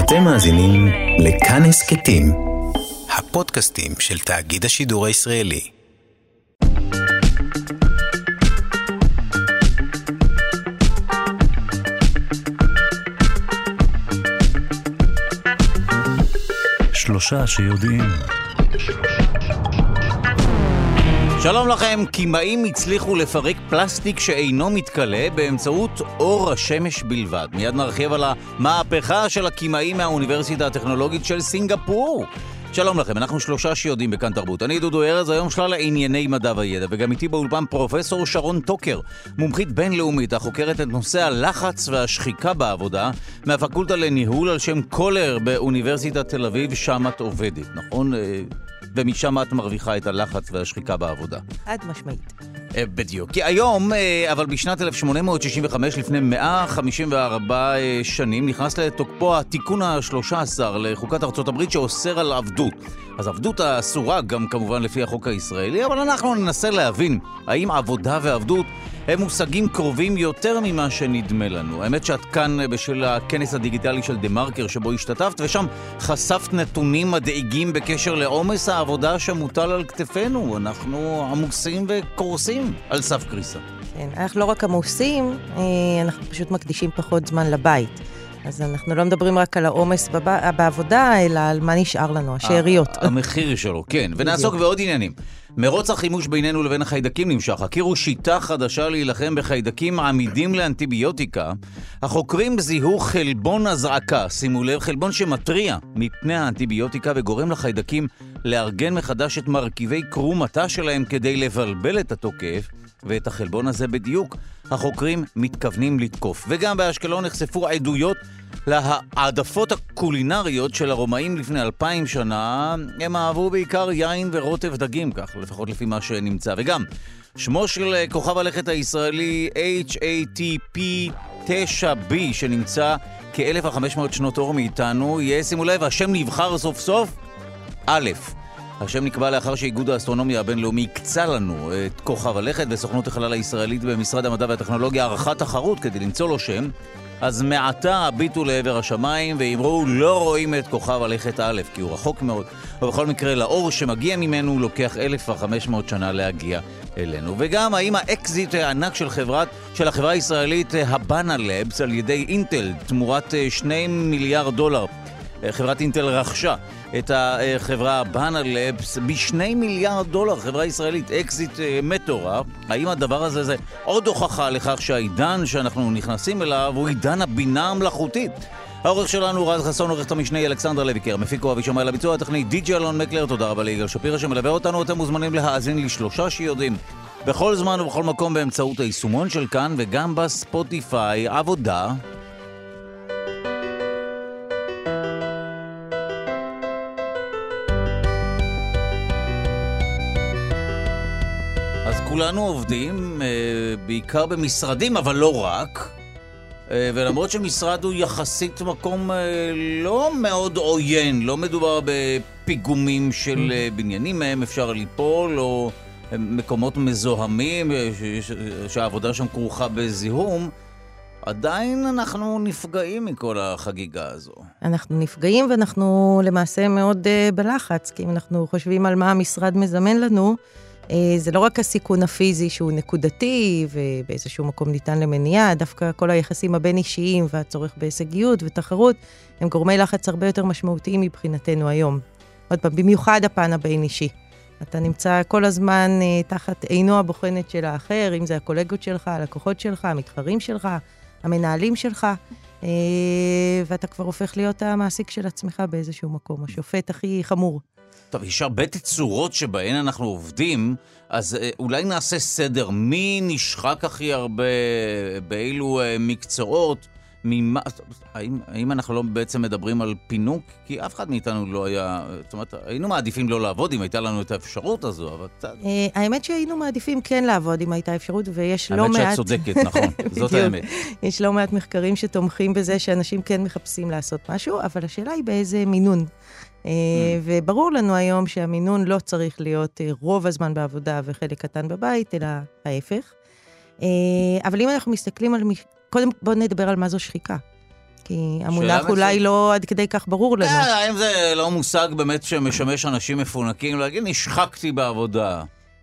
אתם מאזינים לכאן הסכתים, הפודקאסטים של תאגיד השידור הישראלי. שלושה שיודעים. שלום לכם, כימאים הצליחו לפרק פלסטיק שאינו מתכלה באמצעות אור השמש בלבד. מיד נרחיב על המהפכה של הכימאים מהאוניברסיטה הטכנולוגית של סינגפור. שלום לכם, אנחנו שלושה שיודעים בכאן תרבות. אני דודו ארז, היום שלל לענייני מדע וידע, וגם איתי באולפן פרופסור שרון טוקר, מומחית בינלאומית החוקרת את נושא הלחץ והשחיקה בעבודה, מהפקולטה לניהול על שם קולר באוניברסיטת תל אביב, שם את עובדת, נכון? ומשם את מרוויחה את הלחץ והשחיקה בעבודה. עד משמעית. בדיוק. כי היום, אבל בשנת 1865, לפני 154 שנים, נכנס לתוקפו התיקון ה-13 לחוקת ארצות הברית שאוסר על עבדות. אז עבדות אסורה גם כמובן לפי החוק הישראלי, אבל אנחנו ננסה להבין האם עבודה ועבדות הם מושגים קרובים יותר ממה שנדמה לנו. האמת שאת כאן בשביל הכנס הדיגיטלי של דה-מרקר שבו השתתפת, ושם חשפת נתונים מדאיגים בקשר לעומס העבודה שמוטל על כתפינו. אנחנו עמוסים וקורסים על סף קריסה. כן, אנחנו לא רק עמוסים, אנחנו פשוט מקדישים פחות זמן לבית. אז אנחנו לא מדברים רק על העומס בעבודה, אלא על מה נשאר לנו, השאריות. המחיר שלו, כן. ונעסוק בעוד עניינים. מרוץ החימוש בינינו לבין החיידקים נמשך. הכירו שיטה חדשה להילחם בחיידקים עמידים לאנטיביוטיקה. החוקרים זיהו חלבון הזעקה, שימו לב, חלבון שמטריע מפני האנטיביוטיקה וגורם לחיידקים לארגן מחדש את מרכיבי קרום התא שלהם כדי לבלבל את התוקף, ואת החלבון הזה בדיוק החוקרים מתכוונים לתקוף. וגם באשקלון נחשפו עדויות להעדפות הקולינריות של הרומאים לפני 2000 שנה. הם אהבו בעיקר יין ורוטב דגים, כך לפחות לפי מה שנמצא. וגם שמו של כוכב הלכת הישראלי HATP 9B שנמצא כ-1500 שנות אור מאיתנו, יהיה, שימו לב, השם נבחר סוף סוף א'. השם נקבע לאחר שאיגוד האסטרונומיה הבינלאומי הקצה לנו את כוכב הלכת, וסוכנות החלל הישראלית במשרד המדע והטכנולוגיה ערכה תחרות כדי למצוא לו שם. אז מעתה הביטו לעבר השמיים ואמרו לא רואים את כוכב הלכת א', כי הוא רחוק מאוד, ובכל מקרה לאור שמגיע ממנו לוקח 1500 שנה להגיע אלינו. וגם האם האקזיט הענק של החברה הישראלית הבאנה לבס על ידי אינטל תמורת $2 מיליארד, חברת אינטל רכשה את החברה באנה לבס ב$2 מיליארד, חברה ישראלית, אקזיט מטורף. האם הדבר הזה זה עוד הוכחה לכך שהעידן שאנחנו נכנסים אליו הוא עידן הבינה המלאכותית? העורך שלנו רז חסון, עורכת המשנה אלכסנדרה לויקר, מפיקו אבי שמאי, לביצוע הטכני די.ג'י אלון מקלר. תודה רבה ליגאל שפירא שמלווה אותנו. אתם מוזמנים להאזין לשלושה שיודעים בכל זמן ובכל מקום באמצעות היישומון של כאן וגם בספוטיפיי. עבודה. כולנו עובדים, בעיקר במשרדים, אבל לא רק. ולמרות שמשרד הוא יחסית מקום לא מאוד עוין, לא מדובר בפיגומים של בניינים מהם אפשר ליפול, או מקומות מזוהמים, שהעבודה שם כרוכה בזיהום, עדיין אנחנו נפגעים מכל החגיגה הזו. אנחנו נפגעים ואנחנו למעשה מאוד בלחץ, כי אם אנחנו חושבים על מה המשרד מזמן לנו, זה לא רק הסיכון הפיזי שהוא נקודתי ובאיזשהו מקום ניתן למניעה, דווקא כל היחסים הבין אישיים והצורך בהישגיות ותחרות הם גורמי לחץ הרבה יותר משמעותיים מבחינתנו היום. עוד פעם, במיוחד הפן הבין אישי. אתה נמצא כל הזמן תחת עינו הבוחנת של האחר, אם זה הקולגות שלך, הלקוחות שלך, המתחרים שלך, המנהלים שלך, ואתה כבר הופך להיות המעסיק של עצמך באיזשהו מקום, השופט הכי חמור. טוב, יש הרבה תצורות שבהן אנחנו עובדים, אז אולי נעשה סדר. מי נשחק הכי הרבה, באילו מקצועות, האם אנחנו לא בעצם מדברים על פינוק? כי אף אחד מאיתנו לא היה, זאת אומרת, היינו מעדיפים לא לעבוד אם הייתה לנו את האפשרות הזו, אבל... האמת שהיינו מעדיפים כן לעבוד אם הייתה אפשרות, ויש לא מעט... האמת שאת צודקת, נכון, זאת האמת. יש לא מעט מחקרים שתומכים בזה שאנשים כן מחפשים לעשות משהו, אבל השאלה היא באיזה מינון. וברור לנו היום שהמינון לא צריך להיות רוב הזמן בעבודה וחלק קטן בבית, אלא ההפך. אבל אם אנחנו מסתכלים על... קודם בואו נדבר על מה זו שחיקה. כי המונח אולי לא עד כדי כך ברור לנו. האם זה לא מושג באמת שמשמש אנשים מפונקים, להגיד, נשחקתי בעבודה.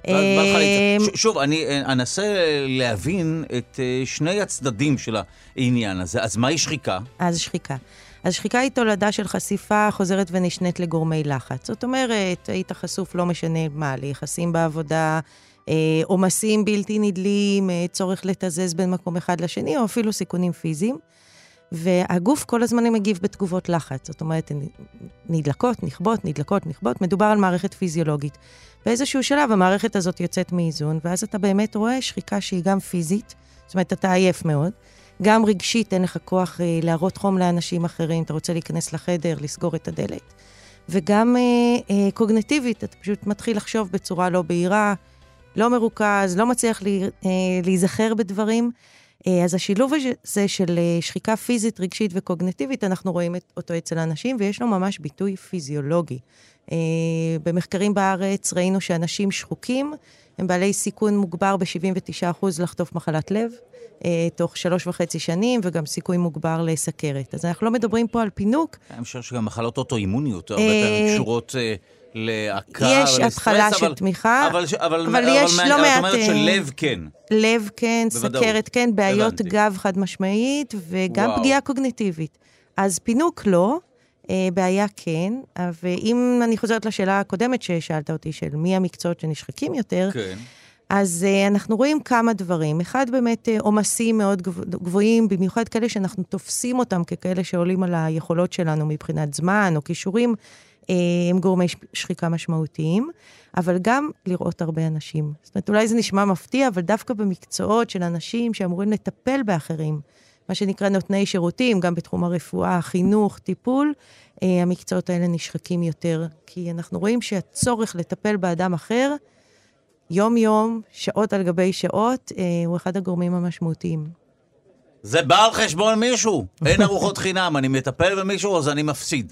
שוב, אני אנסה להבין את שני הצדדים של העניין הזה. אז מהי שחיקה? אז שחיקה היא תולדה של חשיפה חוזרת ונשנית לגורמי לחץ. זאת אומרת, היית חשוף לא משנה מה, ליחסים בעבודה, עומסים בלתי נדלים, צורך לתזז בין מקום אחד לשני, או אפילו סיכונים פיזיים. והגוף כל הזמן מגיב בתגובות לחץ. זאת אומרת, נדלקות, נכבות, מדובר על מערכת פיזיולוגית. באיזשהו שלב המערכת הזאת יוצאת מאיזון, ואז אתה באמת רואה שחיקה שהיא גם פיזית, זאת אומרת, אתה עייף מאוד, גם רגשית, אין לך כוח להראות חום לאנשים אחרים, אתה רוצה להיכנס לחדר, לסגור את הדלת, וגם קוגניטיבית, אתה פשוט מתחיל לחשוב בצורה לא בהירה, לא מרוכז, לא מצליח להיזכר בדברים, אז השילוב הזה של שחיקה פיזית, רגשית וקוגניטיבית, אנחנו רואים אותו אצל אנשים, ויש לו ממש ביטוי פיזיולוגי. במחקרים בארץ ראינו שאנשים שחוקים, הם בעלי סיכון מוגבר ב-79% לחטוף מחלת לב, תוך 3.5 שנים, וגם סיכוי מוגבר לסכרת. אז אנחנו לא מדברים פה על פינוק. אני חושב שגם מחלות אוטואימוניות, הרבה פעמים קשורות להקה, יש התחלה של תמיכה, אבל יש לא מעט... את אומרת שלב כן. לב כן, סכרת כן, בעיות גב חד משמעית, וגם פגיעה קוגניטיבית. אז פינוק לא, בעיה כן, ואם אני חוזרת לשאלה הקודמת ששאלת אותי, של מי המקצועות שנשחקים יותר, כן. אז אנחנו רואים כמה דברים. אחד באמת עומסים מאוד גבוהים, במיוחד כאלה שאנחנו תופסים אותם ככאלה שעולים על היכולות שלנו מבחינת זמן או כישורים, הם גורמי שחיקה משמעותיים, אבל גם לראות הרבה אנשים. זאת אומרת, אולי זה נשמע מפתיע, אבל דווקא במקצועות של אנשים שאמורים לטפל באחרים, מה שנקרא נותני שירותים, גם בתחום הרפואה, חינוך, טיפול, המקצועות האלה נשחקים יותר, כי אנחנו רואים שהצורך לטפל באדם אחר, יום-יום, שעות על גבי שעות, הוא אחד הגורמים המשמעותיים. זה בא על חשבון מישהו. אין ארוחות חינם, אני מטפל במישהו, אז אני מפסיד.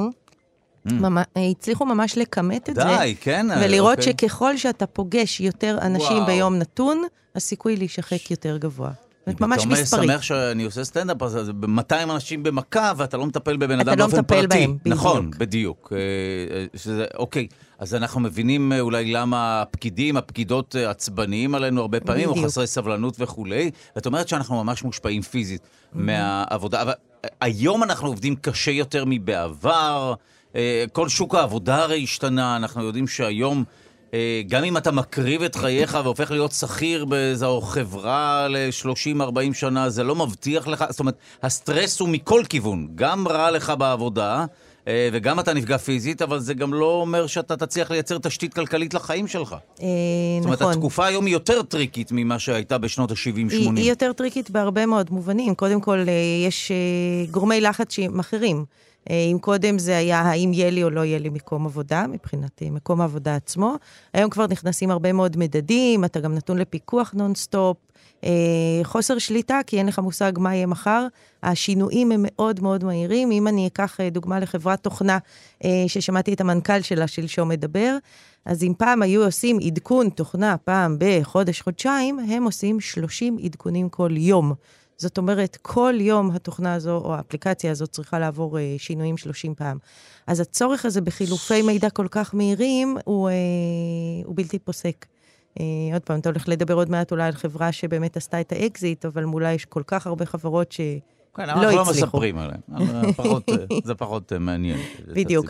הצליחו ממש לקמת את זה. די, כן. ולראות שככל שאתה פוגש יותר אנשים ביום נתון, הסיכוי להישחק יותר גבוה. ממש מספרית. אתה שמח שאני עושה סטנדאפ, אז 200 אנשים במכה, ואתה לא מטפל בבן אדם באופן פרטי. אתה לא מטפל בהם, בדיוק. נכון, בדיוק. אוקיי, אז אנחנו מבינים אולי למה הפקידות עצבניים עלינו הרבה פעמים, או חסרי סבלנות וכו'. ואת אומרת שאנחנו ממש מושפעים פיזית מהעבודה. אבל היום אנחנו עובדים קשה יותר מבעבר, כל שוק העבודה הרי השתנה, אנחנו יודעים שהיום, גם אם אתה מקריב את חייך והופך להיות שכיר באיזו חברה ל-30-40 שנה, זה לא מבטיח לך, זאת אומרת, הסטרס הוא מכל כיוון, גם רע לך בעבודה, וגם אתה נפגע פיזית, אבל זה גם לא אומר שאתה תצליח לייצר תשתית כלכלית לחיים שלך. זאת אומרת, התקופה היום היא יותר טריקית ממה שהייתה בשנות ה-70-80. היא יותר טריקית בהרבה מאוד מובנים. קודם כל, יש גורמי לחץ אחרים. אם קודם זה היה האם יהיה לי או לא יהיה לי מקום עבודה, מבחינת מקום העבודה עצמו. היום כבר נכנסים הרבה מאוד מדדים, אתה גם נתון לפיקוח נונסטופ, חוסר שליטה, כי אין לך מושג מה יהיה מחר. השינויים הם מאוד מאוד מהירים. אם אני אקח דוגמה לחברת תוכנה, ששמעתי את המנכ"ל שלה שלשום מדבר, אז אם פעם היו עושים עדכון תוכנה פעם בחודש, חודשיים, הם עושים 30 עדכונים כל יום. זאת אומרת, כל יום התוכנה הזו, או האפליקציה הזו, צריכה לעבור שינויים 30 פעם. אז הצורך הזה בחילופי מידע כל כך מהירים, הוא בלתי פוסק. עוד פעם, אתה הולך לדבר עוד מעט אולי על חברה שבאמת עשתה את האקזיט, אבל מולה יש כל כך הרבה חברות שלא הצליחו. כן, אנחנו לא מספרים עליהם. זה פחות מעניין. בדיוק.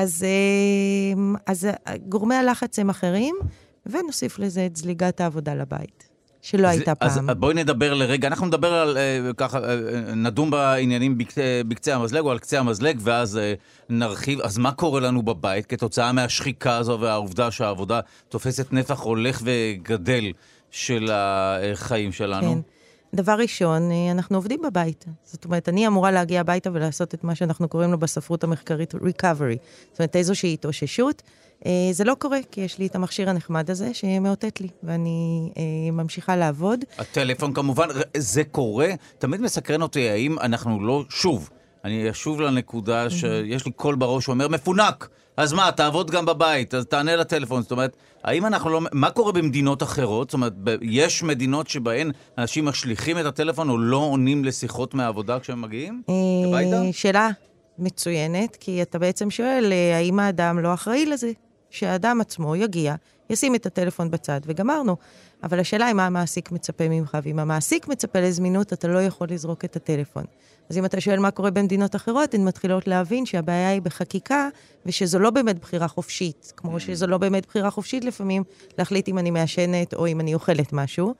אז גורמי הלחץ הם אחרים, ונוסיף לזה את זליגת העבודה לבית. שלא הייתה פעם. אז בואי נדבר לרגע, אנחנו נדבר על, ככה, נדום בעניינים בקצה המזלג, או על קצה המזלג, ואז נרחיב. אז מה קורה לנו בבית, כתוצאה מהשחיקה הזו, והעובדה שהעבודה תופסת נפח הולך וגדל של החיים שלנו? כן. דבר ראשון, אנחנו עובדים בבית. זאת אומרת, אני אמורה להגיע הביתה ולעשות את מה שאנחנו קוראים לו בספרות המחקרית recovery. זאת אומרת, איזושהי התאוששות. זה לא קורה, כי יש לי את המכשיר הנחמד הזה שמאותת לי, ואני ממשיכה לעבוד. הטלפון כמובן, זה קורה. תמיד מסקרן אותי, האם אנחנו לא, שוב, אני אשוב לנקודה שיש לי קול בראש שאומר, מפונק, אז מה, תעבוד גם בבית, אז תענה לטלפון. זאת אומרת, האם אנחנו לא... מה קורה במדינות אחרות? זאת אומרת, יש מדינות שבהן אנשים משליחים את הטלפון או לא עונים לשיחות מהעבודה כשהם מגיעים? שאלה מצוינת, כי אתה בעצם שואל, האם האדם לא אחראי לזה? שהאדם עצמו יגיע, ישים את הטלפון בצד וגמרנו. אבל השאלה היא מה המעסיק מצפה ממך, ואם המעסיק מצפה לזמינות, אתה לא יכול לזרוק את הטלפון. אז אם אתה שואל מה קורה במדינות אחרות, הן מתחילות להבין שהבעיה היא בחקיקה, ושזו לא באמת בחירה חופשית, כמו שזו לא באמת בחירה חופשית לפעמים, להחליט אם אני מעשנת או אם אני אוכלת משהו.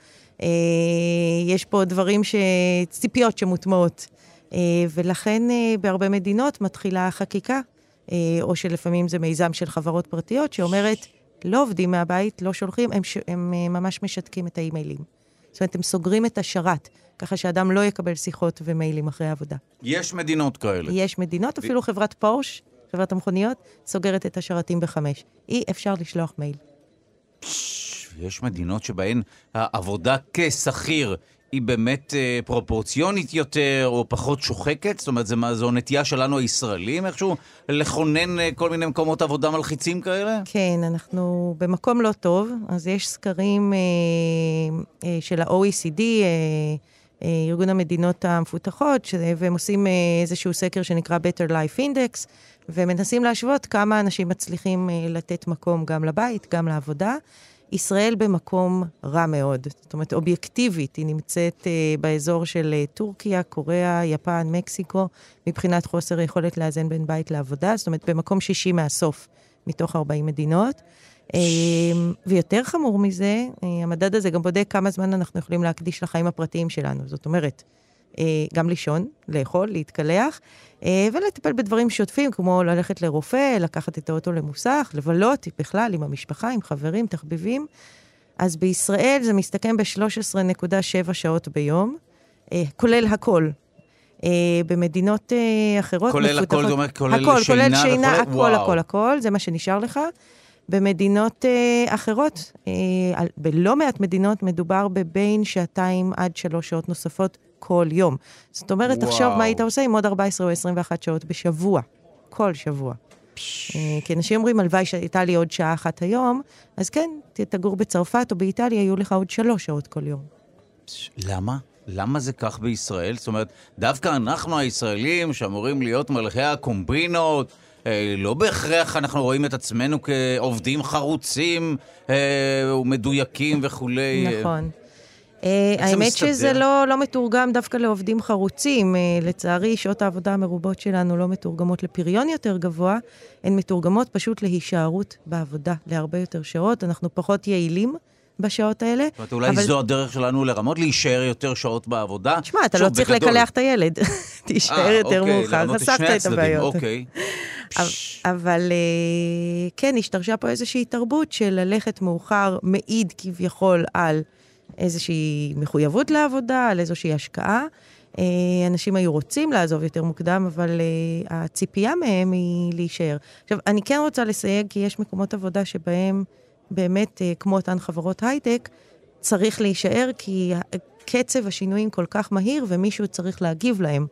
יש פה דברים ציפיות שמוטמעות, ולכן בהרבה מדינות מתחילה חקיקה, או שלפעמים זה מיזם של חברות פרטיות, שאומרת, לא עובדים מהבית, לא שולחים, הם ממש משתקים את האימיילים. זאת אומרת, הם סוגרים את השרת, ככה שאדם לא יקבל שיחות ומיילים אחרי העבודה. יש מדינות כאלה. יש מדינות, אפילו חברת פורש, חברת המכוניות, סוגרת את השרתים ב5. אי אפשר לשלוח מייל. יש מדינות שבהן העבודה כשכיר היא באמת פרופורציונית יותר או פחות שוחקת? זאת אומרת, זו נטייה שלנו הישראלים איכשהו לכונן כל מיני מקומות עבודה מלחיצים כאלה? כן, אנחנו במקום לא טוב. אז יש סקרים של ה-OECD, ארגון המדינות המפותחות, והם עושים איזשהו סקר שנקרא Better Life Index, ומנסים להשוות כמה אנשים מצליחים לתת מקום גם לבית, גם לעבודה. ישראל במקום רע מאוד. זאת אומרת, אובייקטיבית, היא נמצאת באזור של טורקיה, קוריאה, יפן, מקסיקו, מבחינת חוסר יכולת לאזן בין בית לעבודה, זאת אומרת, במקום 60 מהסוף, מתוך 40 מדינות. ויותר חמור מזה, המדד הזה גם בודק כמה זמן אנחנו יכולים להקדיש לחיים הפרטיים שלנו. זאת אומרת, גם לישון, לאכול, להתקלח, ולטפל בדברים שוטפים, כמו ללכת לרופא, לקחת את האוטו למוסך, לבלות בכלל עם המשפחה, עם חברים, תחביבים. אז בישראל זה מסתכם ב-13.7 שעות ביום, כולל הכל. במדינות אחרות כולל מפותחות... הכל, זאת אומרת, כולל שינה, הכל, זה מה שנשאר לך. במדינות אחרות, בלא מעט מדינות, מדובר בבין 2 עד 3 שעות נוספות כל יום. זאת אומרת, תחשוב מה היית עושה עם עוד 14 או 21 שעות בשבוע. כל שבוע. כי אנשים אומרים, הלוואי שהייתה לי עוד שעה אחת היום, אז כן, תגור בצרפת או באיטליה, יהיו לך עוד 3 שעות כל יום. למה? למה זה כך בישראל? זאת אומרת, דווקא אנחנו הישראלים שאמורים להיות מלכי הקומבינות, לא בהכרח אנחנו רואים את עצמנו כעובדים חרוצים ומדויקים וכולי. נכון. האמת שזה לא מתורגם דווקא לעובדים חרוצים. לצערי, שעות העבודה המרובות שלנו לא מתורגמות לפריון יותר גבוה, הן מתורגמות פשוט להישארות בעבודה, להרבה יותר שעות. אנחנו פחות יעילים בשעות האלה. זאת אומרת, אולי זו הדרך שלנו לרמות, להישאר יותר שעות בעבודה. תשמע, אתה לא צריך לקלח את הילד. תישאר יותר מאוחר, חסכת את הבעיות. אבל כן, השתרשה פה איזושהי תרבות של ללכת מאוחר מעיד כביכול על איזושהי מחויבות לעבודה, על איזושהי השקעה. אנשים היו רוצים לעזוב יותר מוקדם, אבל הציפייה מהם היא להישאר. עכשיו, אני כן רוצה לסייג, כי יש מקומות עבודה שבהם באמת, כמו אותן חברות הייטק, צריך להישאר, כי קצב השינויים כל כך מהיר, ומישהו צריך להגיב להם.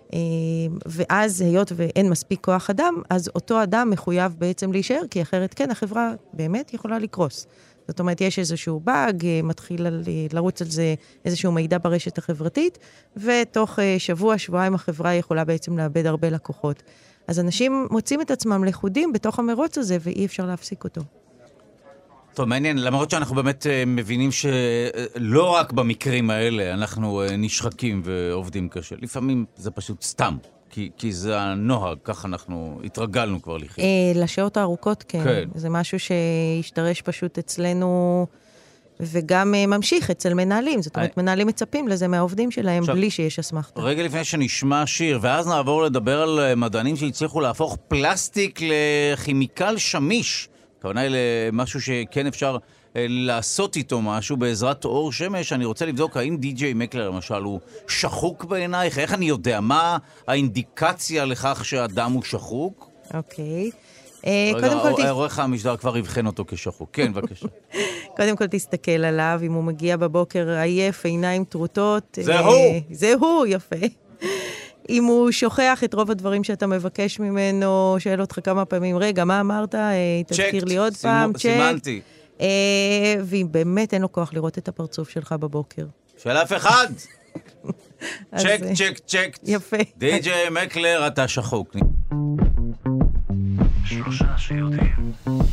ואז, היות ואין מספיק כוח אדם, אז אותו אדם מחויב בעצם להישאר, כי אחרת כן, החברה באמת יכולה לקרוס. זאת אומרת, יש איזשהו באג, מתחיל לרוץ על זה איזשהו מידע ברשת החברתית, ותוך שבוע, שבועיים החברה יכולה בעצם לאבד הרבה לקוחות. אז אנשים מוצאים את עצמם לכודים בתוך המרוץ הזה, ואי אפשר להפסיק אותו. טוב, מעניין, למרות שאנחנו באמת מבינים שלא רק במקרים האלה אנחנו נשחקים ועובדים קשה. לפעמים זה פשוט סתם, כי זה הנוהג, כך אנחנו התרגלנו כבר לחיות. לשעות הארוכות, כן. זה משהו שהשתרש פשוט אצלנו, וגם ממשיך אצל מנהלים. זאת אומרת, מנהלים מצפים לזה מהעובדים שלהם, בלי שיש אסמכתה. רגע לפני שנשמע שיר, ואז נעבור לדבר על מדענים שהצליחו להפוך פלסטיק לכימיקל שמיש. הכוונה היא למשהו שכן אפשר לעשות איתו משהו בעזרת אור שמש. אני רוצה לבדוק האם די.ג'יי מקלר למשל הוא שחוק בעינייך? איך אני יודע? מה האינדיקציה לכך שהאדם הוא שחוק? אוקיי. קודם כל... עורך המשדר כבר יבחן אותו כשחוק. כן, בבקשה. קודם כל תסתכל עליו, אם הוא מגיע בבוקר עייף, עיניים טרוטות. זה הוא! זה הוא, יפה. אם הוא שוכח את רוב הדברים שאתה מבקש ממנו, שואל אותך כמה פעמים, רגע, מה אמרת? תזכיר לי עוד פעם, צ'ק. סימנתי. ואם באמת אין לו כוח לראות את הפרצוף שלך בבוקר. של אף אחד. צ'ק, צ'ק, צ'ק. יפה. די.ג'יי מקלר, אתה שחוק. 3 שיודעים.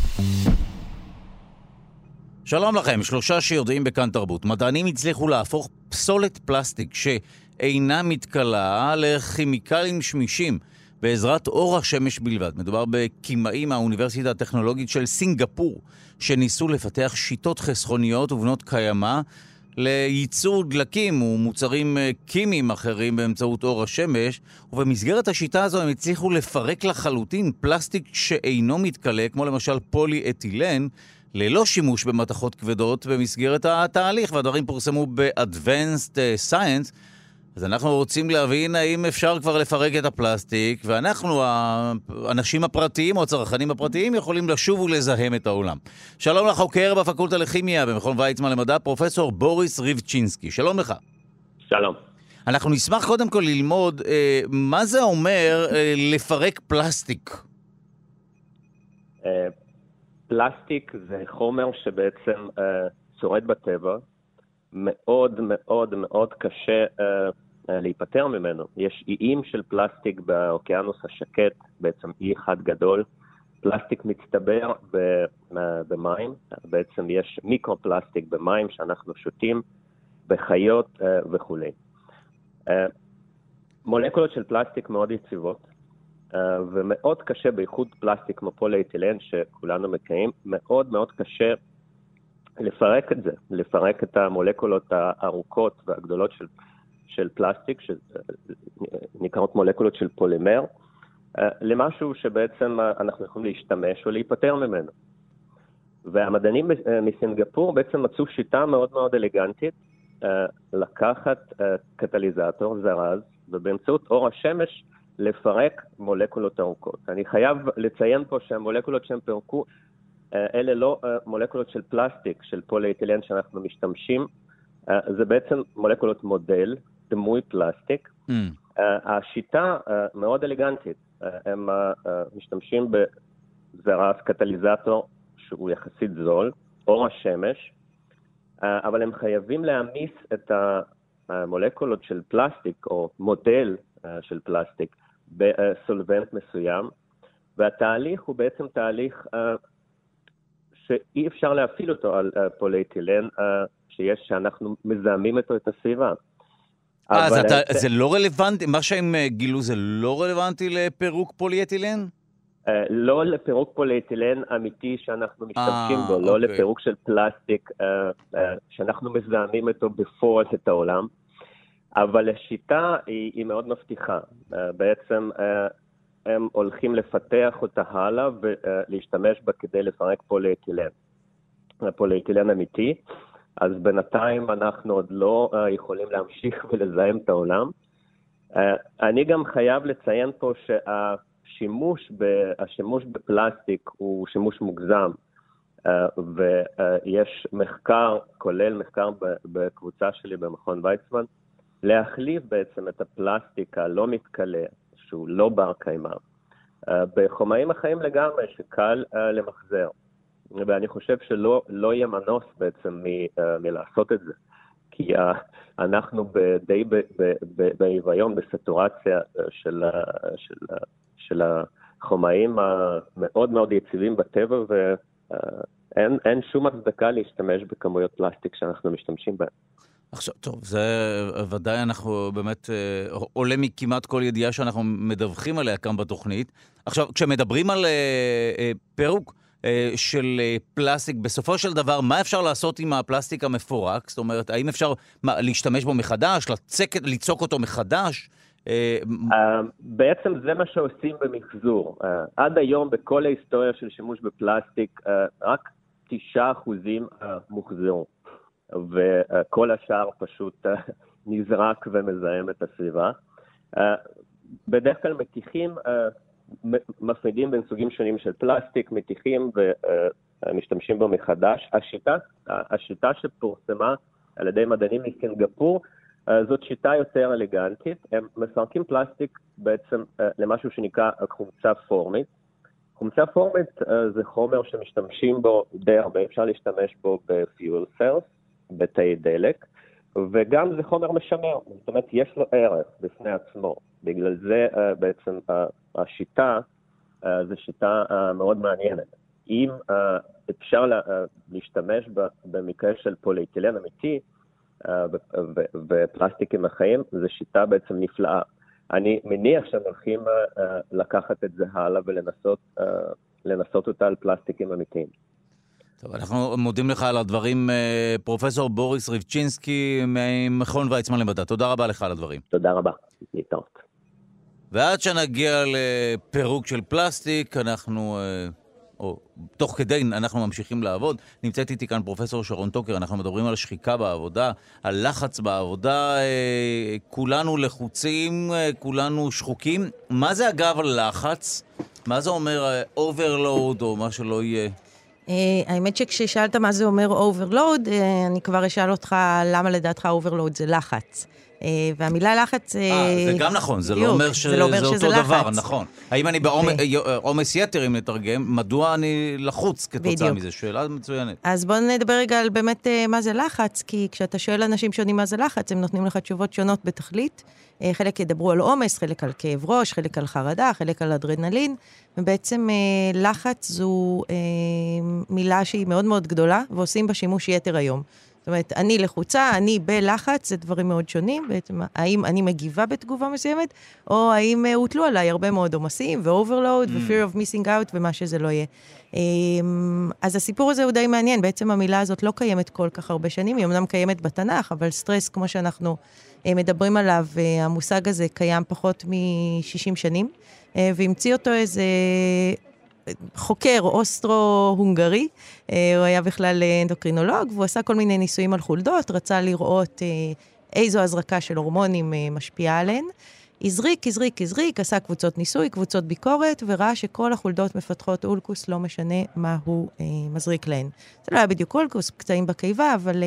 שלום לכם, 3 שיודעים בכאן תרבות. מדענים הצליחו להפוך פסולת פלסטיק שאינה מתכלה לכימיקלים שמישים בעזרת אור השמש בלבד. מדובר בקימאים מהאוניברסיטה הטכנולוגית של סינגפור, שניסו לפתח שיטות חסכוניות ובנות קיימא לייצור דלקים ומוצרים קימיים אחרים באמצעות אור השמש, ובמסגרת השיטה הזו הם הצליחו לפרק לחלוטין פלסטיק שאינו מתכלה, כמו למשל פולי-אתילן, ללא שימוש במתכות כבדות במסגרת התהליך, והדברים פורסמו ב-Advanced Science. אז אנחנו רוצים להבין האם אפשר כבר לפרק את הפלסטיק, ואנחנו, האנשים הפרטיים או הצרכנים הפרטיים, יכולים לשוב ולזהם את העולם. שלום לחוקר בפקולטה לכימיה במכון ויצמן למדע, פרופסור בוריס ריבצ'ינסקי. שלום לך. שלום. אנחנו נשמח קודם כל ללמוד מה זה אומר לפרק פלסטיק. פלסטיק זה חומר שבעצם שורד בטבע, מאוד מאוד מאוד קשה להיפטר ממנו. יש איים של פלסטיק באוקיינוס השקט, בעצם אי אחד גדול. פלסטיק מצטבר במים, בעצם יש מיקרו-פלסטיק במים שאנחנו שותים, בחיות וכו'. מולקולות של פלסטיק מאוד יציבות, ומאוד קשה בייחוד פלסטיק כמו פולי-אתילן שכולנו מכירים, מאוד מאוד קשה לפרק את זה, לפרק את המולקולות הארוכות והגדולות של פלסטיק, שנקראות מולקולות של פולימר, למשהו שבעצם אנחנו יכולים להשתמש או להיפטר ממנו. והמדענים מסינגפור בעצם מצאו שיטה מאוד מאוד אלגנטית, לקחת קטליזטור זרז, ובאמצעות אור השמש לפרק מולקולות ארוכות. אני חייב לציין פה שהמולקולות שהם פרקו, אלה לא מולקולות של פלסטיק, של פולי-אתילן שאנחנו משתמשים, זה בעצם מולקולות מודל, דמוי פלסטיק. השיטה מאוד אלגנטית, הם משתמשים בזרז קטליזטור שהוא יחסית זול, אור השמש, אבל הם חייבים להמיס את המולקולות של פלסטיק או מודל של פלסטיק בסולבנט מסוים, והתהליך הוא בעצם תהליך שאי אפשר להפעיל אותו על פולי-אתילן, שאנחנו מזהמים אותו את הסביבה. אז זה לא רלוונטי, מה שהם גילו זה לא רלוונטי לפירוק פולי-אתילן? לא לפירוק פולי-אתילן אמיתי שאנחנו משתמשים בו, לא לפירוק של פלסטיק שאנחנו מזהמים אותו בפועל את העולם, אבל השיטה היא מאוד מבטיחה. בעצם הם הולכים לפתח אותה הלאה ולהשתמש בה כדי לפרק פולי-אתילן. פולי-אתילן אמיתי, אז בינתיים אנחנו עוד לא יכולים להמשיך ולזהם את העולם. אני גם חייב לציין פה שהשימוש בפלסטיק הוא שימוש מוגזם, ויש מחקר, כולל מחקר בקבוצה שלי במכון ויצמן, להחליף בעצם את הפלסטיק הלא מתכלה, שהוא לא בר קיימא, בחומרים אחרים לגמרי שקל למחזר. ואני חושב שלא יהיה מנוס בעצם מלעשות את זה. כי אנחנו די בהיוויון, בסטורציה של החומרים המאוד מאוד יציבים בטבע, ואין שום הצדקה להשתמש בכמויות פלסטיק שאנחנו משתמשים בהן. עכשיו, טוב, זה ודאי אנחנו באמת עולה מכמעט כל ידיעה שאנחנו מדווחים עליה כאן בתוכנית. עכשיו, כשמדברים על פירוק של פלסטיק, בסופו של דבר, מה אפשר לעשות עם הפלסטיק המפורק? זאת אומרת, האם אפשר להשתמש בו מחדש, ליצוק אותו מחדש? בעצם זה מה שעושים במחזור. עד היום, בכל ההיסטוריה של שימוש בפלסטיק, רק 9% מוחזרו. וכל השאר פשוט נזרק ומזהם את הסביבה. בדרך כלל מתיחים, מפרידים בין סוגים שונים של פלסטיק, מתיחים ומשתמשים בו מחדש. השיטה שפורסמה על ידי מדענים מסינגפור זאת שיטה יותר אלגנטית. הם מפרקים פלסטיק בעצם למשהו שנקרא חומצה פורמית. חומצה פורמית זה חומר שמשתמשים בו די הרבה, אפשר להשתמש בו בפיול סלס, בתאי דלק, וגם זה חומר משמר, זאת אומרת יש לו ערך בפני עצמו. בגלל זה בעצם השיטה, זו שיטה מאוד מעניינת. אם אפשר להשתמש במקרה של פוליאתילן אמיתי, ופלסטיקים החיים, זו שיטה בעצם נפלאה. אני מניח שהם הולכים לקחת את זה הלאה ולנסות אותה על פלסטיקים אמיתיים. טוב, אנחנו מודים לך על הדברים, פרופסור בוריס ריבצ'ינסקי ממכון ויצמן למדע. תודה רבה לך על הדברים. תודה רבה, להתראות. ועד שנגיע לפירוק של פלסטיק, או תוך כדי אנחנו ממשיכים לעבוד. נמצאת איתי כאן פרופסור שרון טוקר, אנחנו מדברים על שחיקה בעבודה, על לחץ בעבודה, כולנו לחוצים, כולנו שחוקים. מה זה אגב לחץ? מה זה אומר overload או מה שלא יהיה? האמת שכששאלת מה זה אומר overload, אני כבר אשאל אותך למה לדעתך overload זה לחץ. והמילה לחץ... זה גם נכון, זה לא אומר שזה אותו דבר, נכון. האם אני בעומס יתר, אם נתרגם, מדוע אני לחוץ כתוצאה מזה? שאלה מצוינת. אז בואו נדבר רגע על באמת מה זה לחץ, כי כשאתה שואל אנשים שונים מה זה לחץ, הם נותנים לך תשובות שונות בתכלית. חלק ידברו על עומס, חלק על כאב ראש, חלק על חרדה, חלק על אדרנלין, ובעצם לחץ זו מילה שהיא מאוד מאוד גדולה, ועושים בה שימוש יתר היום. זאת אומרת, אני לחוצה, אני בלחץ, זה דברים מאוד שונים, בעצם, האם אני מגיבה בתגובה מסוימת, או האם הוטלו עליי הרבה מאוד עומסים, ו-overload, ו-fear of missing out, ומה שזה לא יהיה. אז הסיפור הזה הוא די מעניין, בעצם המילה הזאת לא קיימת כל כך הרבה שנים, היא אמנם קיימת בתנ"ך, אבל סטרס, כמו שאנחנו מדברים עליו, המושג הזה קיים פחות מ-60 שנים, והמציא אותו איזה חוקר אוסטרו-הונגרי, הוא היה בכלל אנדוקרינולוג, והוא עשה כל מיני ניסויים על חולדות, רצה לראות איזו הזרקה של הורמונים משפיעה עליהן, הזריק, עשה קבוצות ניסוי, קבוצות ביקורת, וראה שכל החולדות מפתחות אולקוס, לא משנה מה הוא מזריק להן. זה לא היה בדיוק אולקוס, קצאים בקיבה, אבל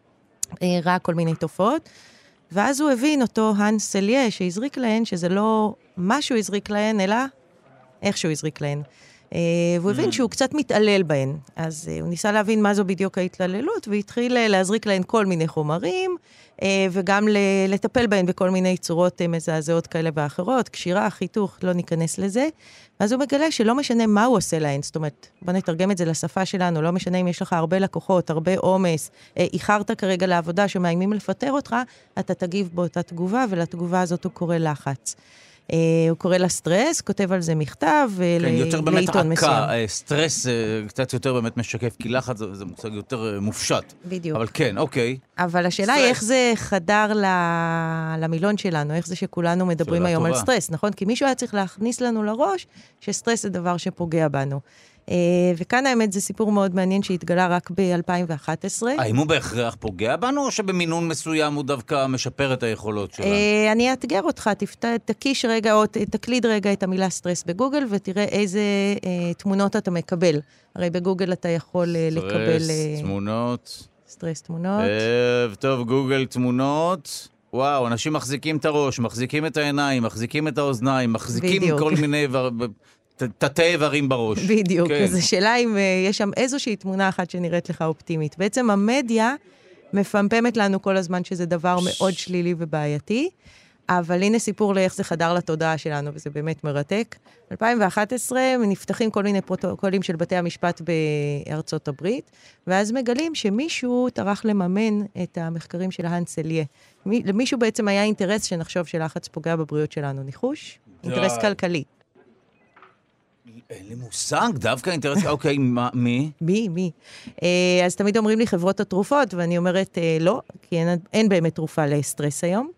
ראה כל מיני תופעות, ואז הוא הבין אותו הנס סליה שהזריק להן, שזה לא משהו הזריק להן, אלא איך שהוא הזריק להן. והוא הבין שהוא קצת מתעלל בהן. אז הוא ניסה להבין מה זו בדיוק ההתעללות, והתחיל להזריק להן כל מיני חומרים, וגם לטפל בהן בכל מיני צורות מזעזעות כאלה ואחרות, קשירה, חיתוך, לא ניכנס לזה. אז הוא מגלה שלא משנה מה הוא עושה להן, זאת אומרת, בוא נתרגם את זה לשפה שלנו, לא משנה אם יש לך הרבה לקוחות, הרבה עומס, איחרת כרגע לעבודה שמאיימים לפטר אותך, אתה תגיב באותה תגובה, ולתגובה הזאת הוא קורא לחץ. הוא קורא לה סטרס, כותב על זה מכתב, יותר באמת עקה, סטרס קצת יותר באמת משקף, כי לחץ זה מושג יותר מופשט. בדיוק. אבל כן, אוקיי. אבל השאלה היא איך זה חדר למילון שלנו, איך זה שכולנו מדברים היום על סטרס, נכון? כי מישהו היה צריך להכניס לנו לראש שסטרס זה דבר שפוגע בנו. וכאן האמת זה סיפור מאוד מעניין שהתגלה רק ב-2011. האם הוא בהכרח פוגע בנו, או שבמינון מסוים הוא דווקא משפר את היכולות שלנו? אני אאתגר אותך, תקיש רגע, או תקליד רגע את המילה סטרס בגוגל, ותראה איזה תמונות אתה מקבל. הרי בגוגל אתה יכול לקבל... סטרס, תמונות. סטרס, תמונות. טוב, גוגל תמונות. וואו, אנשים מחזיקים את הראש, מחזיקים את העיניים, מחזיקים את האוזניים, מחזיקים כל מיני... תתי איברים בראש. בדיוק, אז השאלה אם יש שם איזושהי תמונה אחת שנראית לך אופטימית. בעצם המדיה מפמפמת לנו כל הזמן שזה דבר מאוד שלילי ובעייתי, אבל הנה סיפור לאיך זה חדר לתודעה שלנו, וזה באמת מרתק. 2011 נפתחים כל מיני פרוטוקולים של בתי המשפט בארצות הברית, ואז מגלים שמישהו טרח לממן את המחקרים של הנס סליה. למישהו בעצם היה אינטרס שנחשוב שלחץ פוגע בבריאות שלנו. ניחוש? אינטרס כלכלי. אין לי מושג, דווקא אינטרס, אוקיי, מי? מי? אז תמיד אומרים לי חברות התרופות, ואני אומרת לא, כי אין באמת תרופה לסטרס היום.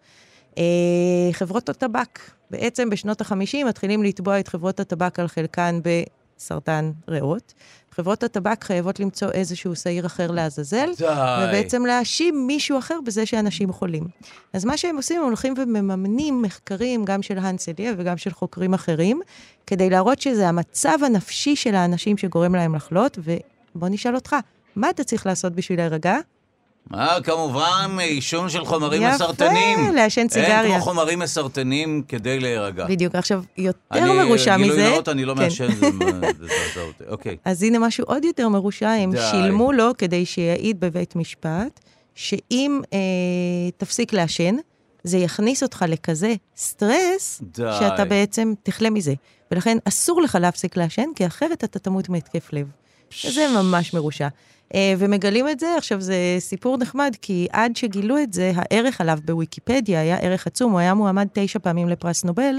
חברות הטבק, בעצם בשנות ה-50 מתחילים לתבוע את חברות הטבק על חלקן בסרטן ריאות. חברות הטבק חייבות למצוא איזשהו שעיר אחר לעזאזל, ובעצם להאשים מישהו אחר בזה שאנשים חולים. אז מה שהם עושים, הם הולכים ומממנים מחקרים, גם של הנס סליה וגם של חוקרים אחרים, כדי להראות שזה המצב הנפשי של האנשים שגורם להם לחלות, ובוא נשאל אותך, מה אתה צריך לעשות בשביל להירגע? כמובן, עישון של חומרים מסרטנים. יפה, לעשן סיגריה. אין כמו חומרים מסרטנים כדי להירגע. בדיוק, עכשיו, יותר מרושע מזה. גילוי נאות, אני לא מעשן, זה זעזע אותי. אוקיי. אז הנה משהו עוד יותר מרושע, הם שילמו לו כדי שיעיד בבית משפט, שאם תפסיק לעשן, זה יכניס אותך לכזה סטרס, שאתה בעצם תחלה מזה. ולכן אסור לך להפסיק לעשן, כי אחרת אתה תמות מהתקף לב. זה ממש מרושע. ומגלים את זה, עכשיו זה סיפור נחמד, כי עד שגילו את זה, הערך עליו בוויקיפדיה היה ערך עצום, הוא היה מועמד 9 פעמים לפרס נובל,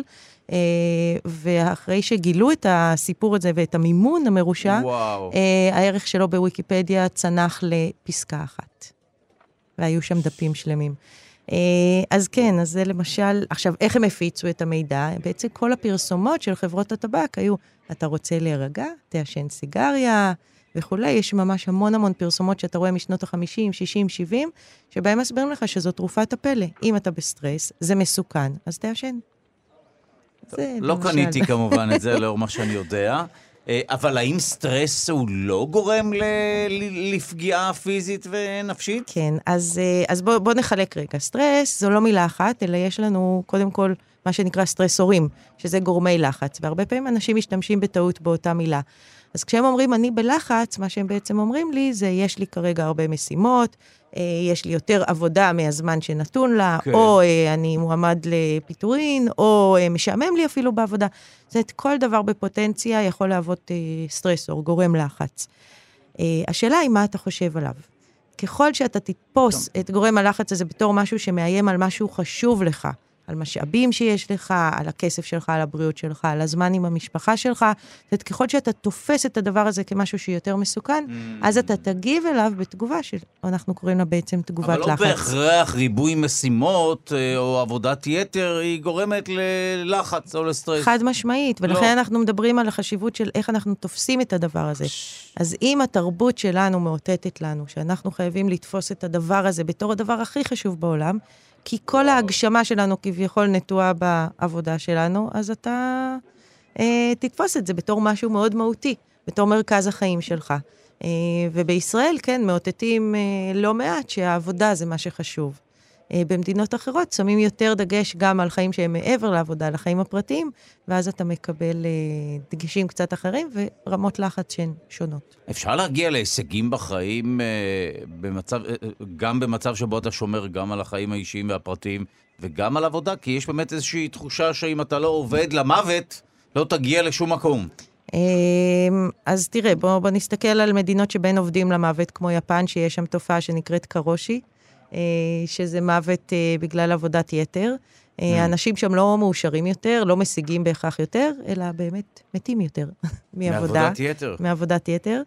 ואחרי שגילו את הסיפור הזה ואת המימון המרושע, הערך שלו בוויקיפדיה צנח לפסקה אחת. והיו שם דפים שלמים. אז כן, אז זה למשל, עכשיו, איך הם הפיצו את המידע? בעצם כל הפרסומות של חברות הטבק היו, אתה רוצה להירגע, תעשן סיגריה, וכולי. יש ממש המון פרסומות שאתה רואה משנות ה-50, 60, 70, שבהם מסבירים לך שזו תרופת הפלא. אם אתה בסטרס, זה מסוכן, אז תעשן. לא קניתי כמובן את זה, לאור מה שאני יודע. אבל האם סטרס הוא לא גורם לפגיעה פיזית ונפשית? כן, אז בוא נחלק רגע. סטרס זו לא מילה אחת, אלא יש לנו קודם כל מה שנקרא סטרסורים, שזה גורמי לחץ, והרבה פעמים אנשים משתמשים בטעות באותה מילה. אז כשהם אומרים אני בלחץ, מה שהם בעצם אומרים לי זה יש לי כרגע הרבה משימות, יש לי יותר עבודה מהזמן שנתון לה, או אני מועמד לפיטורין, או משעמם לי אפילו בעבודה. זאת אומרת, כל דבר בפוטנציה יכול להוות סטרסור, גורם לחץ. השאלה היא מה אתה חושב עליו. ככל שאתה תתפוס את גורם הלחץ הזה בתור משהו שמאיים על משהו חשוב לך, על משאבים שיש לך, על הכסף שלך, על הבריאות שלך, על הזמן עם המשפחה שלך. זאת אומרת, ככל שאתה תופס את הדבר הזה כמשהו שיותר מסוכן, אז אתה תגיב אליו בתגובה אנחנו קוראים לה בעצם תגובת לחץ. אבל לא בהכרח ריבוי משימות או עבודת יתר, היא גורמת ללחץ או לסטרס. חד משמעית, ולכן אנחנו מדברים על החשיבות של איך אנחנו תופסים את הדבר הזה. אז אם התרבות שלנו מאותתת לנו, שאנחנו חייבים לתפוס את הדבר הזה בתור הדבר הכי חשוב בעולם, כי כל ההגשמה שלנו כביכול נטועה בעבודה שלנו, אז אתה תתפוס את זה בתור משהו מאוד מהותי, בתור מרכז החיים שלך. ובישראל, כן, מאותתים לא מעט שהעבודה זה מה שחשוב. במדינות אחרות שמים יותר דגש גם על חיים שהם מעבר לעבודה, לחיים הפרטיים, ואז אתה מקבל דגשים קצת אחרים ורמות לחץ שהן שונות. אפשר להגיע להישגים בחיים גם במצב שבו אתה שומר גם על החיים האישיים והפרטיים וגם על עבודה, כי יש באמת איזושהי תחושה שאם אתה לא עובד למוות, לא תגיע לשום מקום. אז תראה, בוא נסתכל על מדינות שבין עובדים למוות, כמו יפן, שיש שם תופעה שנקראת קרושי, שזה מוות בגלל עבודת יתר. האנשים שם לא מאושרים יותר, לא משיגים בהכרח יותר, אלא באמת מתים יותר מעבודת יתר. מעבודת יתר.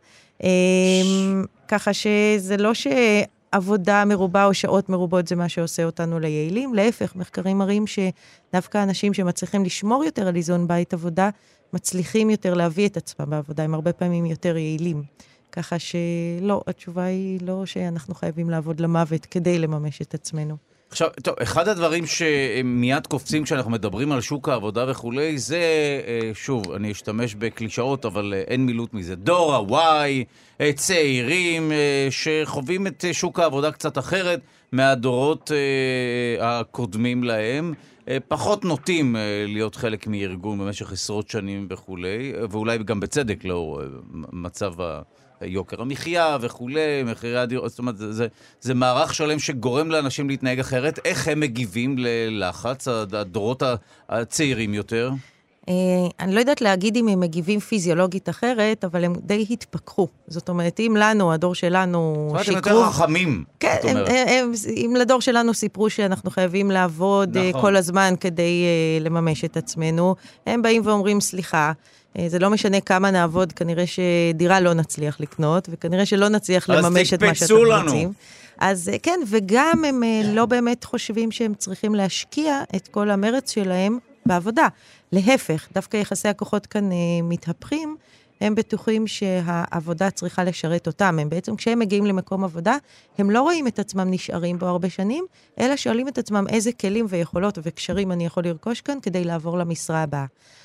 ככה שזה לא שעבודה מרובה או שעות מרובות זה מה שעושה אותנו ליעילים. להפך, מחקרים מראים שדווקא אנשים שמצליחים לשמור יותר על איזון בית עבודה, מצליחים יותר להביא את עצמם בעבודה, הם הרבה פעמים יותר יעילים. ככה שלא, התשובה היא לא שאנחנו חייבים לעבוד למוות כדי לממש את עצמנו. עכשיו, טוב, אחד הדברים שמיד קופצים כשאנחנו מדברים על שוק העבודה וכולי, זה, שוב, אני אשתמש בקלישאות, אבל אין מילות מזה. דור ה-Y, צעירים שחווים את שוק העבודה קצת אחרת מהדורות הקודמים להם, פחות נוטים להיות חלק מארגון במשך עשרות שנים וכולי, ואולי גם בצדק לאור מצב יוקר המחיה וכולי, מחירי הדירות, זאת אומרת, זה מערך שלם שגורם לאנשים להתנהג אחרת. איך הם מגיבים ללחץ, הדורות הצעירים יותר? אני לא יודעת להגיד אם הם מגיבים פיזיולוגית אחרת, אבל הם די התפכחו. זאת אומרת, אם לנו, הדור שלנו שיקרו... זאת אומרת, הם יותר חכמים. כן, אם לדור שלנו סיפרו שאנחנו חייבים לעבוד כל הזמן כדי לממש את עצמנו, הם באים ואומרים, סליחה, זה לא משנה כמה נעבוד, כנראה שדירה לא נצליח לקנות, וכנראה שלא נצליח לממש את מה שאתם רוצים. אז כן, וגם הם לא באמת חושבים שהם צריכים להשקיע את כל המרץ שלהם בעבודה. להפך, דווקא יחסי הכוחות כאן מתהפכים, הם בטוחים שהעבודה צריכה לשרת אותם. הם בעצם, כשהם מגיעים למקום עבודה, הם לא רואים את עצמם נשארים בו הרבה שנים, אלא שואלים את עצמם איזה כלים ויכולות וקשרים אני יכול לרכוש כאן כדי לעבור למשרה הבאה.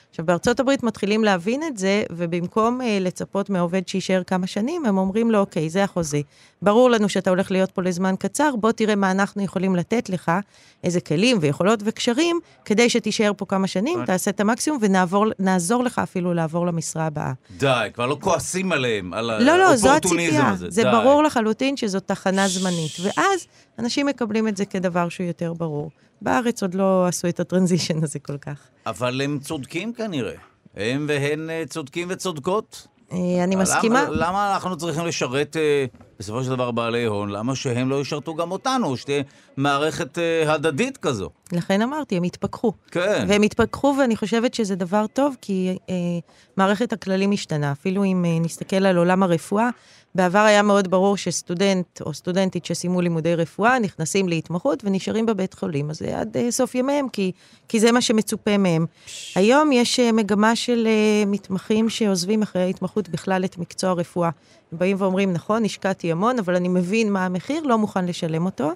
עכשיו, בארצות הברית מתחילים להבין את זה, ובמקום לצפות מהעובד שישאר כמה שנים, הם אומרים לו, אוקיי, זה החוזה. ברור לנו שאתה הולך להיות פה לזמן קצר, בוא תראה מה אנחנו יכולים לתת לך, איזה כלים ויכולות וקשרים, כדי שתישאר פה כמה שנים, תעשה את המקסימום, ונעזור לך אפילו לעבור למשרה הבאה. די, כבר לא כועסים עליהם, על לא, זו האופורטוניזם הציפייה. הזה. זה ברור לחלוטין שזו תחנה זמנית, ואז אנשים מקבלים את זה כדבר שהוא יותר ברור. בארץ עוד לא עשו את הטרנזישן הזה כל כך. אבל הם צודקים כנראה. הם והן צודקים וצודקות. אני מסכימה. למה אנחנו צריכים לשרת בסופו של דבר בעלי הון? למה שהם לא ישרתו גם אותנו? שתהיה מערכת הדדית כזו. לכן אמרתי, הם התפכחו. כן. והם התפכחו, ואני חושבת שזה דבר טוב, כי מערכת הכללים משתנה. אפילו אם נסתכל על עולם הרפואה, בעבר היה מאוד ברור שסטודנט או סטודנטית שסיימו לימודי רפואה, נכנסים להתמחות ונשארים בבית חולים. אז זה עד סוף ימיהם, כי זה מה שמצופה מהם. היום יש מגמה של מתמחים שעוזבים אחרי ההתמחות בכלל את מקצוע הרפואה. הם באים ואומרים, נכון, השקעתי המון, אבל אני מבין מה המחיר, לא מוכן לשלם אותו.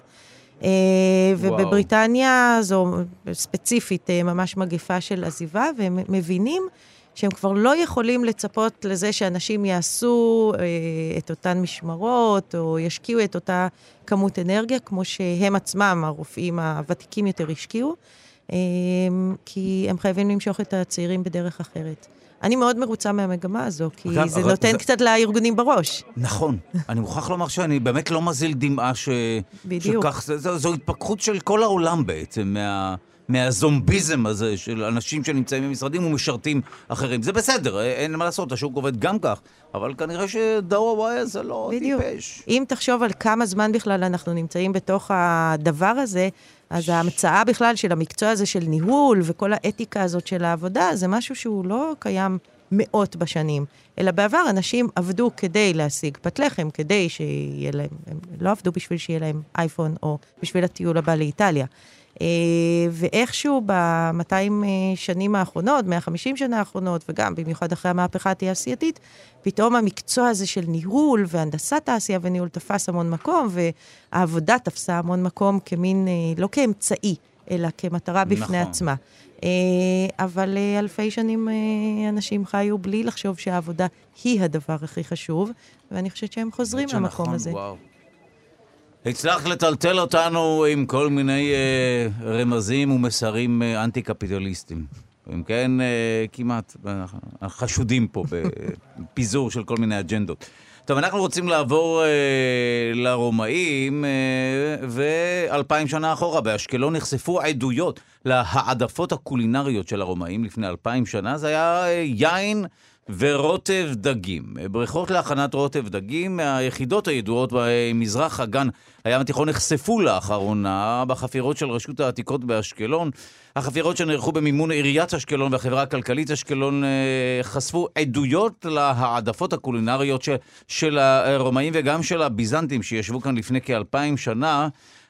ובבריטניה זו ספציפית ממש מגפה של עזיבה, והם מבינים שהם כבר לא יכולים לצפות לזה שאנשים יעשו את אותן משמרות, או ישקיעו את אותה כמות אנרגיה, כמו שהם עצמם, הרופאים הוותיקים יותר השקיעו, כי הם חייבים למשוך את הצעירים בדרך אחרת. אני מאוד מרוצה מהמגמה הזו, כי זה נותן קצת לארגונים בראש. נכון. אני מוכרח לומר שאני באמת לא מזיל דמעה שכך, זו התפכחות של כל העולם בעצם, מהזומביזם הזה של אנשים שנמצאים במשרדים ומשרתים אחרים. זה בסדר, אין מה לעשות, השוק עובד גם כך, אבל כנראה שדור הוואי זה לא טיפש. אם תחשוב על כמה זמן בכלל אנחנו נמצאים בתוך הדבר הזה, אז ההמצאה בכלל של המקצוע הזה של ניהול וכל האתיקה הזאת של העבודה, זה משהו שהוא לא קיים מאות בשנים, אלא בעבר אנשים עבדו כדי להשיג פת לחם, כדי שיהיה להם, הם לא עבדו בשביל שיהיה להם אייפון או בשביל הטיול הבא לאיטליה. ואיכשהו ב-200 שנים האחרונות, 150 שנה האחרונות, וגם במיוחד אחרי המהפכה התעשייתית, פתאום המקצוע הזה של ניהול והנדסת תעשייה וניהול תפס המון מקום, והעבודה תפסה המון מקום כמין, לא כאמצעי, אלא כמטרה בפני עצמה. אבל אלפי שנים אנשים חיו בלי לחשוב שהעבודה היא הדבר הכי חשוב, ואני חושבת שהם חוזרים למקום הזה. וואו. הצלח לטלטל אותנו עם כל מיני רמזים ומסרים אנטי-קפיטליסטים. אם כן, כמעט חשודים פה בפיזור של כל מיני אג'נדות. טוב, אנחנו רוצים לעבור לרומאים, ו2000 שנה אחורה באשקלון נחשפו עדויות להעדפות הקולינריות של הרומאים לפני 2000 שנה. זה היה יין ורוטב דגים. בריכות להכנת רוטב דגים מהיחידות הידועות במזרח אגן הים התיכון נחשפו לאחרונה בחפירות של רשות העתיקות באשקלון. החפירות שנערכו במימון עיריית אשקלון והחברה הכלכלית אשקלון חשפו עדויות להעדפות הקולינריות של הרומאים וגם של הביזנטים שישבו כאן לפני כ2000 שנה.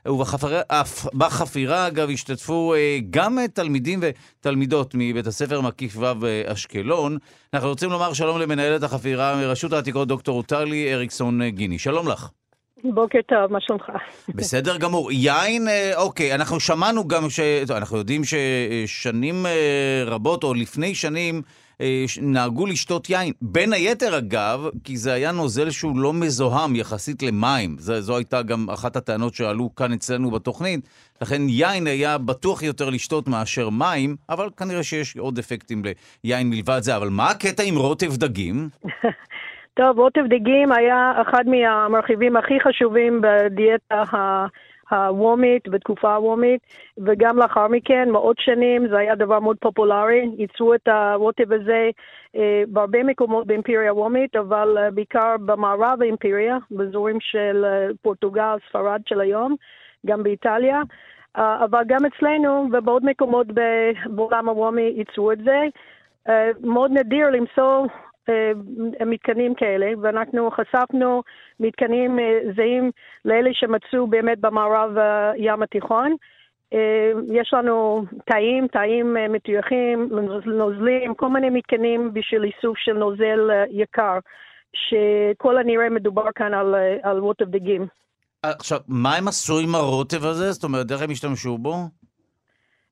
ובחפירה, אגב, השתתפו גם תלמידים ותלמידות מבית הספר מקיף ו' באשקלון. אנחנו רוצים לומר שלום למנהלת החפירה מרשות העתיקות, דוקטור טלי אריקסון גיני. שלום לך. בוקר טוב, מה שלומך? בסדר גמור. יין, אוקיי, אנחנו שמענו גם אנחנו יודעים ששנים רבות או לפני שנים נהגו לשתות יין. בין היתר אגב, כי זה היה נוזל שהוא לא מזוהם יחסית למים. זו הייתה גם אחת הטענות שעלו כאן אצלנו בתוכנית. לכן יין היה בטוח יותר לשתות מאשר מים, אבל כנראה שיש עוד אפקטים ליין מלבד זה. אבל מה הקטע עם רוטב דגים? טוב, רוטב דגים היה אחד מהמרכיבים הכי חשובים בדיאטה הוומית, בתקופה הוומית, וגם לאחר מכן, מאות שנים, זה היה דבר מאוד פופולרי. ייצרו את הרוטב הזה בהרבה מקומות באימפריה הוומית, אבל בעיקר במערב האימפריה, באזורים של פורטוגל, ספרד של היום, גם באיטליה. אבל גם אצלנו ובעוד מקומות בעולם הוומי ייצרו את זה. מאוד נדיר למצוא מתקנים כאלה, ואנחנו חשפנו מתקנים זהים לאלה שמצאו באמת במערב ים התיכון. יש לנו תאים מטויחים, נוזלים, כל מיני מתקנים בשביל איסוף של נוזל יקר, שכל הנראה מדובר כאן על רוטב דגים. עכשיו, מה הם עשו עם הרוטב הזה? זאת אומרת, איך הם השתמשו בו?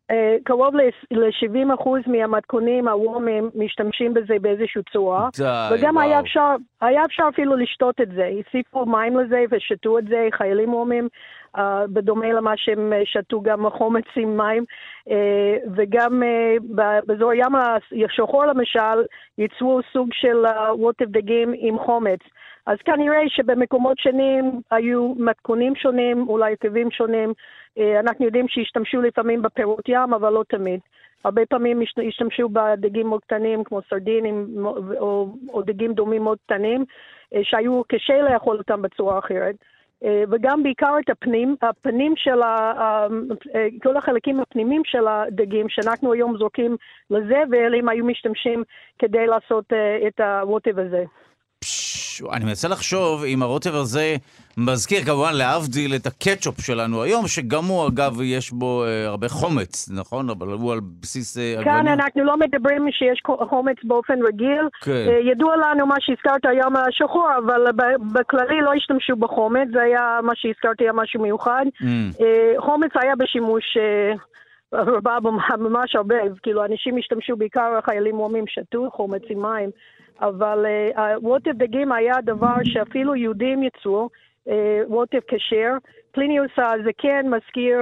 קרוב ל-70% מהמתכונים הוורמים משתמשים בזה באיזושהי צורה. וגם היה אפשר אפילו לשתות את זה. הוסיפו מים לזה ושתו את זה, חיילים וורמים, בדומה למה שהם שתו גם חומץ עם מים. וגם באזור ים השחור למשל, ייצרו סוג של רוטב דגים עם חומץ. אז כנראה שבמקומות שונים היו מתכונים שונים, אולי הרכבים שונים. אנחנו יודעים שהשתמשו לפעמים בפירות ים, אבל לא תמיד. הרבה פעמים השתמשו בדגים מאוד קטנים, כמו סרדינים, או דגים דומים מאוד קטנים, שהיו קשה לאכול אותם בצורה אחרת. וגם בעיקר את הפנים של כל החלקים הפנימיים של הדגים, שאנחנו היום זורקים לזבל, הם היו משתמשים כדי לעשות את הרוטב הזה. אני מנסה לחשוב אם הרוטב הזה מזכיר כמובן להבדיל את הקטשופ שלנו היום, שגם הוא אגב יש בו הרבה חומץ, נכון? אבל הוא על בסיס עגבניה. כאן אנחנו לא מדברים שיש חומץ באופן רגיל. ידוע לנו מה שהזכרת היום השחור, אבל בכללי לא השתמשו בחומץ, זה היה מה שהזכרתי, היה משהו מיוחד. חומץ היה בשימוש רבה ממש הרבה, כאילו אנשים השתמשו בעיקר חיילים וורמים שתו חומץ עם מים. אבל רוטב דגים היה דבר שאפילו יהודים יצאו, רוטב כשר. פליניוס הזקן מזכיר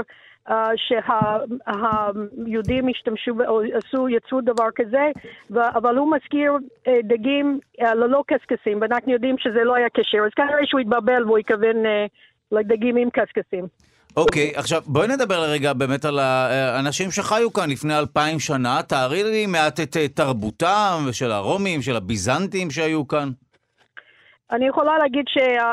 שהיהודים השתמשו או יצאו דבר כזה, אבל הוא מזכיר דגים ללא קסקסים, ואנחנו יודעים שזה לא היה כשר, אז כנראה שהוא התבלבל והוא יכוון לדגים עם קסקסים. אוקיי, עכשיו בואי נדבר לרגע באמת על האנשים שחיו כאן לפני 2000 שנה. תארי לי מעט את תרבותם של הרומים, של הביזנטים שהיו כאן. אני יכולה להגיד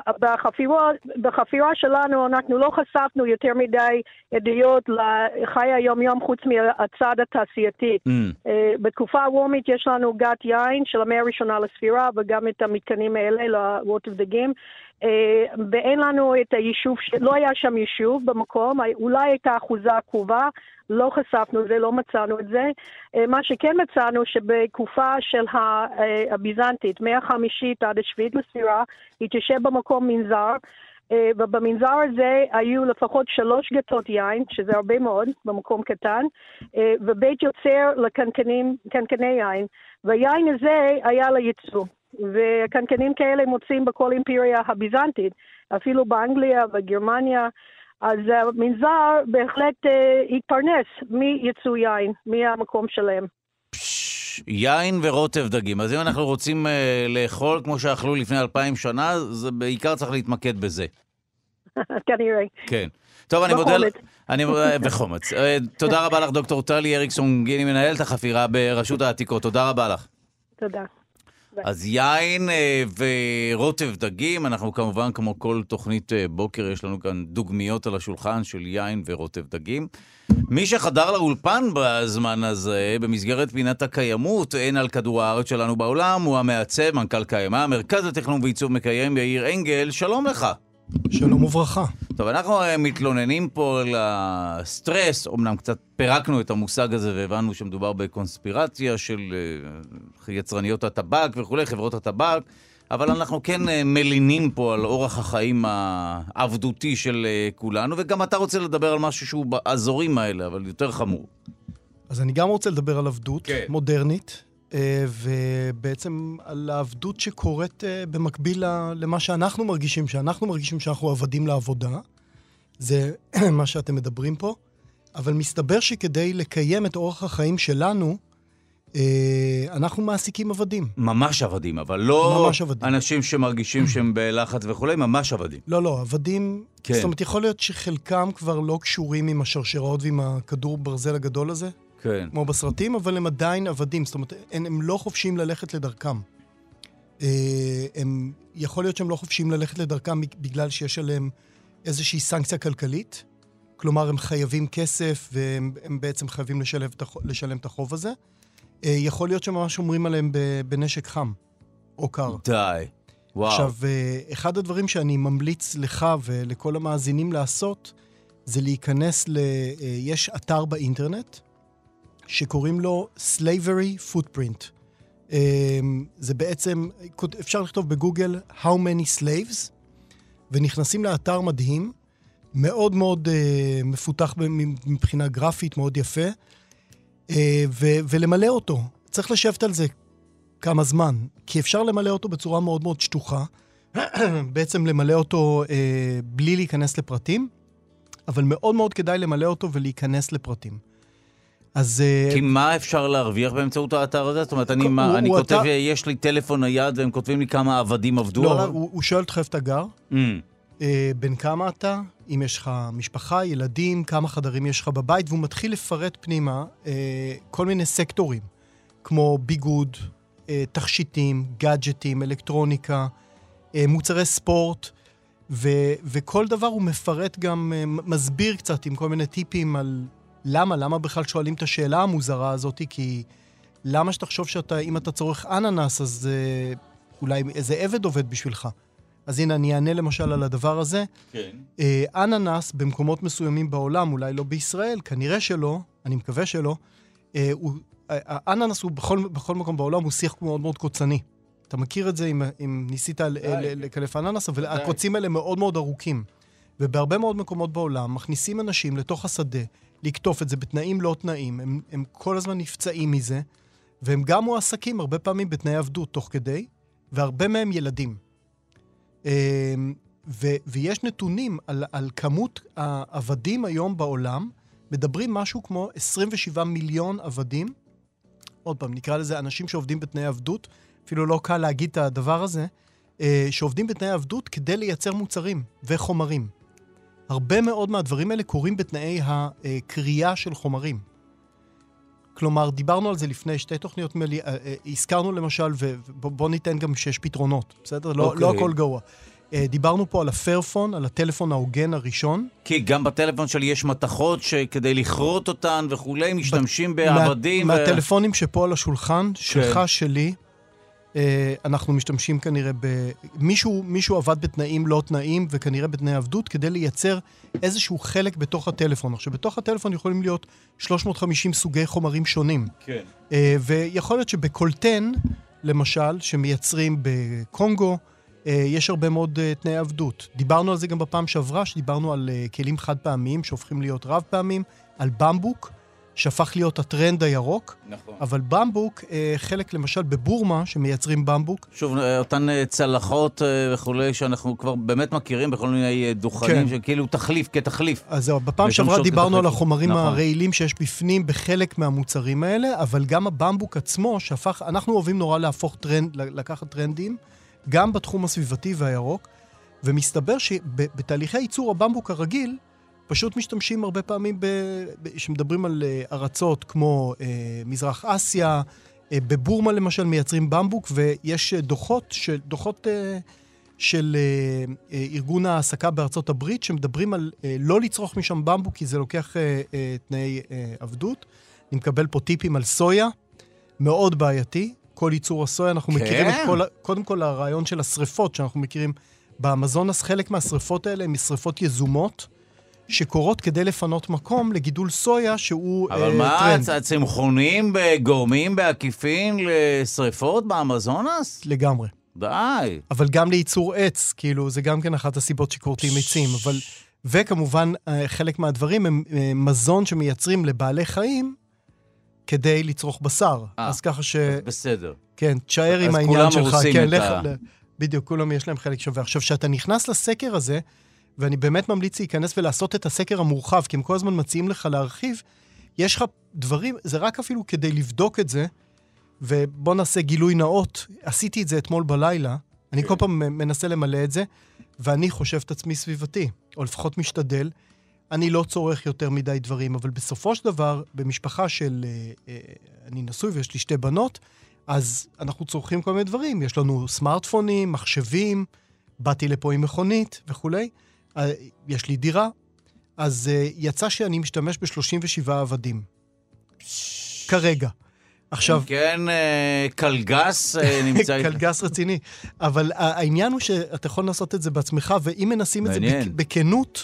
שבחפירה שלנו אנחנו לא חשפנו יותר מדי עדויות לחיי היום-יום חוץ מהצד התעשייתי. בתקופה הוורמית יש לנו גת יין של המאה הראשונה לספירה וגם את המתקנים האלה לרוטב דגים. ואין לנו את היישוב, לא היה שם יישוב במקום, אולי הייתה אחוזה עקובה, לא חשפנו את זה, לא מצאנו את זה. מה שכן מצאנו שבתקופה של הביזנטית, 150 עד 7 לספירה, התיישב במקום מנזר, ובמנזר הזה היו לפחות 3 גטות יין, שזה הרבה מאוד, במקום קטן, ובית יוצר לקנקני יין, והיין הזה היה לייצוא. וקנקנים כאלה מוצאים בכל אימפריה הביזנטית, אפילו באנגליה וגרמניה, אז המנזר בהחלט התפרנס מייצוא יין, מהמקום שלהם. יין ורוטב דגים, אז אם אנחנו רוצים לאכול כמו שאכלו לפני 2000 שנה, זה בעיקר צריך להתמקד בזה. כנראה. כן. טוב, אני מודה... וחומץ. תודה רבה לך, דוקטור טלי אריקסון גיני, מנהלת החפירה ברשות העתיקות. תודה רבה לך. תודה. אז יין ורוטב דגים, אנחנו כמובן כמו כל תוכנית בוקר, יש לנו כאן דוגמיות על השולחן של יין ורוטב דגים. מי שחדר לאולפן בזמן הזה, במסגרת פינת הקיימות, אין על כדור הארץ שלנו בעולם, הוא המעצב, מנכ"ל קיימה, מרכז לתכנון ועיצוב מקיים, יאיר אנגל, שלום לך. שלום וברכה. טוב, אנחנו מתלוננים פה על הסטרס, אומנם קצת פירקנו את המושג הזה והבנו שמדובר בקונספירציה של יצרניות הטבק וכו', חברות הטבק, אבל אנחנו כן מלינים פה על אורח החיים העבדותי של כולנו, וגם אתה רוצה לדבר על משהו שהוא באזורים האלה, אבל יותר חמור. אז אני גם רוצה לדבר על עבדות מודרנית, ובעצם על העבדות שקורית במקביל למה שאנחנו מרגישים שאנחנו עבדים לעבודה. זה מה שאתם מדברים פה. אבל מסתבר שכדי לקיים את אורח החיים שלנו, אנחנו מעסיקים עבדים. ממש עבדים, אבל לא אנשים שמרגישים שהם בלחץ וכולי, ממש עבדים. לא, עבדים, זאת אומרת, יכול להיות שחלקם כבר לא קשורים עם השרשראות ועם הכדור ברזל הגדול הזה, כן. כמו בסרטים, אבל הם עדיין עבדים, זאת אומרת, הם לא חופשים ללכת לדרכם. יכול להיות שהם לא חופשים ללכת לדרכם בגלל שיש עליהם איזושהי סנקציה כלכלית, כלומר, הם חייבים כסף, והם בעצם חייבים לשלם את החוב הזה. יכול להיות שממש אומרים עליהם בנשק חם, או קר. די, וואו. עכשיו, אחד הדברים שאני ממליץ לך ולכל המאזינים לעשות, זה להיכנס יש אתר באינטרנט, שקוראים לו Slavery Footprint. זה בעצם, אפשר לכתוב בגוגל How many slaves, ונכנסים לאתר מדהים, מאוד מאוד מפותח מבחינה גרפית, מאוד יפה, ולמלא אותו. צריך לשבת על זה כמה זמן, כי אפשר למלא אותו בצורה מאוד מאוד שטוחה, בעצם למלא אותו בלי להיכנס לפרטים, אבל מאוד מאוד כדאי למלא אותו ולהיכנס לפרטים. אז... כי מה אפשר להרוויח באמצעות האתר הזה? זאת אומרת, אני כותב, יש לי טלפון נייד, והם כותבים לי כמה עבדים עבדו עליו? לא, הוא שואל אותך איפה אתה גר, בין כמה אתה, אם יש לך משפחה, ילדים, כמה חדרים יש לך בבית, והוא מתחיל לפרט פנימה כל מיני סקטורים, כמו ביגוד, תכשיטים, גאדג'טים, אלקטרוניקה, מוצרי ספורט, וכל דבר הוא מפרט גם, מסביר קצת עם כל מיני טיפים על למה בכלל שואלים את השאלה המוזרה הזאת, כי למה שתחשוב אם אתה צורך אננס, אז אולי איזה עבד עובד בשבילך. אז הנה, אני אענה למשל על הדבר הזה. כן. אננס במקומות מסוימים בעולם, אולי לא בישראל, כנראה שלא, אני מקווה שלא, האננס הוא בכל מקום בעולם, הוא שיח מאוד מאוד קוצני. אתה מכיר את זה אם ניסית לקלף אננס, אבל הקוצים האלה מאוד מאוד ארוכים. ובהרבה מאוד מקומות בעולם מכניסים אנשים לתוך השדה, לקטוף את זה בתנאים לא תנאים, הם כל הזמן נפצעים מזה, והם גם מועסקים הרבה פעמים בתנאי עבדות תוך כדי, והרבה מהם ילדים. ויש נתונים על כמות העבדים היום בעולם, מדברים משהו כמו 27 מיליון עבדים, עוד פעם, נקרא לזה אנשים שעובדים בתנאי עבדות, אפילו לא קל להגיד את הדבר הזה, שעובדים בתנאי עבדות כדי לייצר מוצרים וחומרים. הרבה מאוד מהדברים האלה קורים בתנאי הקריאה של חומרים. כלומר, דיברנו על זה לפני שתי תוכניות, הזכרנו למשל, ובוא ניתן גם 6 פתרונות, בסדר? לא הכל גרוע. דיברנו פה על הפיירפון, על הטלפון ההוגן הראשון. כי גם בטלפון שלי יש מתכות שכדי לכרות אותן וכולי, משתמשים בעבדים. מהטלפונים שפה על השולחן, שלך, שלי, אנחנו משתמשים כנראה מישהו עבד בתנאים לא תנאים, וכנראה בתנאי עבדות, כדי לייצר איזשהו חלק בתוך הטלפון. עכשיו, בתוך הטלפון יכולים להיות 350 סוגי חומרים שונים. כן. ויכול להיות שבקולטן, למשל, שמייצרים בקונגו, יש הרבה מאוד תנאי עבדות. דיברנו על זה גם בפעם שעברה, שדיברנו על כלים חד פעמיים שהופכים להיות רב פעמים, על במבוק, שהפך להיות הטרנד הירוק. נכון. אבל במבוק, חלק למשל בבורמה, שמייצרים במבוק. שוב, אותן צלחות וכולי, שאנחנו כבר באמת מכירים בכל מיני דוכנים, כן. שכאילו כתחליף. אז זהו, בפעם שעברה דיברנו על החומרים הרעילים שיש בפנים בחלק מהמוצרים האלה, אבל גם הבמבוק עצמו, שהפך, אנחנו אוהבים נורא לקחת טרנדים, גם בתחום הסביבתי והירוק, ומסתבר שבתהליכי ייצור הבמבוק הרגיל, פשוט משתמשים הרבה פעמים, שמדברים על ארצות כמו מזרח אסיה, בבורמה למשל מייצרים במבוק, ויש דוחות של ארגון העסקה בארצות הברית, שמדברים על לא לצרוך משם במבוק, כי זה לוקח תנאי עבדות. אני מקבל פה טיפים על סויה, מאוד בעייתי. כל ייצור הסויה, אנחנו מכירים קודם כל הרעיון של השריפות, שאנחנו מכירים באמזונס, חלק מהשריפות האלה הם שריפות יזומות, שקורות כדי לפנות מקום לגידול סויה שהוא טרנד. אבל מה, הצמחונים גורמים בעקיפין לשריפות באמזונס? לגמרי. די. אבל גם לייצור עץ, כאילו, זה גם כן אחת הסיבות שקורטים עצים, אבל, וכמובן, חלק מהדברים הם מזון שמייצרים לבעלי חיים, כדי לצרוך בשר. אז ככה בסדר. כן, תשאר עם העניין שלך. כן, לך. בדיוק, כולם יש להם חלק שווה. עכשיו, שאתה נכנס לסקר הזה, ואני באמת ממליץ להיכנס ולעשות את הסקר המורחב, כי הם כל הזמן מציעים לך להרחיב, יש לך דברים, זה רק אפילו כדי לבדוק את זה, ובוא נעשה גילוי נאות, עשיתי את זה אתמול בלילה, אני כל פעם מנסה למלא את זה, ואני חושב את עצמי סביבתי, או לפחות משתדל, אני לא צורך יותר מדי דברים, אבל בסופו של דבר, במשפחה של, אני נשוי ויש לי 2 בנות, אז אנחנו צורכים כל מיני דברים, יש לנו סמארטפונים, מחשבים, באתי לפה עם מכונית וכולי, יש לי דירה, אז יצא שאני משתמש ב37 עבדים. כרגע. עכשיו... כן, קלגס נמצא... קלגס רציני. אבל העניין הוא שאתה יכול לעשות את זה בעצמך, ואם מנסים את זה בכנות,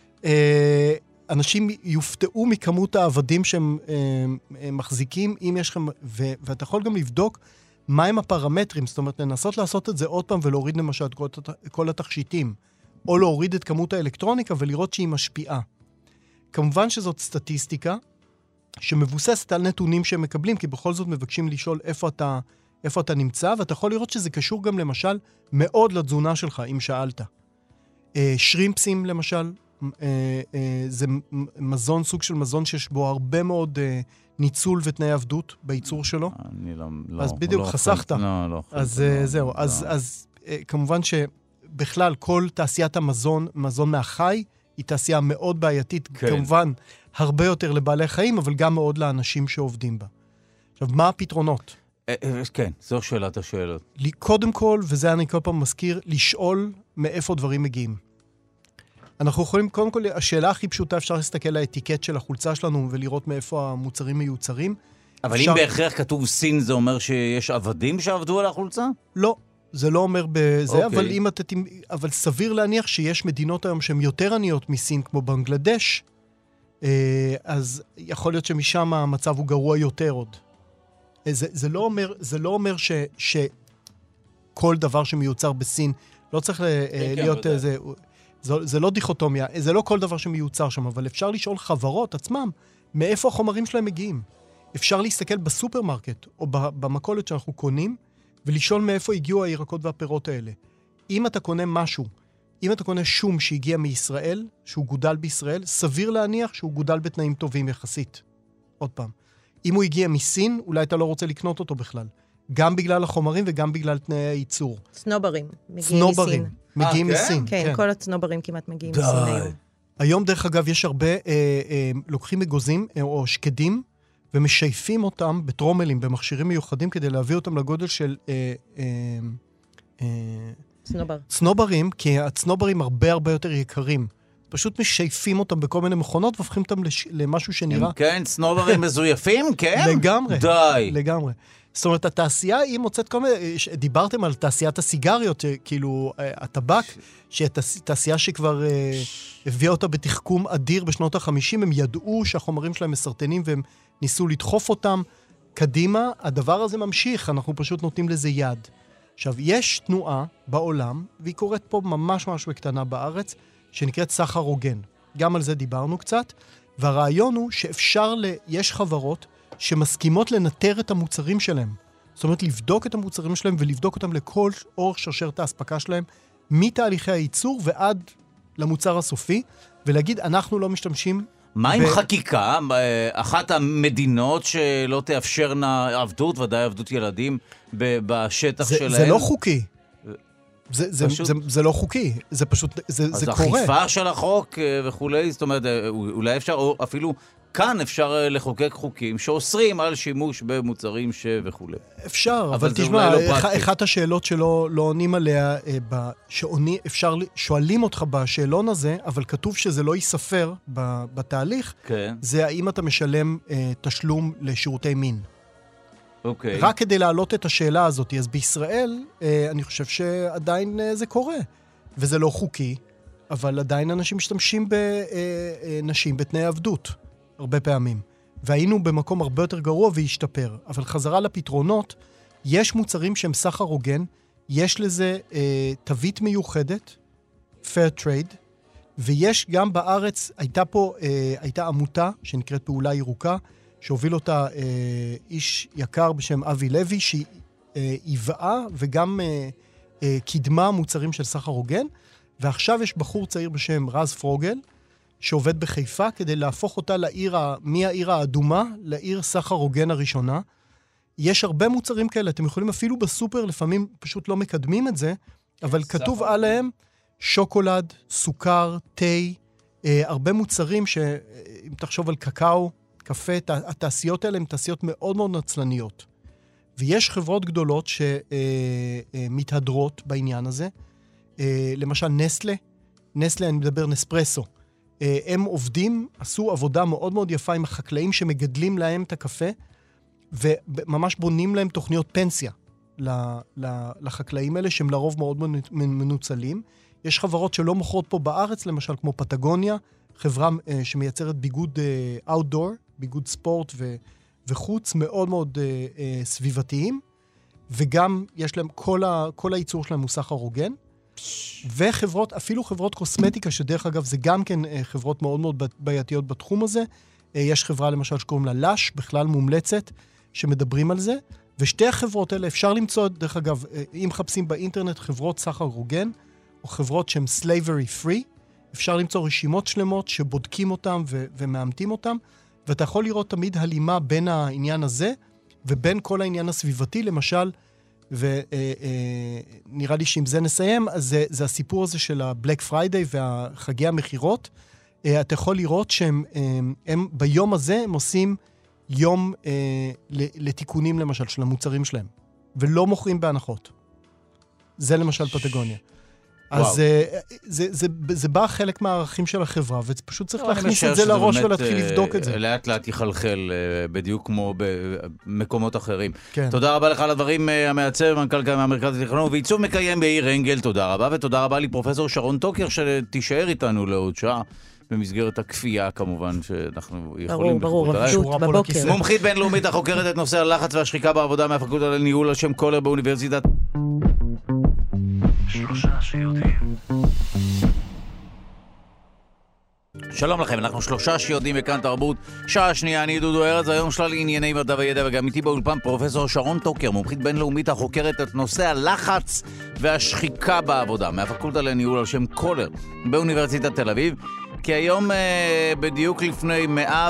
אנשים יופתעו מכמות העבדים שהם מחזיקים, אם יש לכם... ואתה יכול גם לבדוק מהם הפרמטרים, זאת אומרת, לנסות לעשות את זה עוד פעם ולהוריד למשל כל התכשיטים. או להוריד את כמות האלקטרוניקה ולראות שהיא משפיעה. כמובן שזאת סטטיסטיקה שמבוססת על נתונים שהם מקבלים, כי בכל זאת מבקשים לשאול איפה אתה נמצא, ואתה יכול לראות שזה קשור גם למשל מאוד לתזונה שלך, אם שאלת. שרימפסים למשל, זה מזון, סוג של מזון שיש בו הרבה מאוד ניצול ותנאי עבדות בייצור שלו. אני לא... אז בדיוק חסכת. לא. אז זהו, אז כמובן שבכלל כל תעשיית המזון, מזון מהחי, היא תעשייה מאוד בעייתית, כמובן הרבה יותר לבעלי חיים, אבל גם מאוד לאנשים שעובדים בה. עכשיו, מה הפתרונות? כן, זו שאלת השאלות. קודם כל, וזה אני כל פעם מזכיר, לשאול מאיפה דברים מגיעים. אנחנו יכולים, קודם כל, השאלה הכי פשוטה, אפשר להסתכל על האטיקט של החולצה שלנו ולראות מאיפה המוצרים מיוצרים. אבל אם בהכרח כתוב סין, זה אומר שיש עבדים שעבדו על החולצה? לא, זה לא אומר בזה, אבל אבל סביר להניח שיש מדינות היום שהן יותר עניות מסין, כמו בנגלדש, אז יכול להיות שמשם המצב הוא גרוע יותר עוד. זה לא אומר שכל דבר שמיוצר בסין, לא צריך להיות איזה... זה לא דיכוטומיה, זה לא כל דבר שמיוצר שם, אבל אפשר לשאול חברות עצמם, מאיפה החומרים שלהם מגיעים. אפשר להסתכל בסופרמרקט, או במכולת שאנחנו קונים, ולשאול מאיפה הגיעו הירקות והפירות האלה. אם אתה קונה משהו, אם אתה קונה שום שהגיע מישראל, שהוא גודל בישראל, סביר להניח שהוא גודל בתנאים טובים יחסית. עוד פעם. אם הוא הגיע מסין, אולי אתה לא רוצה לקנות אותו בכלל. גם בגלל החומרים וגם בגלל תנאי הייצור. צנוברים, מגיעים מסין. מגיעים מסין. כן, כל הצנוברים כמעט מגיעים מסין היום. היום, דרך אגב, יש הרבה, לוקחים אגוזים או שקדים, ומשייפים אותם בטרומלים, במכשירים מיוחדים, כדי להביא אותם לגודל של צנוברים, כי הצנוברים הרבה הרבה יותר יקרים. פשוט משייפים אותם בכל מיני מכונות, והופכים אותם למשהו שנראה... כן, צנוברים מזויפים, כן? לגמרי. די. לגמרי. זאת אומרת, התעשייה היא מוצאת כל מיני... דיברתם על תעשיית הסיגריות, כאילו, הטבק, שהיא תעשייה שכבר הביאה אותה בתחכום אדיר בשנות ה-50, הם ידעו שהחומרים שלהם מסרטנים, והם ניסו לדחוף אותם קדימה. הדבר הזה ממשיך, אנחנו פשוט נותנים לזה יד. עכשיו, יש תנועה בעולם, והיא קורית פה ממש ממש בקטנה בארץ, שנקראת סחר הוגן. גם על זה דיברנו קצת, והרעיון הוא יש חברות שמסכימות לנטר את המוצרים שלהם. זאת אומרת, לבדוק את המוצרים שלהם ולבדוק אותם לכל אורך שרשרת האספקה שלהם, מתהליכי הייצור ועד למוצר הסופי, ולהגיד, אנחנו לא משתמשים... מה עם חקיקה? אחת המדינות שלא תאפשרנה עבדות, ודאי עבדות ילדים, בשטח שלהם? זה לא חוקי. זה לא חוקי, זה פשוט, זה קורה. אז אכיפה של החוק וכולי, זאת אומרת, אולי אפשר, או אפילו כאן אפשר לחוקק חוקים שאוסרים על שימוש במוצרים וכולי. אפשר, אבל תשמע, אחת השאלות שלא עונים עליה, שואלים אותך בשאלון הזה, אבל כתוב שזה לא ייספר בתהליך, זה האם אתה משלם תשלום לשירותי מין. Okay. רק כדי להעלות את השאלה הזאת. אז בישראל, אני חושב שעדיין זה קורה. וזה לא חוקי, אבל עדיין אנשים משתמשים בנשים בתנאי עבדות, הרבה פעמים. והיינו במקום הרבה יותר גרוע והשתפר. אבל חזרה לפתרונות, יש מוצרים שהם סחר הוגן, יש לזה תווית מיוחדת, Fair Trade, ויש גם בארץ, הייתה עמותה שנקראת פעולה ירוקה, שהוביל אותה איש יקר בשם אבי לוי, שהיוואה וגם קידמה מוצרים של סחר הוגן, ועכשיו יש בחור צעיר בשם רז פרוגל, שעובד בחיפה כדי להפוך אותה מהעיר האדומה לעיר סחר הוגן הראשונה. יש הרבה מוצרים כאלה, אתם יכולים אפילו בסופר, לפעמים פשוט לא מקדמים את זה, אבל כתוב עליהם שוקולד, סוכר, תה, הרבה מוצרים שאם תחשוב על קקאו, קפה, התעשיות האלה הן תעשיות מאוד מאוד נצלניות. ויש חברות גדולות שמתהדרות בעניין הזה. למשל נסלה, אני מדבר נספרסו. הם עובדים, עשו עבודה מאוד מאוד יפה עם החקלאים שמגדלים להם את הקפה, וממש בונים להם תוכניות פנסיה לחקלאים האלה, שהם לרוב מאוד מנוצלים. יש חברות שלא מוכרות פה בארץ, למשל כמו פטגוניה, חברה שמייצרת ביגוד אאוטדור, ביגוד ספורט וחוץ, מאוד מאוד סביבתיים, וגם יש להם, כל הייצור שלהם הוא סחר הוגן. וחברות, אפילו חברות קוסמטיקה, שדרך אגב זה גם כן חברות מאוד מאוד בעייתיות בתחום הזה. יש חברה למשל שקוראים לה לש, בכלל מומלצת, שמדברים על זה. ושתי החברות האלה אפשר למצוא, דרך אגב, אם מחפשים באינטרנט חברות סחר הוגן, או חברות שהן slavery free, אפשר למצוא רשימות שלמות שבודקים אותם ומאמתים אותם, ואתה יכול לראות תמיד הלימה בין העניין הזה, ובין כל העניין הסביבתי, למשל, ונראה לי שאם זה נסיים, אז זה הסיפור הזה של הבלק פריידיי והחגי המחירות. אתה יכול לראות שהם ביום הזה הם עושים יום לתיקונים למשל של המוצרים שלהם, ולא מוכרים בהנחות. זה למשל פטגוניה. אז זה בא חלק מהערכים של החברה, ופשוט צריך להכניס את זה לראש ולהתחיל לבדוק את זה. לאט לאט יחלחל, בדיוק כמו במקומות אחרים. תודה רבה לך על הדברים, המעצב, מנכ"ל המרכז לתכנון ועיצוב מקיים בעיר אנגל, תודה רבה, ותודה רבה לי פרופסור שרון טוקר, שתישאר איתנו לעוד שעה, במסגרת הכפייה כמובן, שאנחנו יכולים... ברור, עבדות בבוקר. מומחית בינלאומית החוקרת את נושא הלחץ והשחיקה בעבודה מהפקולטה לניהול על שם קולר באוניברסיטת... שלום לכם, אנחנו 3 שיודעים בכאן תרבות. שעה שנייה, אני דודו ארז, היום שלל ענייני מדע וידע, וגם איתי באולפן פרופסור שרון טוקר, מומחית בינלאומית החוקרת את נושא הלחץ והשחיקה בעבודה מהפקולטה לניהול על שם קולר באוניברסיטת תל אביב. כי היום בדיוק לפני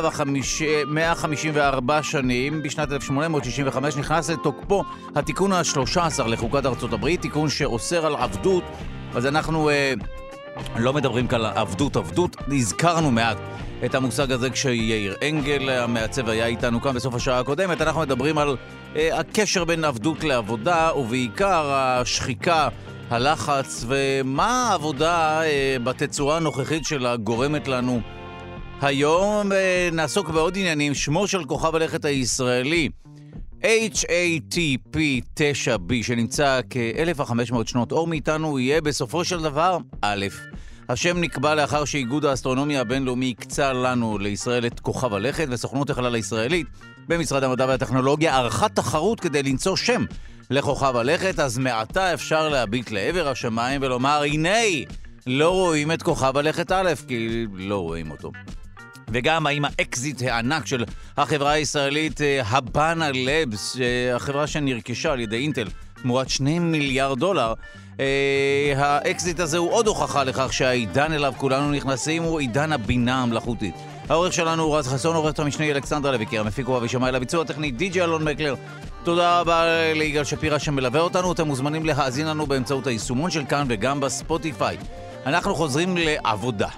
154 שנים, בשנת 1865, נכנס לתוקפו התיקון ה-13 לחוקת ארצות הברית, תיקון שאוסר על עבדות. אז אנחנו לא מדברים כאן על עבדות, נזכרנו מעט את המושג הזה כשיאיר אנגל, המעצב, היה איתנו כאן בסוף השעה הקודמת. אנחנו מדברים על הקשר בין עבדות לעבודה, ובעיקר השחיקה, הלחץ, ומה העבודה בתצורה הנוכחית שלה גורמת לנו. היום נעסוק בעוד עניינים. שמו של כוכב הלכת הישראלי, HATP 9B, שנמצא כ-1500 שנות אור מאיתנו, יהיה בסופו של דבר א'. השם נקבע לאחר שאיגוד האסטרונומיה הבינלאומי הקצה לנו לישראל את כוכב הלכת, וסוכנות החלל הישראלית במשרד המדע והטכנולוגיה ערכה תחרות כדי למצוא שם לכוכב הלכת. אז מעתה אפשר להביט לעבר השמיים ולומר, הנה, לא רואים את כוכב הלכת א', כי לא רואים אותו. וגם האם האקזיט הענק של החברה הישראלית הבאנה לבס, החברה שנרכשה על ידי אינטל תמורת $2 מיליארד, האקזיט הזה הוא עוד הוכחה לכך שהעידן אליו כולנו נכנסים הוא עידן הבינה המלאכותית. העורך שלנו הוא רז חסון, עורכת המשנה אלכסנדרה לויקר, המפיק הוא אבי שמאי, לביצוע הטכני די.ג'י אלון מקלר. תודה רבה ליגאל שפירא שמלווה אותנו. אתם מוזמנים להאזין לנו באמצעות היישומון של כאן וגם בספוטיפיי. אנחנו חוזרים לעבודה.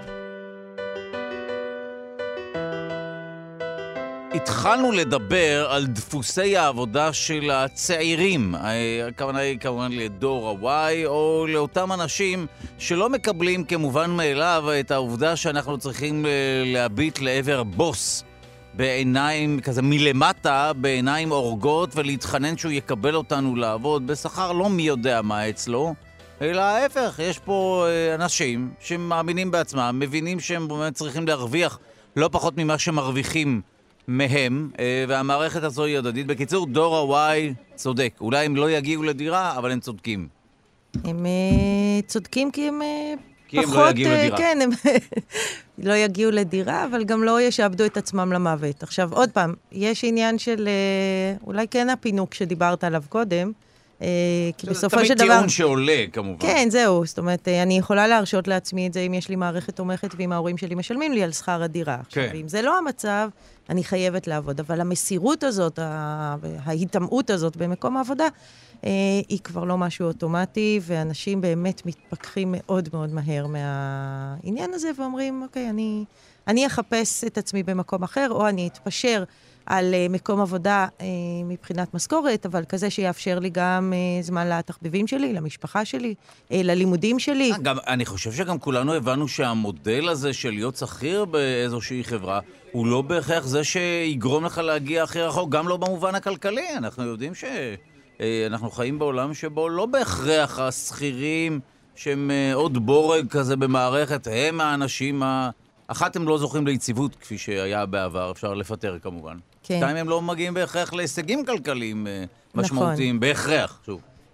התחלנו לדבר על דפוסי העבודה של הצעירים, הכוונה היא כמובן לדור ה-Y, או לאותם אנשים שלא מקבלים כמובן מאליו את העובדה שאנחנו צריכים להביט לעבר בוס בעיניים כזה מלמטה, בעיניים אורגות, ולהתחנן שהוא יקבל אותנו לעבוד בשכר לא מי יודע מה אצלו, אלא ההפך. יש פה אנשים שמאמינים בעצמם, מבינים שהם באמת צריכים להרוויח לא פחות ממה שמרוויחים מהם, והמערכת הזו היא הדדית. בקיצור, דור ה-Y צודק. אולי הם לא יגיעו לדירה, אבל הם צודקים. הם צודקים כי הם פחות... לא יגיעו לדירה. כן, הם לא יגיעו לדירה, אבל גם לא ישעבדו את עצמם למוות. עכשיו, עוד פעם, יש עניין של אולי כן הפינוק שדיברת עליו קודם, כי בסופו של דבר... תמיד טיעון שעולה, כמובן. כן, זהו. זאת אומרת, אני יכולה להרשות לעצמי את זה אם יש לי מערכת תומכת ואם ההורים שלי משלמים לי על שכר הדירה. כן. עכשיו, אם זה לא המצב, אני חייבת לעבוד. אבל המסירות הזאת, ההתאמות הזאת במקום העבודה, היא כבר לא משהו אוטומטי, ואנשים באמת מתפכחים מאוד מאוד מהר מהעניין הזה, ואומרים, אוקיי, אני אחפש את עצמי במקום אחר, או אני אתפשר על מקום עבודה מבחינת משכורת, אבל כזה שיאפשר לי גם זמן לתחביבים שלי, למשפחה שלי, ללימודים שלי. אני חושב שגם כולנו הבנו שהמודל הזה של להיות שכיר באיזושהי חברה, הוא לא בהכרח זה שיגרום לך להגיע הכי רחוק, גם לא במובן הכלכלי. אנחנו יודעים שאנחנו חיים בעולם שבו לא בהכרח השכירים שהם עוד בורג כזה במערכת, הם האנשים אחת הם לא זוכים ליציבות, כפי שהיה בעבר, אפשר לפטר כמובן. כן. שתיים הם לא מגיעים בהכרח להישגים כלכליים משמעותיים, נכון. בהכרח, שוב.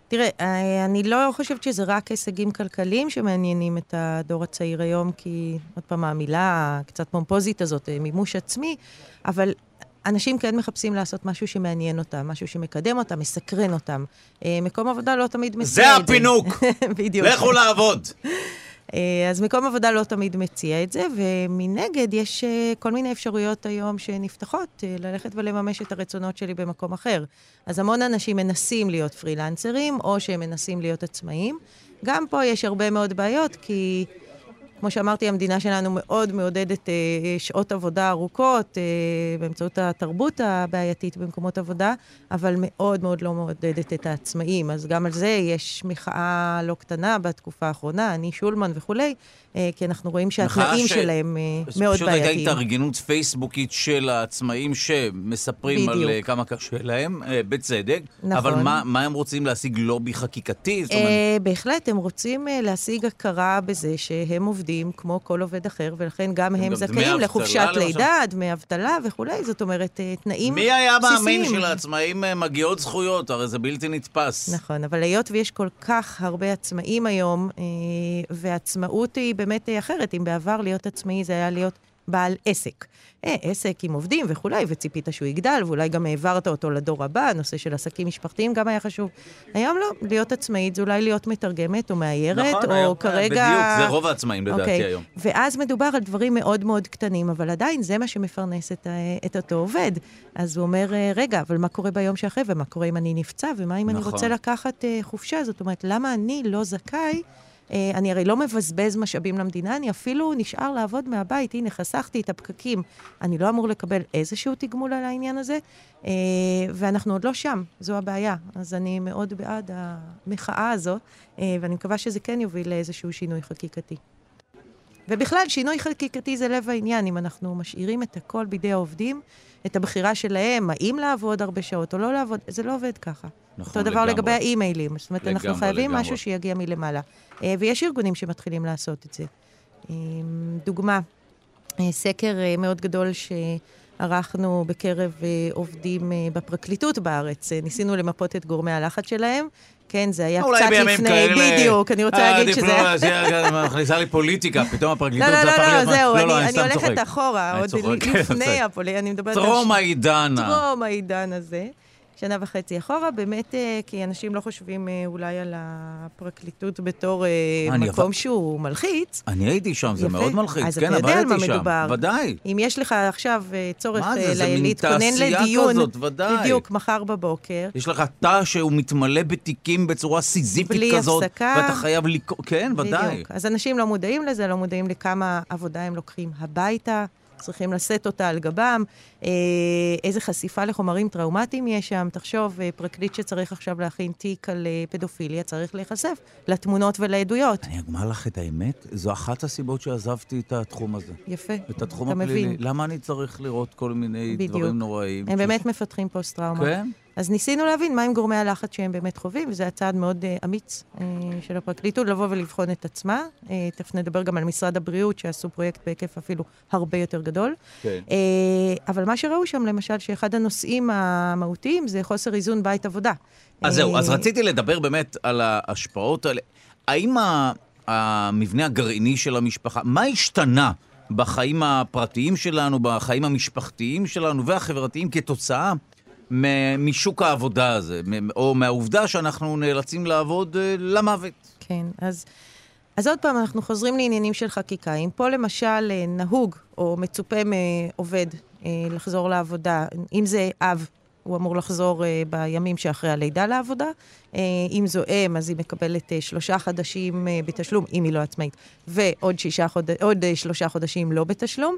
תראה, אני לא חושבת שזה רק הישגים כלכליים שמעניינים את הדור הצעיר היום, כי עוד פעם המילה הקצת פומפוזית הזאת, מימוש עצמי, אבל אנשים כן מחפשים לעשות משהו שמעניין אותם, משהו שמקדם אותם, מסקרן אותם. מקום עבודה לא תמיד מציע את זה. זה הפינוק! בדיוק. לכו לעבוד! אז מקום עבודה לא תמיד מציע את זה, ומנגד יש כל מיני אפשרויות היום שנפתחות ללכת ולממש את הרצונות שלי במקום אחר. אז המון אנשים מנסים להיות פרילנסרים, או שהם מנסים להיות עצמאים. גם פה יש הרבה מאוד בעיות, כי כמו שאמרתי, המדינה שלנו מאוד מעודדת שעות עבודה ארוכות, באמצעות התרבות הבעייתית במקומות עבודה, אבל מאוד מאוד לא מעודדת את העצמאים. אז גם על זה יש מחאה לא קטנה בתקופה האחרונה, אני שולמן וכולי, כי אנחנו רואים שהתנאים שלהם מאוד פשוט בעייתיים. הייתה התארגנות פייסבוקית של העצמאים שמספרים על כמה קשה להם, בצדק, אבל מה הם רוצים להשיג? לובי חקיקתי? בהחלט, הם רוצים להשיג הכרה בזה שהם עובדים כמו כל עובד אחר, ולכן גם הם זכאים לחופשת לידה, דמי אבטלה וכולי, זאת אומרת, תנאים בסיסיים. מי היה מאמין שלעצמאים מגיעות זכויות? הרי זה בלתי נתפס. נכון, אבל היות ויש כל כך הרבה עצמאים היום, והעצמאות היא באמת אחרת. אם בעבר להיות עצמאי זה היה להיות בעל עסק. עסק עם עובדים וכולי, וציפית שהוא יגדל, ואולי גם העברת אותו לדור הבא, הנושא של עסקים משפחתיים גם היה חשוב. היום לא, להיות עצמאית זה אולי להיות מתרגמת או מאיירת, נכון, או היום, כרגע... בדיוק, זה רוב העצמאים לדעתי היום. ואז מדובר על דברים מאוד מאוד קטנים, אבל עדיין זה מה שמפרנס את אותו עובד. אז הוא אומר, רגע, אבל מה קורה ביום שאחרי, ומה קורה אם אני נפצע, ומה אם אני רוצה לקחת חופשה? זאת אומרת, למה אני לא זכאי? אני הרי לא מבזבז משאבים למדינה, אני אפילו נשאר לעבוד מהבית, הנה, חסכתי את הפקקים. אני לא אמור לקבל איזשהו תגמול על העניין הזה, ואנחנו עוד לא שם, זו הבעיה. אז אני מאוד בעד המחאה הזו, ואני מקווה שזה כן יוביל לאיזשהו שינוי חקיקתי. ובכלל, שינוי חקיקתי זה לב העניין, אם אנחנו משאירים את הכל בידי העובדים, את הבחירה שלהם, האם לעבוד הרבה שעות או לא לעבוד, זה לא עובד ככה. אותו דבר לגבי האימיילים, זאת אומרת, אנחנו חייבים משהו שיגיע מלמעלה. ויש ארגונים שמתחילים לעשות את זה. דוגמה, סקר מאוד גדול שערכנו בקרב עובדים בפרקליטות בארץ. ניסינו למפות את גורמי הלחץ שלהם. כן, זה היה קצת לפני, בדיוק, אני רוצה להגיד שזה... מכניסה לי פוליטיקה, פתאום הפרקליטות זה הפך להיות... לא, זהו, אני הולכת אחורה, עוד לפני הפוליטיקה, אני מדברת... טרום העידן הזה. שנה וחצי אחורה, באמת, כי אנשים לא חושבים אולי על הפרקליטות בתור מקום שהוא מלחיץ. אני הייתי שם, זה מאוד מלחיץ. אז אתה יודע על מה מדובר. ודאי. אם יש לך עכשיו צורך להתכונן לדיון, בדיוק, מחר בבוקר. יש לך תא שהוא מתמלא בתיקים בצורה סיזיפית כזאת, ואתה חייב כן, ודאי. אז אנשים לא מודעים לזה, לא מודעים לכמה עבודה הם לוקחים הביתה, צריכים לשאת אותה על גבם, איזה חשיפה לחומרים טראומטיים יש שם. תחשוב, פרקליט שצריך עכשיו להכין תיק על פדופיליה, צריך להיחשף לתמונות ולעדויות. אני אגמר לך את האמת, זו אחת הסיבות שעזבתי את התחום הזה. יפה, את התחום הפלילי. למה אני צריך לראות כל מיני דברים נוראיים? הם באמת מפתחים פוסט-טראומה. כן? אז ניסינו להבין מה עם גורמי הלחץ שהם באמת חווים, וזה הצעד מאוד אמיץ של הפרקליטות, לבוא ולבחון את עצמה. תכף נדבר גם על משרד הבריאות, שעשו פרויקט בהיקף אפילו הרבה יותר גדול. כן. אבל מה שראו שם, למשל, שאחד הנושאים המהותיים זה חוסר איזון בית עבודה. אז זהו, אז רציתי לדבר באמת על ההשפעות האלה. האם המבנה הגרעיני של המשפחה, מה השתנה בחיים הפרטיים שלנו, בחיים המשפחתיים שלנו והחברתיים כתוצאה משוק העבודה הזה, או מהעובדה שאנחנו נאלצים לעבוד למוות? כן, אז עוד פעם, אנחנו חוזרים לעניינים של חקיקה. אם פה למשל נהוג או מצופה מעובד לחזור לעבודה, אם זה אב, הוא אמור לחזור בימים שאחרי הלידה לעבודה. אם זו אם, אז היא מקבלת 3 חודשים בתשלום, אם היא לא עצמאית, ועוד 3 חודשים לא בתשלום.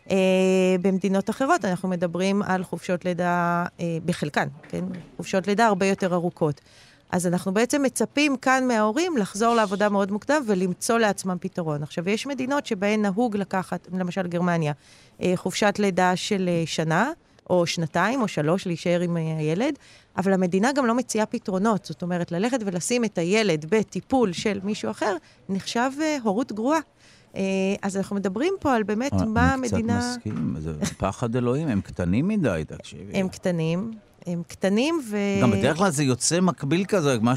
במדינות אחרות אנחנו מדברים על חופשות לידה בחלקן, כן? חופשות לידה הרבה יותר ארוכות. אז אנחנו בעצם מצפים כאן מההורים לחזור לעבודה מאוד מוקדם ולמצוא לעצמם פתרון. עכשיו, יש מדינות שבהן נהוג לקחת, למשל גרמניה, חופשת לידה של שנה, או 2 או 3 להישאר עם הילד, אבל המדינה גם לא מציעה פתרונות. זאת אומרת, ללכת ולשים את הילד בטיפול של מישהו אחר, נחשב הורות גרועה. אז אנחנו מדברים פה על באמת מה המדינה... אני קצת מסכים, זה פחד אלוהים, הם קטנים מדי, תקשיבי. הם קטנים, הם קטנים גם בדרך כלל זה יוצא מקביל כזה, מה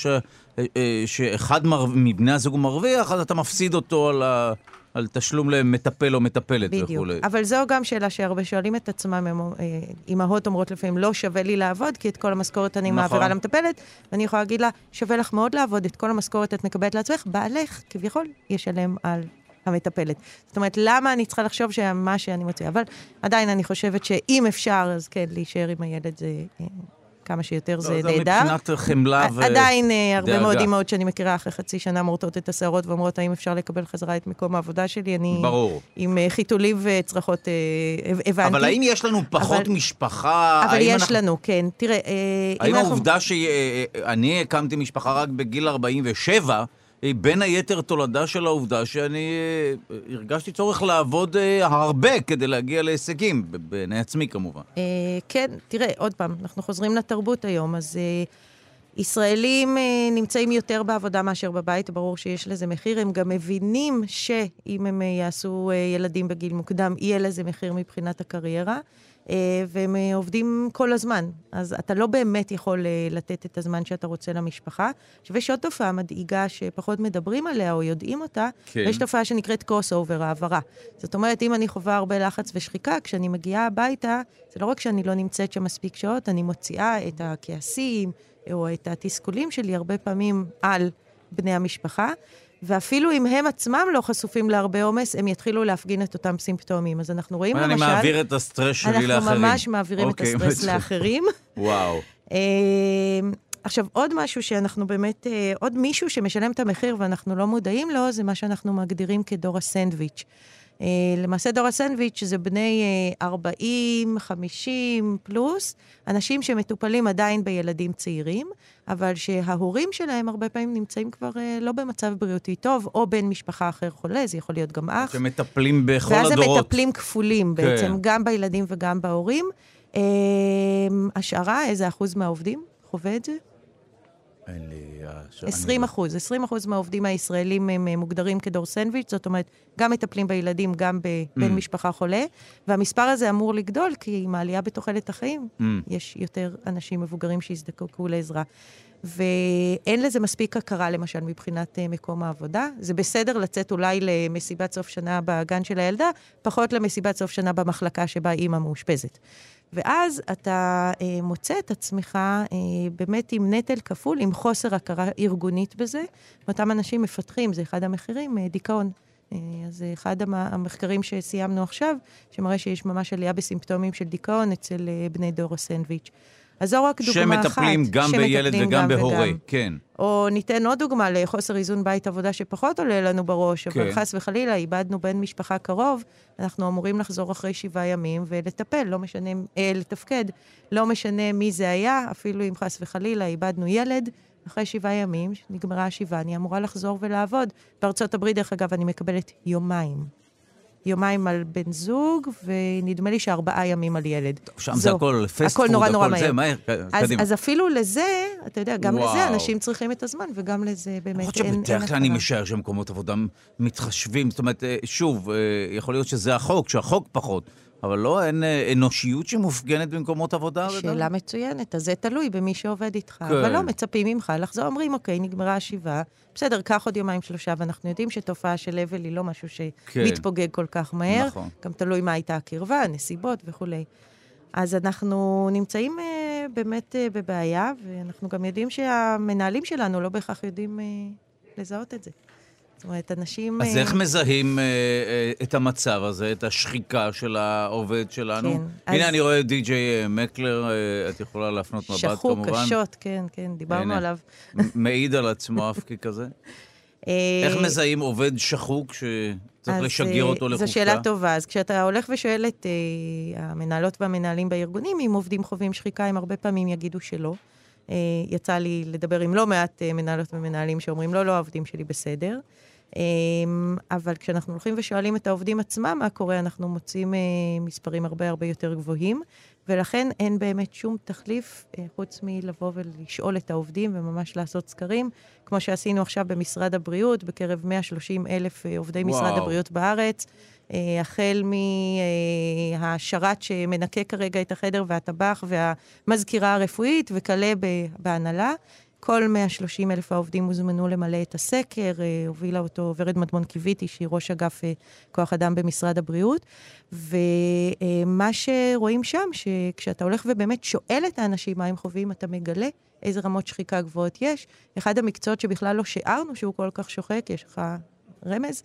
שאחד מבני הזוג מרוויח, אז אתה מפסיד אותו על תשלום למטפל או מטפלת וכו'. בדיוק, אבל זו גם שאלה שהרבה שואלים את עצמם, אמהות אומרות לפעמים, לא שווה לי לעבוד, כי את כל המשכורת אני מעבירה למטפלת, ואני יכולה להגיד לה, שווה לך מאוד לעבוד, את כל המשכורת את מקבלת לעצמך, בעלך, כביכול, ישלם על המטפלת. זאת אומרת, למה אני צריכה לחשוב שמה שאני מציעה? אבל עדיין אני חושבת שאם אפשר, אז כן, להישאר עם הילד זה כמה שיותר זה נהדר. מבחינת חמלה ודאגה. עדיין הרבה מאוד אמהות שאני מכירה אחרי חצי שנה מורטות את השערות ואומרות, האם אפשר לקבל חזרה את מקום העבודה שלי? אני עם חיתולים וצרחות הבנתי. אבל האם יש לנו פחות משפחה? אבל יש לנו, כן. תראה, האם העובדה שאני הקמתי משפחה רק בגיל 47, בין היתר תולדה של העובדה שאני הרגשתי צורך לעבוד הרבה כדי להגיע להישגים, בעיני עצמי כמובן. כן, תראה, עוד פעם, אנחנו חוזרים לתרבות היום, אז ישראלים נמצאים יותר בעבודה מאשר בבית, ברור שיש לזה מחיר, הם גם מבינים שאם הם יעשו ילדים בגיל מוקדם, יהיה לזה מחיר מבחינת הקריירה, והם עובדים כל הזמן. אז אתה לא באמת יכול לתת את הזמן שאתה רוצה למשפחה. ויש עוד תופעה מדאיגה שפחות מדברים עליה או יודעים אותה, ויש תופעה שנקראת קרוס-אובר, העברה. זאת אומרת, אם אני חווה הרבה לחץ ושחיקה, כשאני מגיעה הביתה, זה לא רק שאני לא נמצאת שם מספיק שעות, אני מוציאה את הכעסים או את התסכולים שלי הרבה פעמים על בני המשפחה, ואפילו אם הם עצמם לא חשופים להרבה עומס, הם יתחילו להפגין את אותם סימפטומים. אז אנחנו רואים למשל... אני מעביר את הסטרס שלי לאחרים. אנחנו ממש מעבירים את הסטרס לאחרים. וואו. עכשיו, עוד משהו שאנחנו באמת... עוד מישהו שמשלם את המחיר ואנחנו לא מודעים לו, זה מה שאנחנו מגדירים כדור הסנדוויץ'. למעשה דור הסנדוויץ' זה בני 40, 50 פלוס, אנשים שמטופלים עדיין בילדים צעירים, אבל שההורים שלהם הרבה פעמים נמצאים כבר לא במצב בריאותי טוב, או בן משפחה אחר חולה, זה יכול להיות גם אח. שמטפלים בכל הדורות. ואז הם מטפלים כפולים בעצם, גם בילדים וגם בהורים. השערה, איזה אחוז מהעובדים חווה את זה? 20% מהעובדים הישראלים הם מוגדרים כדור סנדוויץ', זאת אומרת, גם מטפלים בילדים, גם בבן משפחה חולה, והמספר הזה אמור לגדול, כי עם העלייה בתוחלת החיים, יש יותר אנשים מבוגרים שיזדקקו לעזרה. ואין לזה מספיק הכרה, למשל, מבחינת מקום העבודה. זה בסדר לצאת אולי למסיבת סוף שנה בגן של הילדה, פחות למסיבת סוף שנה במחלקה שבה אימא מאושפזת. ואז אתה מוצא את עצמך באמת עם נטל כפול, עם חוסר הכרה ארגונית בזה, ואותם אנשים מפתחים, זה אחד המחירים, דיכאון. אז אחד המחקרים שסיימנו עכשיו, שמראה שיש ממש עלייה בסימפטומים של דיכאון אצל בני דור הסנדוויץ'. אז זו רק דוגמה אחת. שמטפלים גם בילד וגם בהורה, כן. או ניתן עוד דוגמה לחוסר איזון בית עבודה שפחות עולה לנו בראש, אבל חס וחלילה, איבדנו בן משפחה קרוב, אנחנו אמורים לחזור אחרי 7 ימים ולטפל, לא משנה, לתפקד, לא משנה מי זה היה, אפילו אם חס וחלילה איבדנו ילד, אחרי 7 ימים, נגמרה ה7, אני אמורה לחזור ולעבוד. בארצות הברית, דרך אגב, אני מקבלת יומיים על בן זוג, ונדמה לי 4 ימים על ילד. שם זה הכל, הכל נורא נורא מהר. אז אפילו לזה, אתה יודע, גם לזה אנשים צריכים את הזמן, וגם לזה באמת אין... בדרך כלל אני משער שמקומות עבודה מתחשבים, זאת אומרת, שוב, יכול להיות שזה החוק, שהחוק פחות, אבל לא, אין אנושיות שמופגנת במקומות עבודה? שאלה מצוינת, אז זה תלוי במי שעובד איתך. אבל לא, מצפים ממך לחזור, אומרים, אוקיי, נגמרה 7, בסדר, קח עוד 2-3, ואנחנו יודעים שתופעה של אבל היא לא משהו שמתפוגג כל כך מהר. נכון. גם תלוי מה הייתה הקרבה, הנסיבות וכו'. אז אנחנו נמצאים באמת בבעיה, ואנחנו גם יודעים שהמנהלים שלנו לא בהכרח יודעים לזהות את זה. זאת אומרת, אנשים... אז איך מזהים את המצב הזה, את השחיקה של העובד שלנו? כן. הנה, אני רואה די.ג'יי מקלר, את יכולה להפנות מבט כמובן. שחוק, קשות, כן, דיברנו עליו. מעיד על עצמו אף ככזה. איך מזהים עובד שחוק שצריך לשגר אותו לחופשה? זו שאלה טובה. אז כשאתה הולך ושואל את המנהלות והמנהלים בארגונים, אם עובדים חווים שחיקה, הם הרבה פעמים יגידו שלא. יצא לי לדבר עם לא מעט מנהלות ומנהלים שאומרים, לא, העובדים שלי בסדר. אבל כשאנחנו הולכים ושואלים את העובדים עצמם מה קורה, אנחנו מוצאים מספרים הרבה יותר גבוהים, ולכן אין באמת שום תחליף, חוץ מלבוא ולשאול את העובדים וממש לעשות סקרים, כמו שעשינו עכשיו במשרד הבריאות, בקרב 130,000 עובדי משרד הבריאות בארץ, החל מהשרת שמנקה כרגע את החדר והטבח והמזכירה הרפואית וכלה בהנהלה. כל 130,000 העובדים הוזמנו למלא את הסקר, הובילה אותו ורד מדמון קיוויתי, שהיא ראש אגף כוח אדם במשרד הבריאות, ומה שרואים שם, שכשאתה הולך ובאמת שואל את האנשים מה הם חווים, אתה מגלה איזה רמות שחיקה גבוהות יש. אחד המקצועות שבכלל לא שיערנו שהוא כל כך שוחק, יש לך רמז,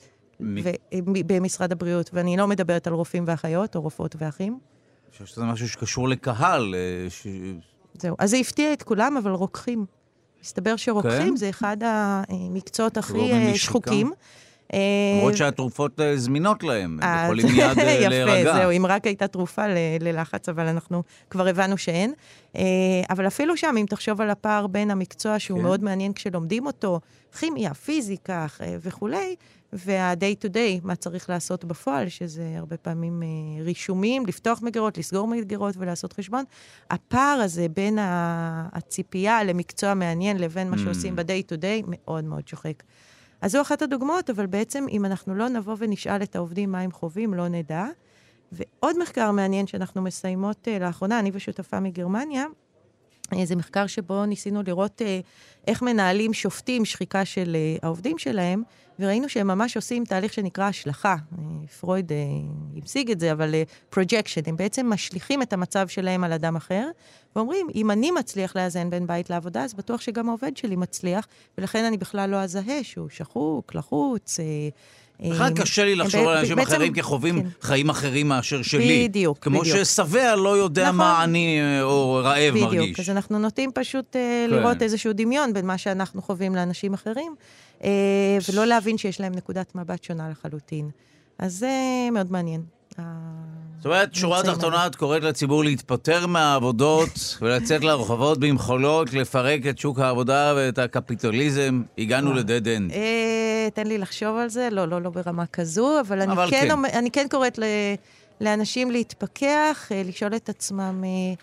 במשרד הבריאות, ואני לא מדברת על רופאים ואחיות, או רופאות ואחים. אני חושב שזה משהו שקשור לקהל. זהו, אז זה הפתיע את כולם, אבל רוקחים. מסתבר שרוקחים זה אחד המקצועות הכי שחוקים. למרות שהתרופות זמינות להם, הם יכולים מיד להירגע. יפה, זהו, אם רק הייתה תרופה ללחץ, אבל אנחנו כבר הבנו שאין. אבל אפילו שם, אם תחשוב על הפער בין המקצוע שהוא מאוד מעניין כשלומדים אותו, כימיה, פיזיקה וכולי, וה-day to day, מה צריך לעשות בפועל, שזה הרבה פעמים רישומים, לפתוח מגירות, לסגור מגירות ולעשות חשבון. הפער הזה בין הציפייה למקצוע מעניין לבין מה שעושים ב-day to day, מאוד מאוד שוחק. אז זו אחת הדוגמאות, אבל בעצם אם אנחנו לא נבוא ונשאל את העובדים מה הם חווים, לא נדע. ועוד מחקר מעניין שאנחנו מסיימות לאחרונה, אני ושותפה מגרמניה, זה מחקר שבו ניסינו לראות איך מנהלים שופטים שחיקה של העובדים שלהם, וראינו שהם ממש עושים תהליך שנקרא השלכה. פרויד המשיג את זה, אבל projection, הם בעצם משליכים את המצב שלהם על אדם אחר, ואומרים, אם אני מצליח לאזן בין בית לעבודה, אז בטוח שגם העובד שלי מצליח, ולכן אני בכלל לא אזהה שהוא שחוק, לחוץ. בכלל קשה לי לחשוב על אנשים אחרים כחווים חיים אחרים מאשר שלי. בדיוק. כמו שסבע לא יודע מה אני או רעב מרגיש. בדיוק, אז אנחנו נוטים פשוט לראות איזשהו דמיון בין מה שאנחנו חווים לאנשים אחרים, ולא להבין שיש להם נקודת מבט שונה לחלוטין. אז זה מאוד מעניין. זאת אומרת, שורה תחתונה, את קוראת לציבור להתפטר מהעבודות ולצאת לרחובות במחולות, לפרק את שוק העבודה ואת הקפיטליזם. הגענו לדד אנד. תן לי לחשוב על זה, לא ברמה כזו, אבל אני כן קוראת לאנשים להתפכח, לשאול את עצמם,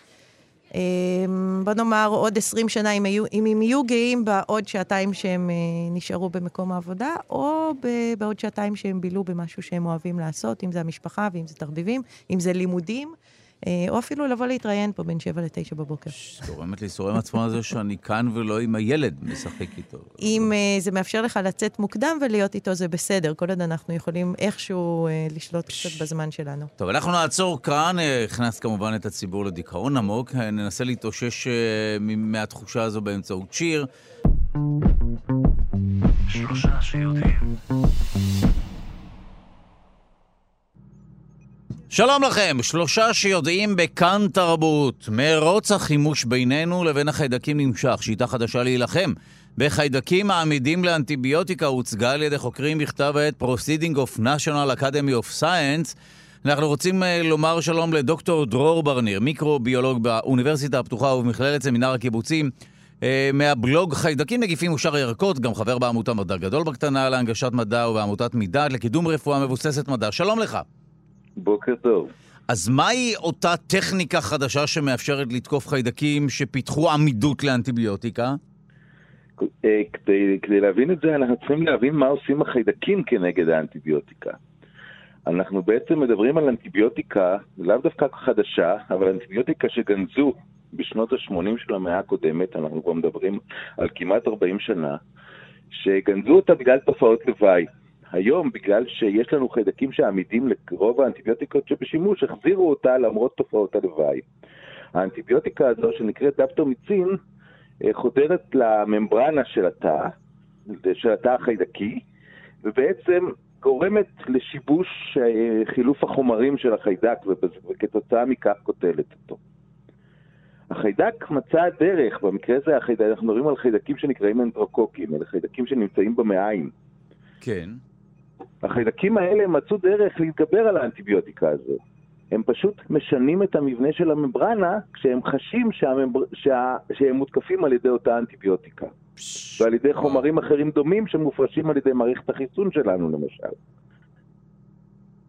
בוא נאמר, עוד 20 שנה, אם הם יהיו גאים בעוד שעתיים שהם נשארו במקום העבודה, או בעוד שעתיים שהם בילו במשהו שהם אוהבים לעשות, אם זה המשפחה ואם זה תרביבים, אם זה לימודים, או אפילו לבוא להתראיין פה בין 7 ל-9 בבוקר. גורמת לי סורם עצמו על זה שאני כאן ולא עם הילד משחק איתו. אם זה מאפשר לך לצאת מוקדם ולהיות איתו, זה בסדר. כל עוד אנחנו יכולים איכשהו לשלוט קצת בזמן שלנו. טוב, אנחנו נעצור כאן. הכנסת כמובן את הציבור לדיכאון עמוק. ננסה להתאושש מהתחושה הזו באמצעות שיר. 3 שיודעים. שלום לכם, 3 שיודעים בכאן תרבות. מרוץ החימוש בינינו לבין החיידקים נמשך. שיטה חדשה להילחם בחיידקים העמידים לאנטיביוטיקה הוצגה על ידי חוקרים בכתב העת Proceeding of National Academy of Science. אנחנו רוצים לומר שלום לדוקטור דרור ברניר, מיקרוביולוג באוניברסיטה הפתוחה ובמכללת סמינר הקיבוצים, מהבלוג חיידקים מגיפים ושאר ירקות, גם חבר בעמותה מדע גדול בקטנה להנגשת מדע ובעמותת מידע לקידום רפואה מבוססת מדע. שלום לך. בוקר טוב. אז מהי אותה טכניקה חדשה שמאפשרת לתקוף חיידקים שפיתחו עמידות לאנטיביוטיקה? כדי להבין את זה, אנחנו צריכים להבין מה עושים החיידקים כנגד האנטיביוטיקה. אנחנו בעצם מדברים על אנטיביוטיקה, לאו דווקא חדשה, אבל אנטיביוטיקה שגנזו בשנות ה-80 של המאה הקודמת, אנחנו כבר מדברים על כמעט 40 שנה, שגנזו אותה בגלל תופעות לוואי. היום, בגלל שיש לנו חיידקים שעמידים לרוב האנטיביוטיקות שבשימוש, החזירו אותה למרות תופעות הלוואי. האנטיביוטיקה הזו שנקראת דפטומיצין, חודרת לממברנה של התא החיידקי, ובעצם גורמת לשיבוש חילוף החומרים של החיידק, וכתוצאה מכך קוטלת אותו. החיידק מצא דרך, במקרה הזה אנחנו מדברים על חיידקים שנקראים אנטרוקוקים, אלה חיידקים שנמצאים במעיים. כן. החיידקים האלה מצאו דרך להתגבר על האנטיביוטיקה הזו. הם פשוט משנים את המבנה של הממברנה כשהם חשים שהם מותקפים על ידי אותה אנטיביוטיקה. ועל ידי חומרים אחרים דומים שמופרשים על ידי מערכת החיסון שלנו למשל.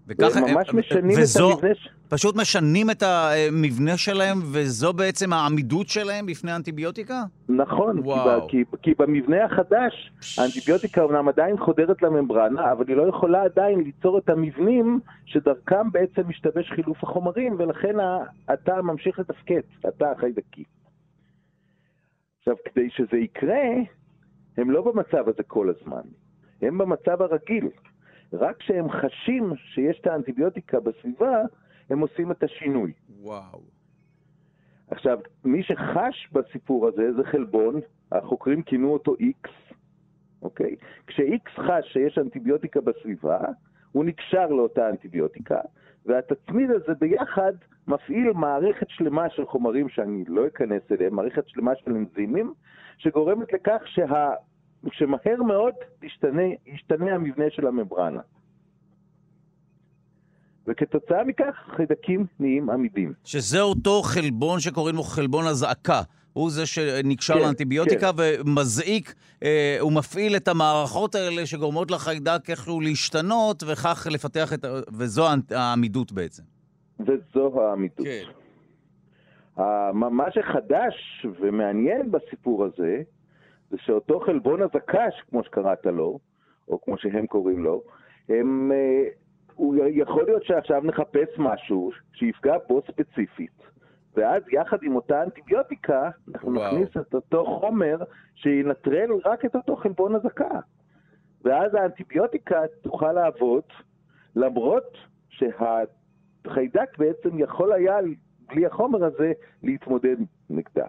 וככה, ממש משנים את המבנה. פשוט משנים את המבנה שלהם, וזו בעצם העמידות שלהם בפני האנטיביוטיקה? נכון, כי במבנה החדש, האנטיביוטיקה אומנם עדיין חודרת לממברנה, אבל היא לא יכולה עדיין ליצור את המבנים שדרכם בעצם משתבש חילוף החומרים, ולכן התא ממשיך לתפקד, התא החיידקי. עכשיו, כדי שזה יקרה, הם לא במצב הזה כל הזמן. הם במצב הרגיל. רק כשהם חשים שיש את האנטיביוטיקה בסביבה, הם עושים את השינוי. וואו. עכשיו, מי שחש בסיפור הזה זה חלבון, החוקרים כינו אותו X, אוקיי? כש-X חש שיש אנטיביוטיקה בסביבה, הוא נקשר לאותה אנטיביוטיקה, והתצמיד הזה ביחד מפעיל מערכת שלמה של חומרים שאני לא אכנס אליהם, מערכת שלמה של אנזימים, שגורמת לכך שמהר מאוד ישתנה המבנה של הממברנה. וכתוצאה מכך חיידקים נהיים עמידים. שזה אותו חלבון שקוראים לו חלבון הזעקה. הוא זה שנקשר לאנטיביוטיקה ומזעיק, הוא מפעיל את המערכות האלה שגורמות לחיידק איכשהו להשתנות וכך לפתח וזו העמידות בעצם. וזו העמידות. כן. מה שחדש ומעניין בסיפור הזה, זה שאותו חלבון הזקש, כמו שקראת לו, או כמו שהם קוראים לו, הוא יכול להיות שעכשיו נחפש משהו שיפגע בו ספציפית, ואז יחד עם אותה אנטיביוטיקה, אנחנו נכניס את אותו חומר שינטרל רק את אותו חלבון הזקה. ואז האנטיביוטיקה תוכל לעבוד, למרות שהחיידק בעצם יכול היה, בלי החומר הזה, להתמודד נגדה.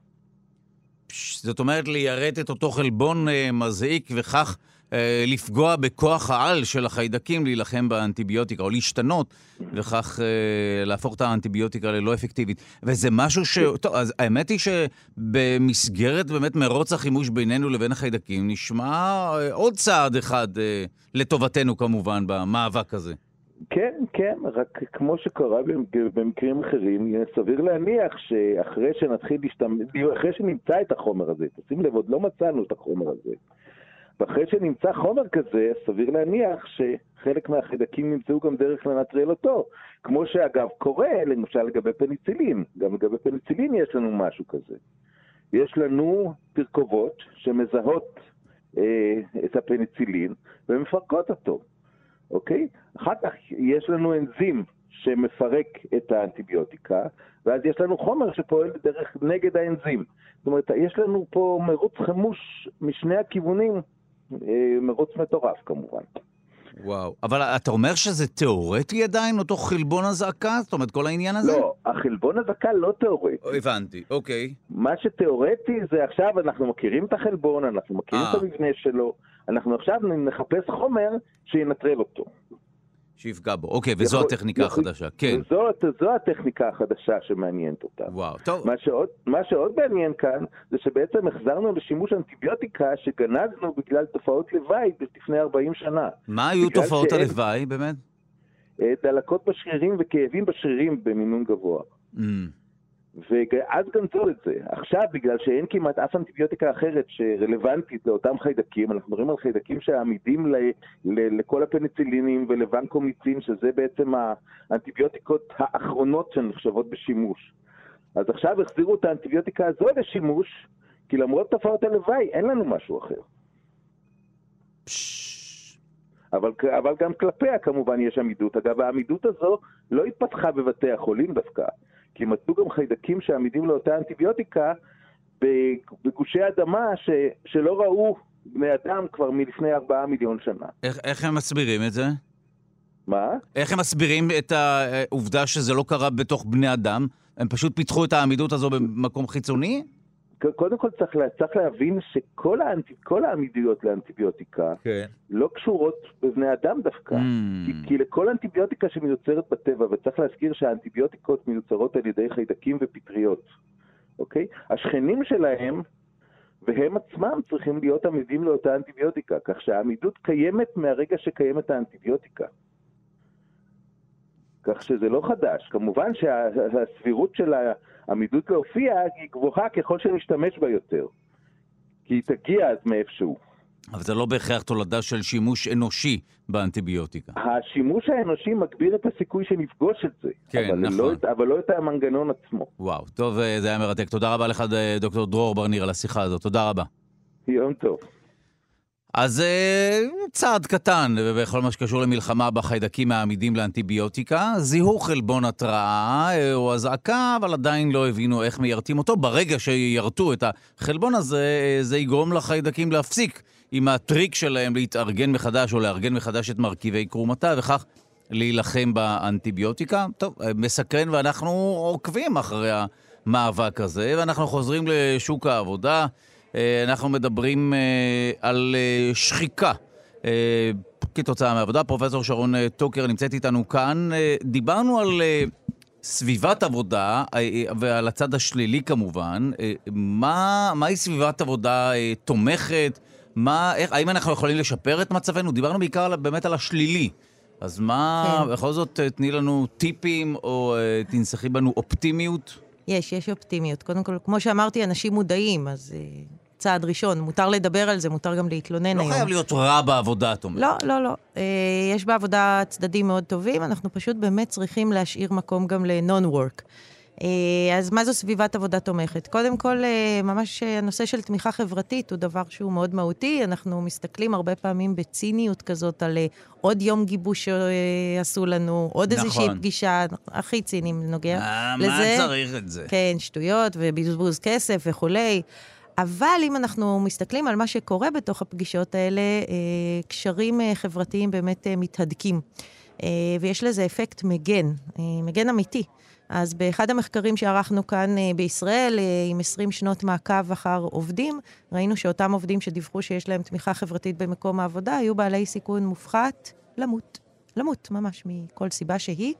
זאת אומרת, ליירט את אותו חלבון מזעיק וכך לפגוע בכוח העל של החיידקים להילחם באנטיביוטיקה, או להשתנות, וכך להפוך את האנטיביוטיקה ללא אפקטיבית. וזה משהו טוב, אז האמת היא שבמסגרת באמת מרוץ החימוש בינינו לבין החיידקים, נשמע עוד צעד אחד לטובתנו כמובן במאבק הזה. כן, כן, רק כמו שקרה במקרים אחרים, סביר להניח שאחרי שנתחיל אחרי שנמצא את החומר הזה, תשים לב, עוד לא מצאנו את החומר הזה, ואחרי שנמצא חומר כזה, סביר להניח שחלק מהחיידקים נמצאו גם דרך לנטרל אותו, כמו שאגב קורה, למשל לגבי פניצילין, גם לגבי פניצילין יש לנו משהו כזה. יש לנו תרכובות שמזהות את הפניצילין ומפרקות אותו. אוקיי? אחר כך יש לנו אנזים שמפרק את האנטיביוטיקה, ואז יש לנו חומר שפועל דרך נגד האנזים. זאת אומרת, יש לנו פה מרוץ חימוש משני הכיוונים, מרוץ מטורף כמובן. וואו, אבל אתה אומר שזה תיאורטי עדיין, אותו חלבון הזעקה? זאת אומרת, כל העניין הזה? לא, החלבון הזעקה לא תיאורטי. הבנתי, אוקיי. מה שתיאורטי זה עכשיו אנחנו מכירים את החלבון, אנחנו מכירים את המבנה שלו, אנחנו עכשיו נחפש חומר שינטרל אותו. שיפגע בו, אוקיי, וזו הטכניקה החדשה, כן. זו הטכניקה החדשה שמעניינת אותה. וואו, טוב. מה שעוד מעניין כאן, זה שבעצם החזרנו לשימוש אנטיביוטיקה שגנזנו בגלל תופעות לוואי לפני 40 שנה. מה היו תופעות הלוואי, באמת? דלקות בשרירים וכאבים בשרירים במינון גבוה. ואז גנזו את זה. עכשיו, בגלל שאין כמעט אף אנטיביוטיקה אחרת שרלוונטית לאותם חיידקים, אנחנו מדברים על חיידקים שעמידים לכל הפניצילינים ולוונקומיצין, שזה בעצם האנטיביוטיקות האחרונות שנחשבות בשימוש. אז עכשיו החזירו את האנטיביוטיקה הזו לשימוש, כי למרות תופעות הלוואי, אין לנו משהו אחר. אבל גם כלפיה כמובן יש עמידות. אגב, העמידות הזו לא התפתחה בבתי החולים דווקא. כי מצאו גם חיידקים שעמידים לאותה אנטיביוטיקה בגושי אדמה שלא ראו בני אדם כבר מלפני 4 מיליון שנה. איך הם מסבירים את זה? מה? איך הם מסבירים את העובדה שזה לא קרה בתוך בני אדם? הם פשוט פיתחו את העמידות הזו במקום חיצוני? קודם כל צריך להבין שכל העמידויות לאנטיביוטיקה לא קשורות בבני אדם דווקא. כי לכל אנטיביוטיקה שמיוצרת בטבע, וצריך להזכיר שהאנטיביוטיקות מיוצרות על ידי חיידקים ופטריות, אוקיי? השכנים שלהם והם עצמם צריכים להיות עמידים לאותה אנטיביוטיקה, כך שהעמידות קיימת מהרגע שקיימת האנטיביוטיקה. כך שזה לא חדש. כמובן שהסבירות של העמידות להופיע היא גבוהה ככל שנשתמש בה יותר. כי היא תגיע אז מאיפשהו. אבל זה לא בהכרח תולדה של שימוש אנושי באנטיביוטיקה. השימוש האנושי מגביר את הסיכוי שנפגוש את זה. כן, נכון. אבל לא את המנגנון עצמו. וואו, טוב, זה היה מרתק. תודה רבה לך, דוקטור דרור ברניר, על השיחה הזאת. תודה רבה. יום טוב. אז צעד קטן בכל מה שקשור למלחמה בחיידקים העמידים לאנטיביוטיקה, זיהו חלבון התראה או הזעקה, אבל עדיין לא הבינו איך מיירתים אותו. ברגע שירתו את החלבון הזה, זה יגרום לחיידקים להפסיק עם הטריק שלהם להתארגן מחדש או לארגן מחדש את מרכיבי קרומתה, וכך להילחם באנטיביוטיקה. טוב, מסקרן, ואנחנו עוקבים אחרי המאבק הזה, ואנחנו חוזרים לשוק העבודה. אנחנו מדברים על שחיקה כתוצאה מהעבודה. פרופסור שרון טוקר נמצאת איתנו כאן. דיברנו על סביבת עבודה ועל הצד השלילי כמובן. מהי סביבת עבודה תומכת? האם אנחנו יכולים לשפר את מצבנו? דיברנו בעיקר באמת על השלילי. אז מה, בכל זאת תני לנו טיפים או תנסחי בנו אופטימיות? יש אופטימיות. קודם כל, כמו שאמרתי, אנשים מודעים, אז צעד ראשון. מותר לדבר על זה, מותר גם להתלונן היום. לא חייב להיות רע בעבודה, את אומרת. לא. יש בעבודה צדדים מאוד טובים, אנחנו פשוט באמת צריכים להשאיר מקום גם ל-non-work. אז מה זו סביבת עבודה תומכת? קודם כל, ממש הנושא של תמיכה חברתית הוא דבר שהוא מאוד מהותי. אנחנו מסתכלים הרבה פעמים בציניות כזאת על עוד יום גיבוש שעשו לנו, עוד איזושהי פגישה, הכי ציניים נוגע לזה. מה צריך את זה? כן, שטויות ובזבוז כסף וכולי. אבל אם אנחנו מסתכלים על מה שקורה בתוך הפגישות האלה, קשרים חברתיים באמת מתהדקים. ויש לזה אפקט מגן אמיתי. אז באחד המחקרים שערכנו כאן בישראל, עם 20 שנות מעקב אחר עובדים, ראינו שאותם עובדים שדיווחו שיש להם תמיכה חברתית במקום העבודה, היו בעלי סיכון מופחת למות ממש מכל סיבה שהיא.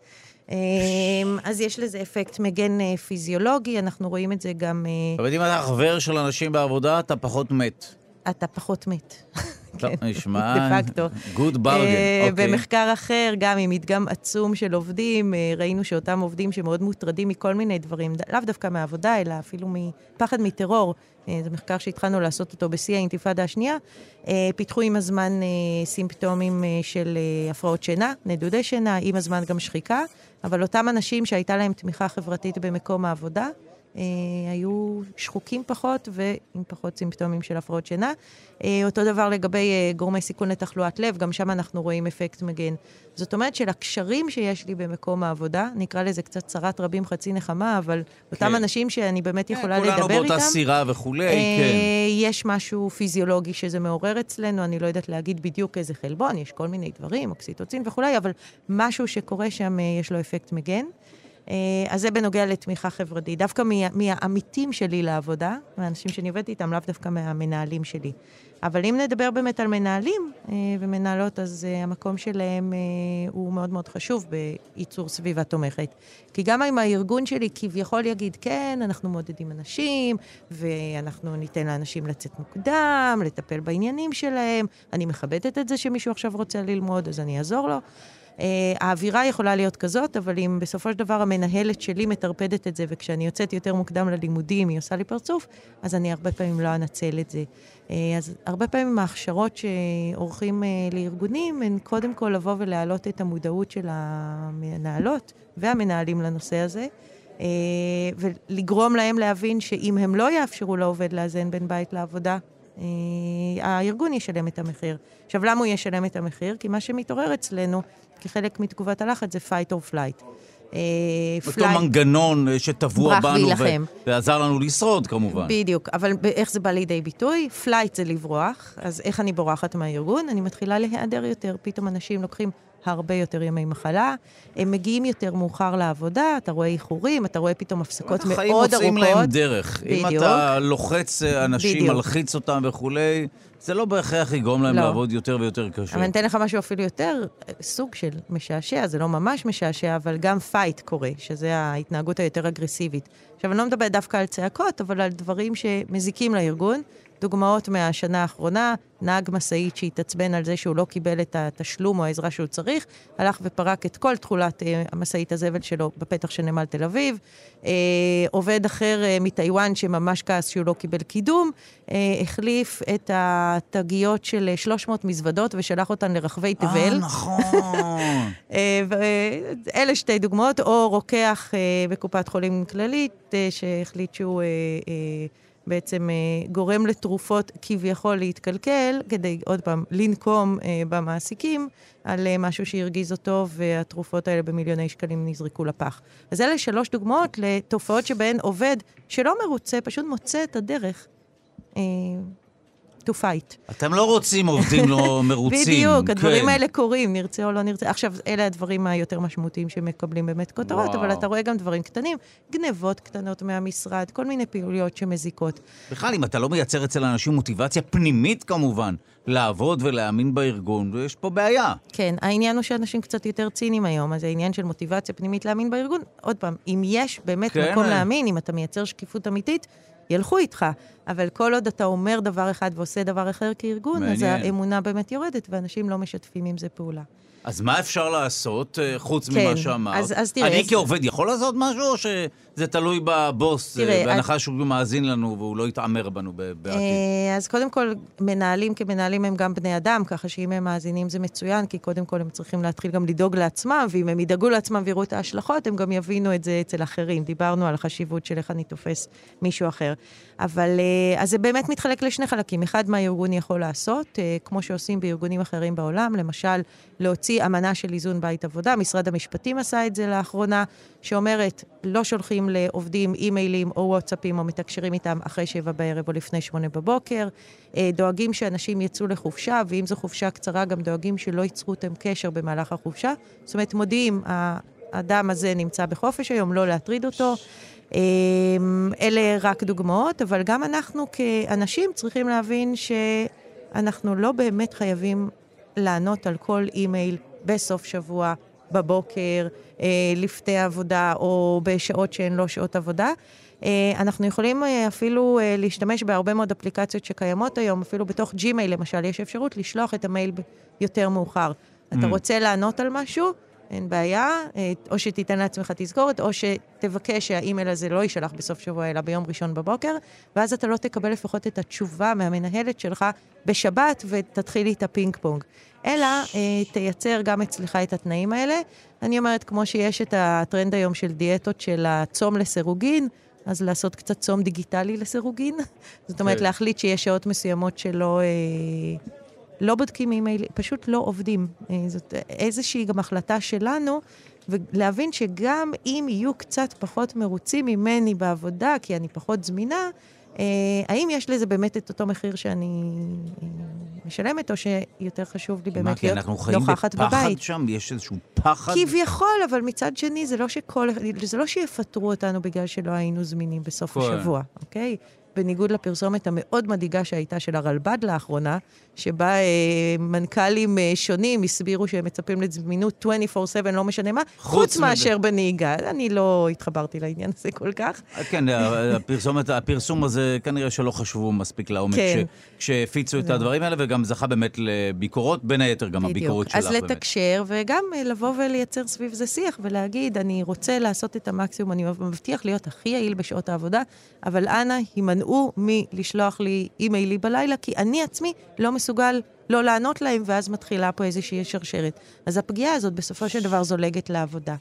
אז יש לזה אפקט מגן פיזיולוגי, אנחנו רואים את זה גם... אבל אם אתה חבר של אנשים בעבודה, אתה פחות מת. אתה פחות מת. טוב, נשמע... דה פקטו. Good bargain, אוקיי. במחקר אחר, גם עם מדגם עצום של עובדים, ראינו שאותם עובדים שמאוד מוטרדים מכל מיני דברים, לאו דווקא מהעבודה, אלא אפילו מפחד מטרור, זה מחקר שהתחלנו לעשות אותו בשיא האינתיפאדה השנייה, פיתחו עם הזמן סימפטומים של הפרעות שינה, נדודי שינה, עם הזמן גם שחיקה, אבל אותם אנשים שהייתה להם תמיכה חברתית במקום העבודה, היו שחוקים פחות ועם פחות סימפטומים של הפרעות שינה. אותו דבר לגבי גורמי סיכון לתחלואת לב, גם שם אנחנו רואים אפקט מגן. זאת אומרת שלקשרים שיש לי במקום העבודה, נקרא לזה קצת צרת רבים חצי נחמה, אבל אותם אנשים שאני באמת יכולה לדבר איתם, כולנו באותה סירה וכולי, כן. יש משהו פיזיולוגי שזה מעורר אצלנו, אני לא יודעת להגיד בדיוק איזה חלבון, יש כל מיני דברים, אוקסיטוצין וכולי, אבל משהו שקורה שם יש לו אפקט מגן. אז זה בנוגע לתמיכה חברתית. דווקא מהעמיתים שלי לעבודה, מהאנשים שאני עובדת איתם, לאו דווקא מהמנהלים שלי. אבל אם נדבר באמת על מנהלים ומנהלות, אז המקום שלהם הוא מאוד מאוד חשוב בייצור סביבה תומכת. כי גם אם הארגון שלי כביכול יגיד, כן, אנחנו מעודדים אנשים, ואנחנו ניתן לאנשים לצאת מוקדם, לטפל בעניינים שלהם, אני מכבדת את זה שמישהו עכשיו רוצה ללמוד, אז אני אעזור לו. האווירה יכולה להיות כזאת, אבל אם בסופו של דבר המנהלת שלי מטרפדת את זה, וכשאני יוצאת יותר מוקדם ללימודים, היא עושה לי פרצוף, אז אני הרבה פעמים לא אנצל את זה. אז הרבה פעמים ההכשרות שעורכים לארגונים, הן קודם כל לבוא ולהעלות את המודעות של המנהלות והמנהלים לנושא הזה, ולגרום להם להבין שאם הם לא יאפשרו לעובד לאזן בין בית לעבודה, הארגון ישלם את המחיר. עכשיו, למה הוא ישלם את המחיר? כי מה שמתעורר אצלנו, כחלק מתגובת הלחץ, זה fight or flight. אותו מנגנון שטבוע בנו ועזר לנו לשרוד, כמובן. בדיוק, אבל איך זה בא לידי ביטוי? flight זה לברוח, אז איך אני בורחת מהארגון? אני מתחילה להיעדר יותר, פתאום אנשים לוקחים הרבה יותר ימי מחלה, הם מגיעים יותר מאוחר לעבודה, אתה רואה איחורים, אתה רואה פתאום הפסקות מאוד ארוכות. החיים מוצאים להם דרך. אם אתה לוחץ אנשים, מלחיץ אותם וכולי, זה לא בהכרח יגרום להם לעבוד יותר ויותר קשה. אבל אני אתן לך משהו אפילו יותר, סוג של משעשע, זה לא ממש משעשע, אבל גם פייט קורה, שזה ההתנהגות היותר אגרסיבית. עכשיו, אני לא מדבר דווקא על צעקות, אבל על דברים שמזיקים לארגון, דוגמאות מהשנה האחרונה, נהג מסעית שהתעצבן על זה שהוא לא קיבל את התשלום או העזרה שהוא צריך, הלך ופרק את כל תכולת המסעית הזבל שלו בפתח של נמל תל אביב. עובד אחר מטייוואן שממש כעס שהוא לא קיבל קידום, החליף את התגיות של 300 מזוודות ושלח אותן לרחבי תבל. נכון. אלה שתי דוגמאות, או רוקח בקופת חולים כללית, שהחליט שהוא בעצם גורם לתרופות כביכול להתקלקל, כדי עוד פעם לנקום במעסיקים על משהו שירגיז אותו, והתרופות האלה במיליוני שקלים נזרקו לפח. אז אלה 3 דוגמאות לתופעות שבהן עובד שלא מרוצה, פשוט מוצא את הדרך to fight. אתם לא רוצים עובדים לא מרוצים. בדיוק, הדברים האלה קורים, נרצה או לא נרצה. עכשיו, אלה הדברים היותר משמעותיים שמקבלים באמת כותרות, אבל אתה רואה גם דברים קטנים, גנבות קטנות מהמשרד, כל מיני פעילויות שמזיקות. בכלל, אם אתה לא מייצר אצל אנשים מוטיבציה פנימית כמובן, לעבוד ולהאמין בארגון, יש פה בעיה. כן, העניין הוא שאנשים קצת יותר ציניים היום, אז העניין של מוטיבציה פנימית להאמין בארגון, עוד פעם, אם יש באמת מקום להאמין, אם אתה מייצר שקיפות אמיתית, ילכו איתך, אבל כל עוד אתה אומר דבר אחד ועושה דבר אחר כארגון, אז האמונה באמת יורדת, ואנשים לא משתפים עם זה פעולה. אז מה אפשר לעשות, חוץ ממה שאמרת? אז תראה, אני כעובד יכול לעשות משהו, או שזה תלוי בבוס, בהנחה שהוא מאזין לנו, והוא לא יתעמר בנו בעתיד? אז קודם כל, מנהלים כמנהלים הם גם בני אדם, ככה שאם הם מאזינים זה מצוין, כי קודם כל הם צריכים להתחיל גם לדאוג לעצמם, ואם הם ידאגו לעצמם ויראו את ההשלכות, הם גם יבינו את זה אצל אחרים. דיברנו על החשיבות של איך אני תופס מישהו אחר. אבל אז זה באמת מתחלק לשני חלקים. אחד, מה הארגון יכול לעשות, כמו שעושים בארגונים אחרים בעולם, למשל, להוציא אמנה של איזון בית עבודה. משרד המשפטים עשה את זה לאחרונה, שאומרת, לא שולחים לעובדים אימיילים או וואטסאפים או מתקשרים איתם אחרי 7 בערב או לפני 8 בבוקר. דואגים שאנשים יצאו לחופשה, ואם זו חופשה קצרה, גם דואגים שלא ייצרו אותם קשר במהלך החופשה. זאת אומרת, מודיעים, האדם הזה נמצא בחופש היום, לא להטריד אותו. אלה רק דוגמאות, אבל גם אנחנו כאנשים צריכים להבין שאנחנו לא באמת חייבים לענות על כל אימייל בסוף שבוע, בבוקר, לפני עבודה או בשעות שהן לא שעות עבודה. אנחנו יכולים אפילו להשתמש בהרבה מאוד אפליקציות שקיימות היום, אפילו בתוך ג'ימייל למשל, יש אפשרות לשלוח את המייל יותר מאוחר. אתה רוצה לענות על משהו? אין בעיה, או שתיתן לעצמך תזכורת, או שתבקש שהאימייל הזה לא יישלח בסוף שבוע, אלא ביום ראשון בבוקר, ואז אתה לא תקבל לפחות את התשובה מהמנהלת שלך בשבת, ותתחיל את הפינג פונג. אלא תייצר גם אצלך את התנאים האלה. אני אומרת, כמו שיש את הטרנד היום של דיאטות של הצום לסירוגין, אז לעשות קצת צום דיגיטלי לסירוגין. זאת אומרת, להחליט שיש שעות מסוימות שלא לא בודקים אימייל, פשוט לא עובדים. זאת איזושהי גם החלטה שלנו, ולהבין שגם אם יהיו קצת פחות מרוצים ממני בעבודה, כי אני פחות זמינה, האם יש לזה באמת את אותו מחיר שאני משלמת, או שיותר חשוב לי באמת להיות נוכחת בבית? אנחנו חיים בפחד שם? יש איזשהו פחד? כביכול, אבל מצד שני, זה לא שיפטרו אותנו בגלל שלא היינו זמינים בסוף השבוע, אוקיי? בניגוד לפרסומת המאוד מדאיגה שהייתה של הרלב"ד לאחרונה, שבה מנכ"לים שונים הסבירו שהם מצפים לזמינות 24/7, לא משנה מה, חוץ מאשר בנהיגה. אני לא התחברתי לעניין הזה כל כך. כן, הפרסום הזה כנראה שלא חשבו מספיק לעומק כשהפיצו את הדברים האלה, וגם זכה באמת לביקורות, בין היתר גם הביקורות שלך. אז לתקשר, וגם לבוא ולייצר סביב זה שיח, ולהגיד, אני רוצה לעשות את המקסימום, אני מבטיח להיות הכי יעיל בשעות העבודה, אבל אנא, הימנעו מלשלוח לי אימיילי בלילה, כי אני עצמי לא מסוגל לא לענות להם, ואז מתחילה פה איזושהי שרשרת. אז הפגיעה הזאת בסופו של דבר זולגת לעבודה.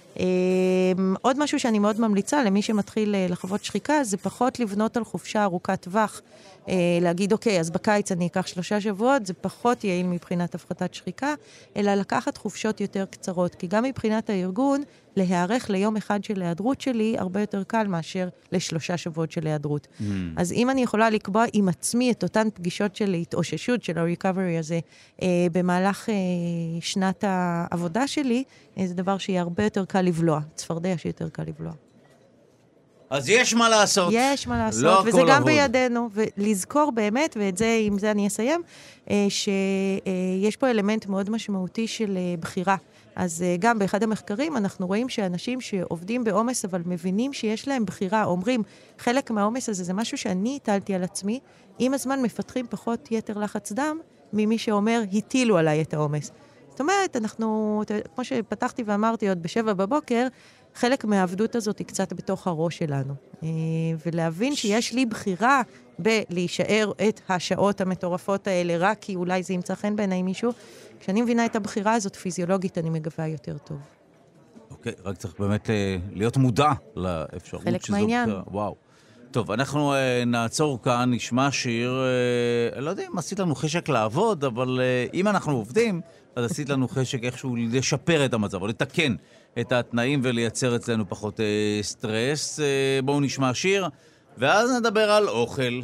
עוד משהו שאני מאוד ממליצה למי שמתחיל לחוות שחיקה, זה פחות לבנות על חופשה ארוכת טווח. להגיד, אוקיי, אז בקיץ אני אקח 3 שבועות, זה פחות יעיל מבחינת הפחתת שחיקה, אלא לקחת חופשות יותר קצרות, כי גם מבחינת הארגון, להיערך ליום אחד של היעדרות שלי, הרבה יותר קל מאשר ל3 שבועות של היעדרות. אז אם אני יכולה לקבוע עם עצמי את אותן פגישות של התאוששות של ה-recovery הזה, במהלך שנת העבודה שלי, זה דבר שיהיה הרבה יותר קל לבלוע, צפרדע שיותר קל לבלוע. אז יש מה לעשות. יש מה לעשות, לא וזה גם עבוד. בידינו. ולזכור באמת, עם זה אני אסיים, שיש פה אלמנט מאוד משמעותי של בחירה. אז גם באחד המחקרים אנחנו רואים שאנשים שעובדים בעומס, אבל מבינים שיש להם בחירה, אומרים, חלק מהעומס הזה זה משהו שאני הטלתי על עצמי, עם הזמן מפתחים פחות יתר לחץ דם, ממי שאומר, הטילו עליי את העומס. זאת אומרת, אנחנו, כמו שפתחתי ואמרתי עוד ב7 בבוקר, חלק מהעבדות הזאת היא קצת בתוך הראש שלנו. ולהבין שיש לי בחירה בלהישאר את השעות המטורפות האלה, רק כי אולי זה ימצא חן בעיני מישהו. כשאני מבינה את הבחירה הזאת פיזיולוגית, אני מגבה יותר טוב. אוקיי, רק צריך באמת להיות מודע לאפשרות שזאת... חלק מהעניין. וואו. טוב, אנחנו נעצור כאן, נשמע שיר, לא יודע אם עשית לנו חשק לעבוד, אבל אם אנחנו עובדים, אז עשית לנו חשק איכשהו לשפר את המצב, או לתקן את התנאים ולייצר אצלנו פחות סטרס. בואו נשמע שיר, ואז נדבר על אוכל.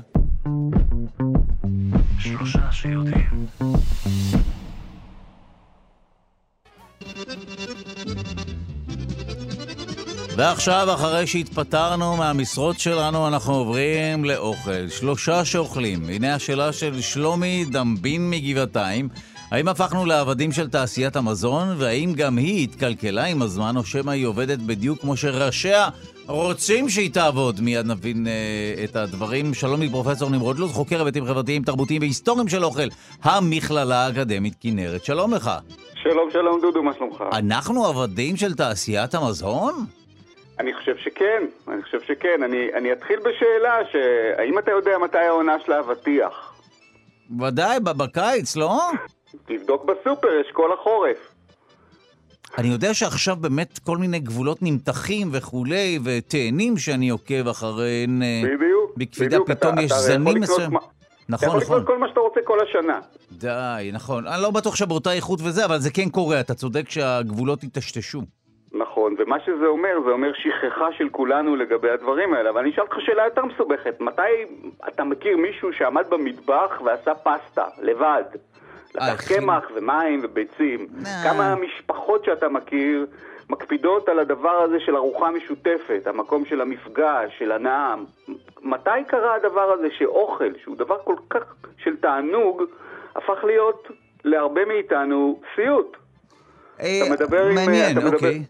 3 שיודעים. ועכשיו, אחרי שהתפטרנו מהמשרות שלנו, אנחנו עוברים לאוכל. 3 שאוכלים. הנה השאלה של שלומי דמבין מגבעתיים. האם הפכנו לעבדים של תעשיית המזון, והאם גם היא התקלקלה עם הזמן, או שמה היא עובדת בדיוק כמו שראשיה רוצים שהיא תעבוד? מיד נבין את הדברים. שלום לפרופסור נמרוד לוז, חוקר היבטים חברתיים, תרבותיים והיסטוריים של אוכל, המכללה האקדמית כנרת. שלום לך. שלום, שלום דודו, מה שלומך? אנחנו עבדים של תעשיית המזון? אני חושב שכן. אני אתחיל בשאלה, האם אתה יודע מתי העונה של האבטיח? ודאי, בקיץ, לא? תבדוק בסופר, יש כל החורף. אני יודע שעכשיו באמת כל מיני גבולות נמתחים וכולי, ותאנים שאני עוקב אחריהן. בדיוק. בקפידה פתאום יש זנים מסוים. אתה יכול לקנות כל מה שאתה רוצה כל השנה. די, נכון. אני לא בטוח שבאותה איכות וזה, אבל זה כן קורה. אתה צודק שהגבולות יטשטשו. נכון, ומה שזה אומר, זה אומר שכחה של כולנו לגבי הדברים האלה. אבל אני אשאל אותך שאלה יותר מסובכת. מתי אתה מכיר מישהו שעמד במטבח ועשה פסטה לבד? לקח קמח ומים וביצים. כמה משפחות שאתה מכיר מקפידות על הדבר הזה של ארוחה משותפת, המקום של המפגש, של הנאה? מתי קרה הדבר הזה שאוכל, שהוא דבר כל כך של תענוג, הפך להיות להרבה מאיתנו סיוט? אתה מדבר עם... מעניין, אוקיי.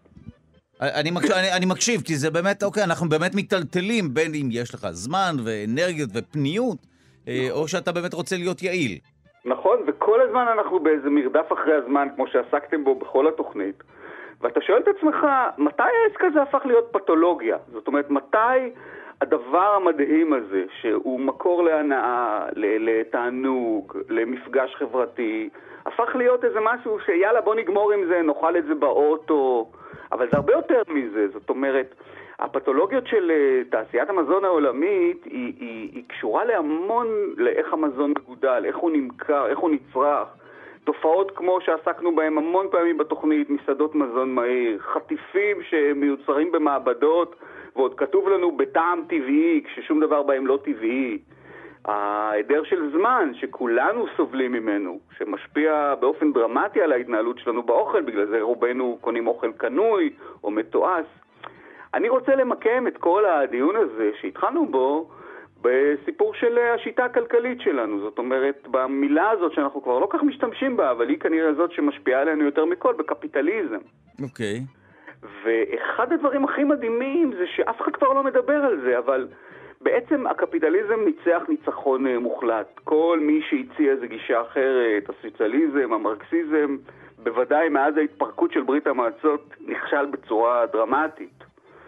אני מקשיב, כי זה באמת, אוקיי, אנחנו באמת מטלטלים בין אם יש לך זמן ואנרגיות ופניות, או שאתה באמת רוצה להיות יעיל. נכון, וכל הזמן אנחנו באיזה מרדף אחרי הזמן, כמו שעסקתם בו בכל התוכנית, ואתה שואל את עצמך, מתי העסק הזה הפך להיות פתולוגיה? זאת אומרת, מתי הדבר המדהים הזה, שהוא מקור להנאה, לתענוג, למפגש חברתי, הפך להיות איזה משהו שיאללה בוא נגמור עם זה, נאכל את זה באוטו, אבל זה הרבה יותר מזה. זאת אומרת, הפתולוגיות של תעשיית המזון העולמית היא קשורה להמון לאיך המזון מגודל, איך הוא נמכר, איך הוא נצרך. תופעות כמו שעסקנו בהם המון פעמים בתוכנית, מסעדות מזון מהיר, חטיפים שמיוצרים במעבדות, ועוד כתוב לנו בטעם טבעי, כששום דבר בהם לא טבעי. ההיעדר של זמן שכולנו סובלים ממנו, שמשפיע באופן דרמטי על ההתנהלות שלנו באוכל, בגלל זה רובנו קונים אוכל קנוי או מתועש. אני רוצה למקם את כל הדיון הזה שהתחלנו בו בסיפור של השיטה הכלכלית שלנו. זאת אומרת, במילה הזאת שאנחנו כבר לא כך משתמשים בה, אבל היא כנראה זאת שמשפיעה עלינו יותר מכל, בקפיטליזם. אוקיי. ואחד הדברים הכי מדהימים זה שאף אחד כבר לא מדבר על זה, אבל בעצם הקפיטליזם ניצח ניצחון מוחלט. כל מי שהציע איזו גישה אחרת, הסוציאליזם, המרקסיזם, בוודאי מאז ההתפרקות של ברית המועצות, נכשל בצורה דרמטית.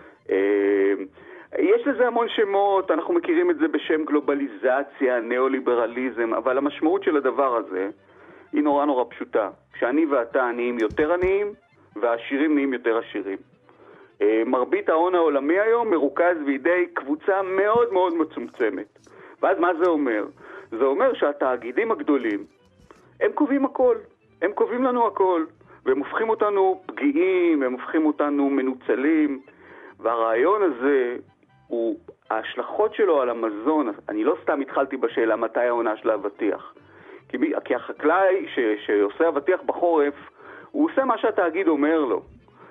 יש לזה המון שמות, אנחנו מכירים את זה בשם גלובליזציה, ניאו-ליברליזם, אבל המשמעות של הדבר הזה היא נורא נורא פשוטה. כשאני ואתה נהיים יותר עניים, והעשירים נהיים יותר עשירים. מרבית ההון העולמי היום מרוכז בידי קבוצה מאוד מאוד מצומצמת. ואז מה זה אומר? זה אומר שהתאגידים הגדולים, הם קובעים הכל. הם קובעים לנו הכל. והם הופכים אותנו פגיעים, הם הופכים אותנו מנוצלים. והרעיון הזה, ההשלכות שלו על המזון, אני לא סתם התחלתי בשאלה מתי העונה של האבטיח. כי החקלאי שעושה אבטיח בחורף, הוא עושה מה שהתאגיד אומר לו.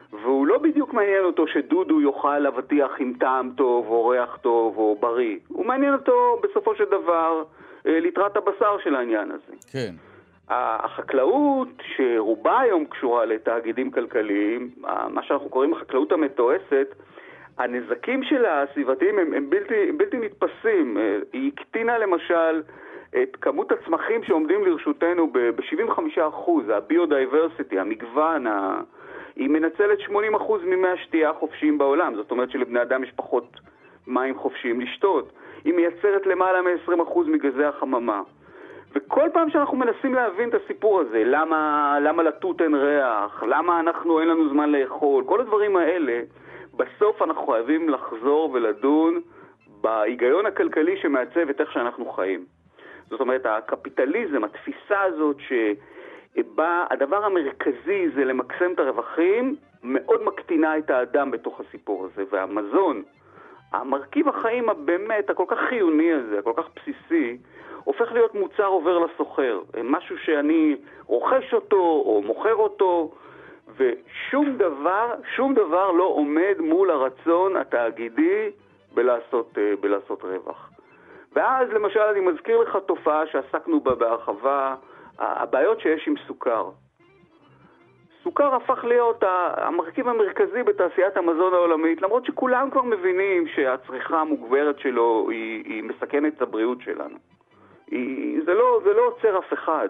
והוא לא בדיוק מעניין אותו שדודו יאכל אבטיח עם טעם טוב או ריח טוב או בריא. הוא מעניין אותו בסופו של דבר ליטרת הבשר של העניין הזה. כן. החקלאות שרובה היום קשורה לתאגידים כלכליים, מה שאנחנו קוראים החקלאות המתועסת, הנזקים שלה הסביבתיים הם בלתי נתפסים. היא הקטינה למשל את כמות הצמחים שעומדים לרשותנו ב-75%, הביודייברסיטי, המגוון, היא מנצלת 80% ממי השתייה החופשיים בעולם, זאת אומרת שלבני אדם יש פחות מים חופשיים לשתות. היא מייצרת למעלה מ-20% מגזי החממה. וכל פעם שאנחנו מנסים להבין את הסיפור הזה, למה לתות אין ריח, למה אין לנו זמן לאכול, כל הדברים האלה, בסוף אנחנו חייבים לחזור ולדון בהיגיון הכלכלי שמעצב את איך שאנחנו חיים. זאת אומרת, הקפיטליזם, התפיסה הזאת שבה הדבר המרכזי זה למקסם את הרווחים, מאוד מקטינה את האדם בתוך הסיפור הזה. והמזון, המרכיב החיים הבאמת, הכל כך חיוני הזה, הכל כך בסיסי, הופך להיות מוצר עובר לסוחר. משהו שאני רוכש אותו או מוכר אותו, ושום דבר לא עומד מול הרצון התאגידי בלעשות רווח. ואז למשל אני מזכיר לך תופעה שעסקנו בה בהרחבה, הבעיות שיש עם סוכר. סוכר הפך להיות המרכיב המרכזי בתעשיית המזון העולמית, למרות שכולם כבר מבינים שהצריכה המוגברת שלו היא מסכנת את הבריאות שלנו. זה לא עוצר אף אחד.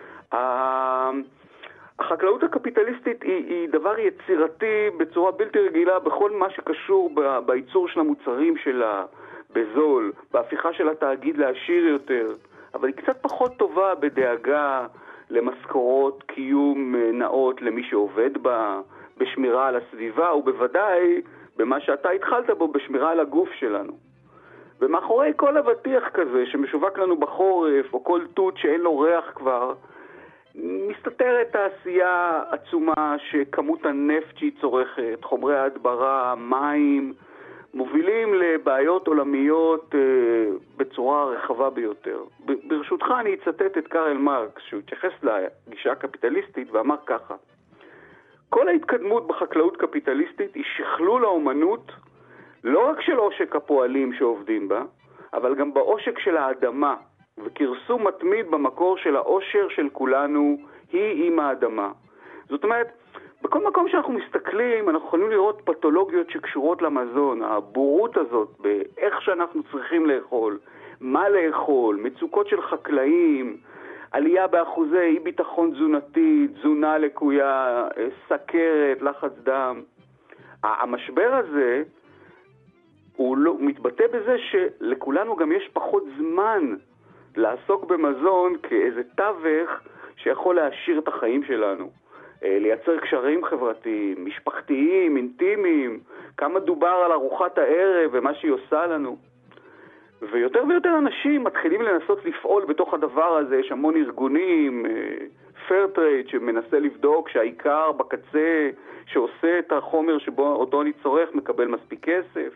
החקלאות הקפיטליסטית היא דבר יצירתי בצורה בלתי רגילה בכל מה שקשור בייצור של המוצרים שלה, בזול, בהפיכה של התאגיד לעשיר יותר, אבל היא קצת פחות טובה בדאגה למשכורות קיום נאות למי שעובד בה, בשמירה על הסביבה, ובוודאי במה שאתה התחלת בו, בשמירה על הגוף שלנו. ומאחורי כל אבטיח כזה שמשווק לנו בחורף, או כל תות שאין לו ריח כבר, מסתתרת תעשייה עצומה שכמות הנפט שהיא צורכת, חומרי ההדברה, מים, מובילים לבעיות עולמיות בצורה רחבה ביותר. ברשותך אני אצטט את קרל מרקס, שהוא התייחס לגישה הקפיטליסטית ואמר ככה: כל ההתקדמות בחקלאות קפיטליסטית היא שכלול האומנות, לא רק של עושק הפועלים שעובדים בה, אבל גם בעושק של האדמה, וכרסום מתמיד במקור של העושר של כולנו היא עם האדמה. זאת אומרת, בכל מקום שאנחנו מסתכלים, אנחנו יכולים לראות פתולוגיות שקשורות למזון, הבורות הזאת, באיך שאנחנו צריכים לאכול, מה לאכול, מצוקות של חקלאים, עלייה באחוזי אי ביטחון תזונתי, תזונה לקויה, סכרת, לחץ דם. המשבר הזה הוא מתבטא בזה שלכולנו גם יש פחות זמן לעסוק במזון כאיזה תווך שיכול להשאיר את החיים שלנו. לייצר קשרים חברתיים, משפחתיים, אינטימיים, כמה דובר על ארוחת הערב ומה שהיא עושה לנו. ויותר ויותר אנשים מתחילים לנסות לפעול בתוך הדבר הזה, יש המון ארגונים, Fair Trade שמנסה לבדוק שהעיקר בקצה שעושה את החומר שבו אותו אני צורך מקבל מספיק כסף.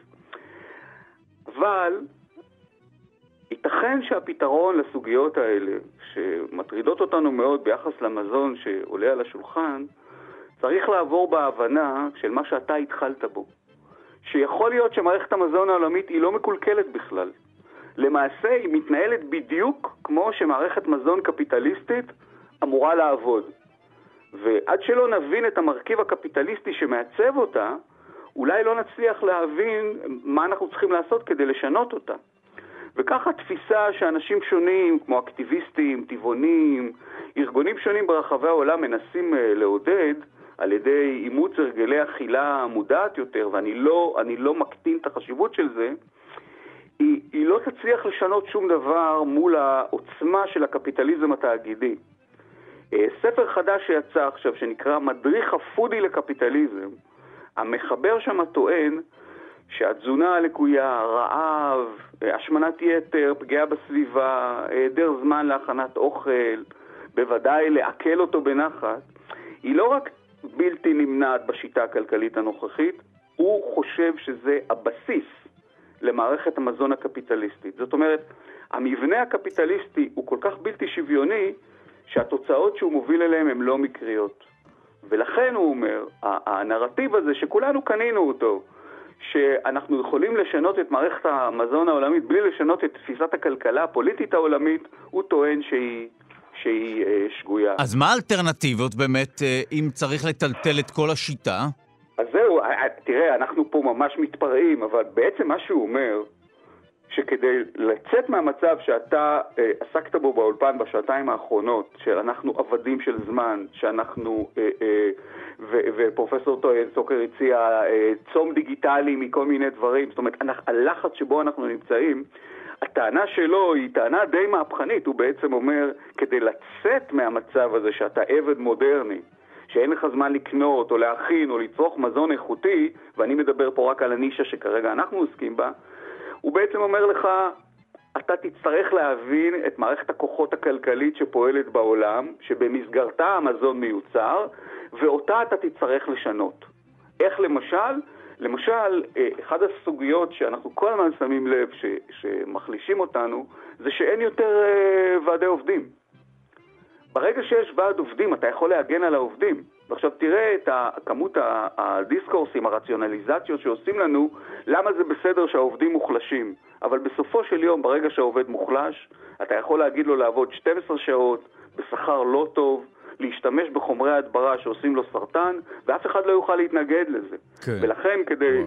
אבל ייתכן שהפתרון לסוגיות האלה, שמטרידות אותנו מאוד ביחס למזון שעולה על השולחן, צריך לעבור בהבנה של מה שאתה התחלת בו. שיכול להיות שמערכת המזון העולמית היא לא מקולקלת בכלל. למעשה היא מתנהלת בדיוק כמו שמערכת מזון קפיטליסטית אמורה לעבוד. ועד שלא נבין את המרכיב הקפיטליסטי שמעצב אותה, אולי לא נצליח להבין מה אנחנו צריכים לעשות כדי לשנות אותה. וככה תפיסה שאנשים שונים, כמו אקטיביסטים, טבעונים, ארגונים שונים ברחבי העולם מנסים לעודד על ידי אימוץ הרגלי אכילה מודעת יותר, ואני לא מקטין את החשיבות של זה, היא לא תצליח לשנות שום דבר מול העוצמה של הקפיטליזם התאגידי. ספר חדש שיצא עכשיו שנקרא מדריך הפודי לקפיטליזם, המחבר שם טוען שהתזונה הלקויה, רעב, השמנת יתר, פגיעה בסביבה, היעדר זמן להכנת אוכל, בוודאי לעכל אותו בנחת, היא לא רק בלתי נמנעת בשיטה הכלכלית הנוכחית, הוא חושב שזה הבסיס למערכת המזון הקפיטליסטית. זאת אומרת, המבנה הקפיטליסטי הוא כל כך בלתי שוויוני, שהתוצאות שהוא מוביל אליהם הן לא מקריות. ולכן הוא אומר, הנרטיב הזה שכולנו קנינו אותו, שאנחנו יכולים לשנות את מערכת המזון העולמית בלי לשנות את תפיסת הכלכלה הפוליטית העולמית, הוא טוען שהיא שגויה. אז מה האלטרנטיבות באמת, אם צריך לטלטל את כל השיטה? אז זהו, תראה, אנחנו פה ממש מתפרעים, אבל בעצם מה שהוא אומר, שכדי לצאת מהמצב שאתה עסקת בו באולפן בשעתיים האחרונות, שאנחנו עבדים של זמן, שאנחנו, ופרופסור צוקר הציע צום דיגיטלי מכל מיני דברים, זאת אומרת, הלחץ שבו אנחנו נמצאים, הטענה שלו היא טענה די מהפכנית, הוא בעצם אומר, כדי לצאת מהמצב הזה שאתה עבד מודרני, שאין לך זמן לקנות או להכין או לצרוך מזון איכותי, ואני מדבר פה רק על הנישה שכרגע אנחנו עוסקים בה, הוא בעצם אומר לך, אתה תצטרך להבין את מערכת הכוחות הכלכלית שפועלת בעולם, שבמסגרתה המזון מיוצר, ואותה אתה תצטרך לשנות. איך למשל? למשל, אחד הסוגיות שאנחנו כל הזמן שמים לב שמחלישים אותנו, זה שאין יותר ועדי עובדים. ברגע שיש ועד עובדים, אתה יכול להגן על העובדים. ועכשיו תראה את כמות הדיסקורסים, הרציונליזציות שעושים לנו, למה זה בסדר שהעובדים מוחלשים. אבל בסופו של יום, ברגע שהעובד מוחלש, אתה יכול להגיד לו לעבוד 12 שעות, בשכר לא טוב, להשתמש בחומרי הדברה שעושים לו סרטן, ואף אחד לא יוכל להתנגד לזה. כן. ולכן, כדי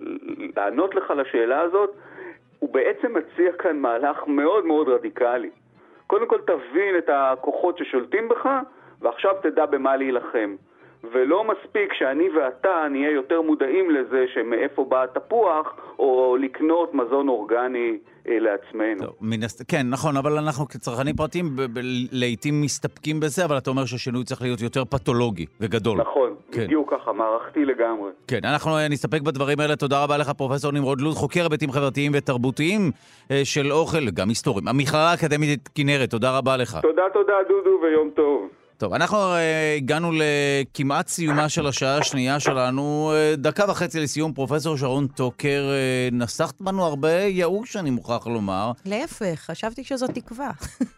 לענות לך לשאלה הזאת, הוא בעצם מציע כאן מהלך מאוד מאוד רדיקלי. קודם כל תבין את הכוחות ששולטים בך, ועכשיו תדע במה להילחם. ולא מספיק שאני ואתה נהיה יותר מודעים לזה שמאיפה בא התפוח, או לקנות מזון אורגני לעצמנו. טוב, כן, נכון, אבל אנחנו כצרכנים פרטיים לעתים מסתפקים בזה, אבל אתה אומר שהשינוי צריך להיות יותר פתולוגי וגדול. נכון, כן. בדיוק ככה, מערכתי לגמרי. כן, אנחנו נסתפק בדברים האלה. תודה רבה לך, פרופסור נמרוד לוז, חוקר היבטים חברתיים ותרבותיים של אוכל, גם היסטוריים. המכללה האקדמית כנרת, תודה רבה לך. תודה, דודו, ויום טוב. טוב, אנחנו הגענו לכמעט סיומה של השעה השנייה שלנו. דקה וחצי לסיום, פרופסור שרון טוקר, נסחת בנו הרבה ייאוש, אני מוכרח לומר. להפך, חשבתי שזו תקווה.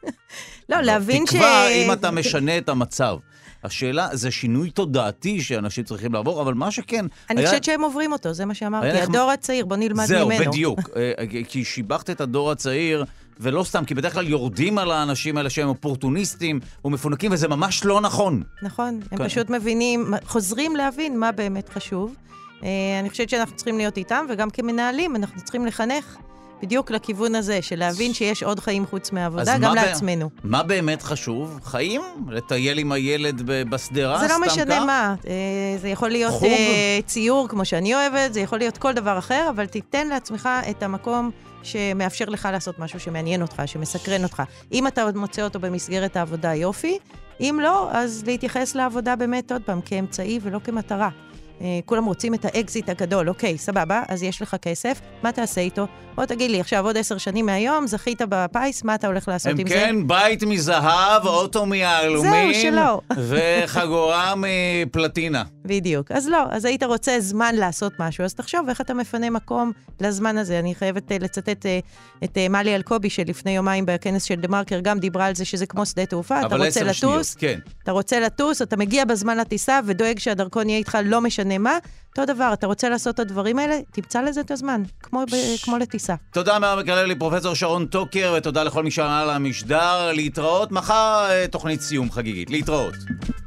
לא, להבין תקווה אם אתה משנה את המצב. השאלה, זה שינוי תודעתי שאנשים צריכים לעבור, אבל מה שכן... אני חושבת שהם עוברים אותו, זה מה שאמרתי. הדור הצעיר, בוא נלמד ממנו. זהו, בדיוק. כי שיבחת את הדור הצעיר, ולא סתם, כי בדרך כלל יורדים על האנשים האלה שהם אופורטוניסטים ומפונקים, וזה ממש לא נכון. נכון, הם פשוט מבינים, חוזרים להבין מה באמת חשוב. אני חושבת שאנחנו צריכים להיות איתם, וגם כמנהלים אנחנו צריכים לחנך בדיוק לכיוון הזה, של להבין שיש עוד חיים חוץ מהעבודה, גם לעצמנו. מה באמת חשוב? חיים? לטייל עם הילד בסדרה? זה לא משנה מה. זה יכול להיות ציור, כמו שאני אוהבת, זה יכול להיות כל דבר אחר, אבל תיתן לעצמך את המקום שמאפשר לך לעשות משהו שמעניין אותך, שמסקרן אותך. אם אתה מוצא אותו במסגרת העבודה, יופי. אם לא, אז להתייחס לעבודה באמת עוד פעם, כאמצעי ולא כמטרה. כולם רוצים את האקזיט הגדול, אוקיי, סבבה, אז יש לך כסף, מה תעשה איתו? בוא תגיד לי, עכשיו עוד 10 שנים מהיום, זכית בפייס, מה אתה הולך לעשות עם זה? כן, בית מזהב, אוטו מיהלומים, זהו, שלא. וחגורה מפלטינה. בדיוק, אז לא, אז היית רוצה זמן לעשות משהו, אז תחשוב איך אתה מפנה מקום לזמן הזה. אני חייבת לצטט את מלי אלקובי, שלפני יומיים בכנס של דמרקר, גם דיברה על זה שזה כמו שדה תעופה, אתה רוצה לטוס, אתה רוצה לטוס, אתה מגיע בזמן לטיסה, ודואג שהדרכון יהיה איתך לא משנה מה, אותו דבר, אתה רוצה לעשות את הדברים האלה, תמצא לזה את הזמן, כמו לטיסה. תודה מהמקרב לי פרופסור שרון טוקר, ותודה לכל מי שענה על המשדר. להתראות, מחר תוכנית סיום חגיגית. להתראות.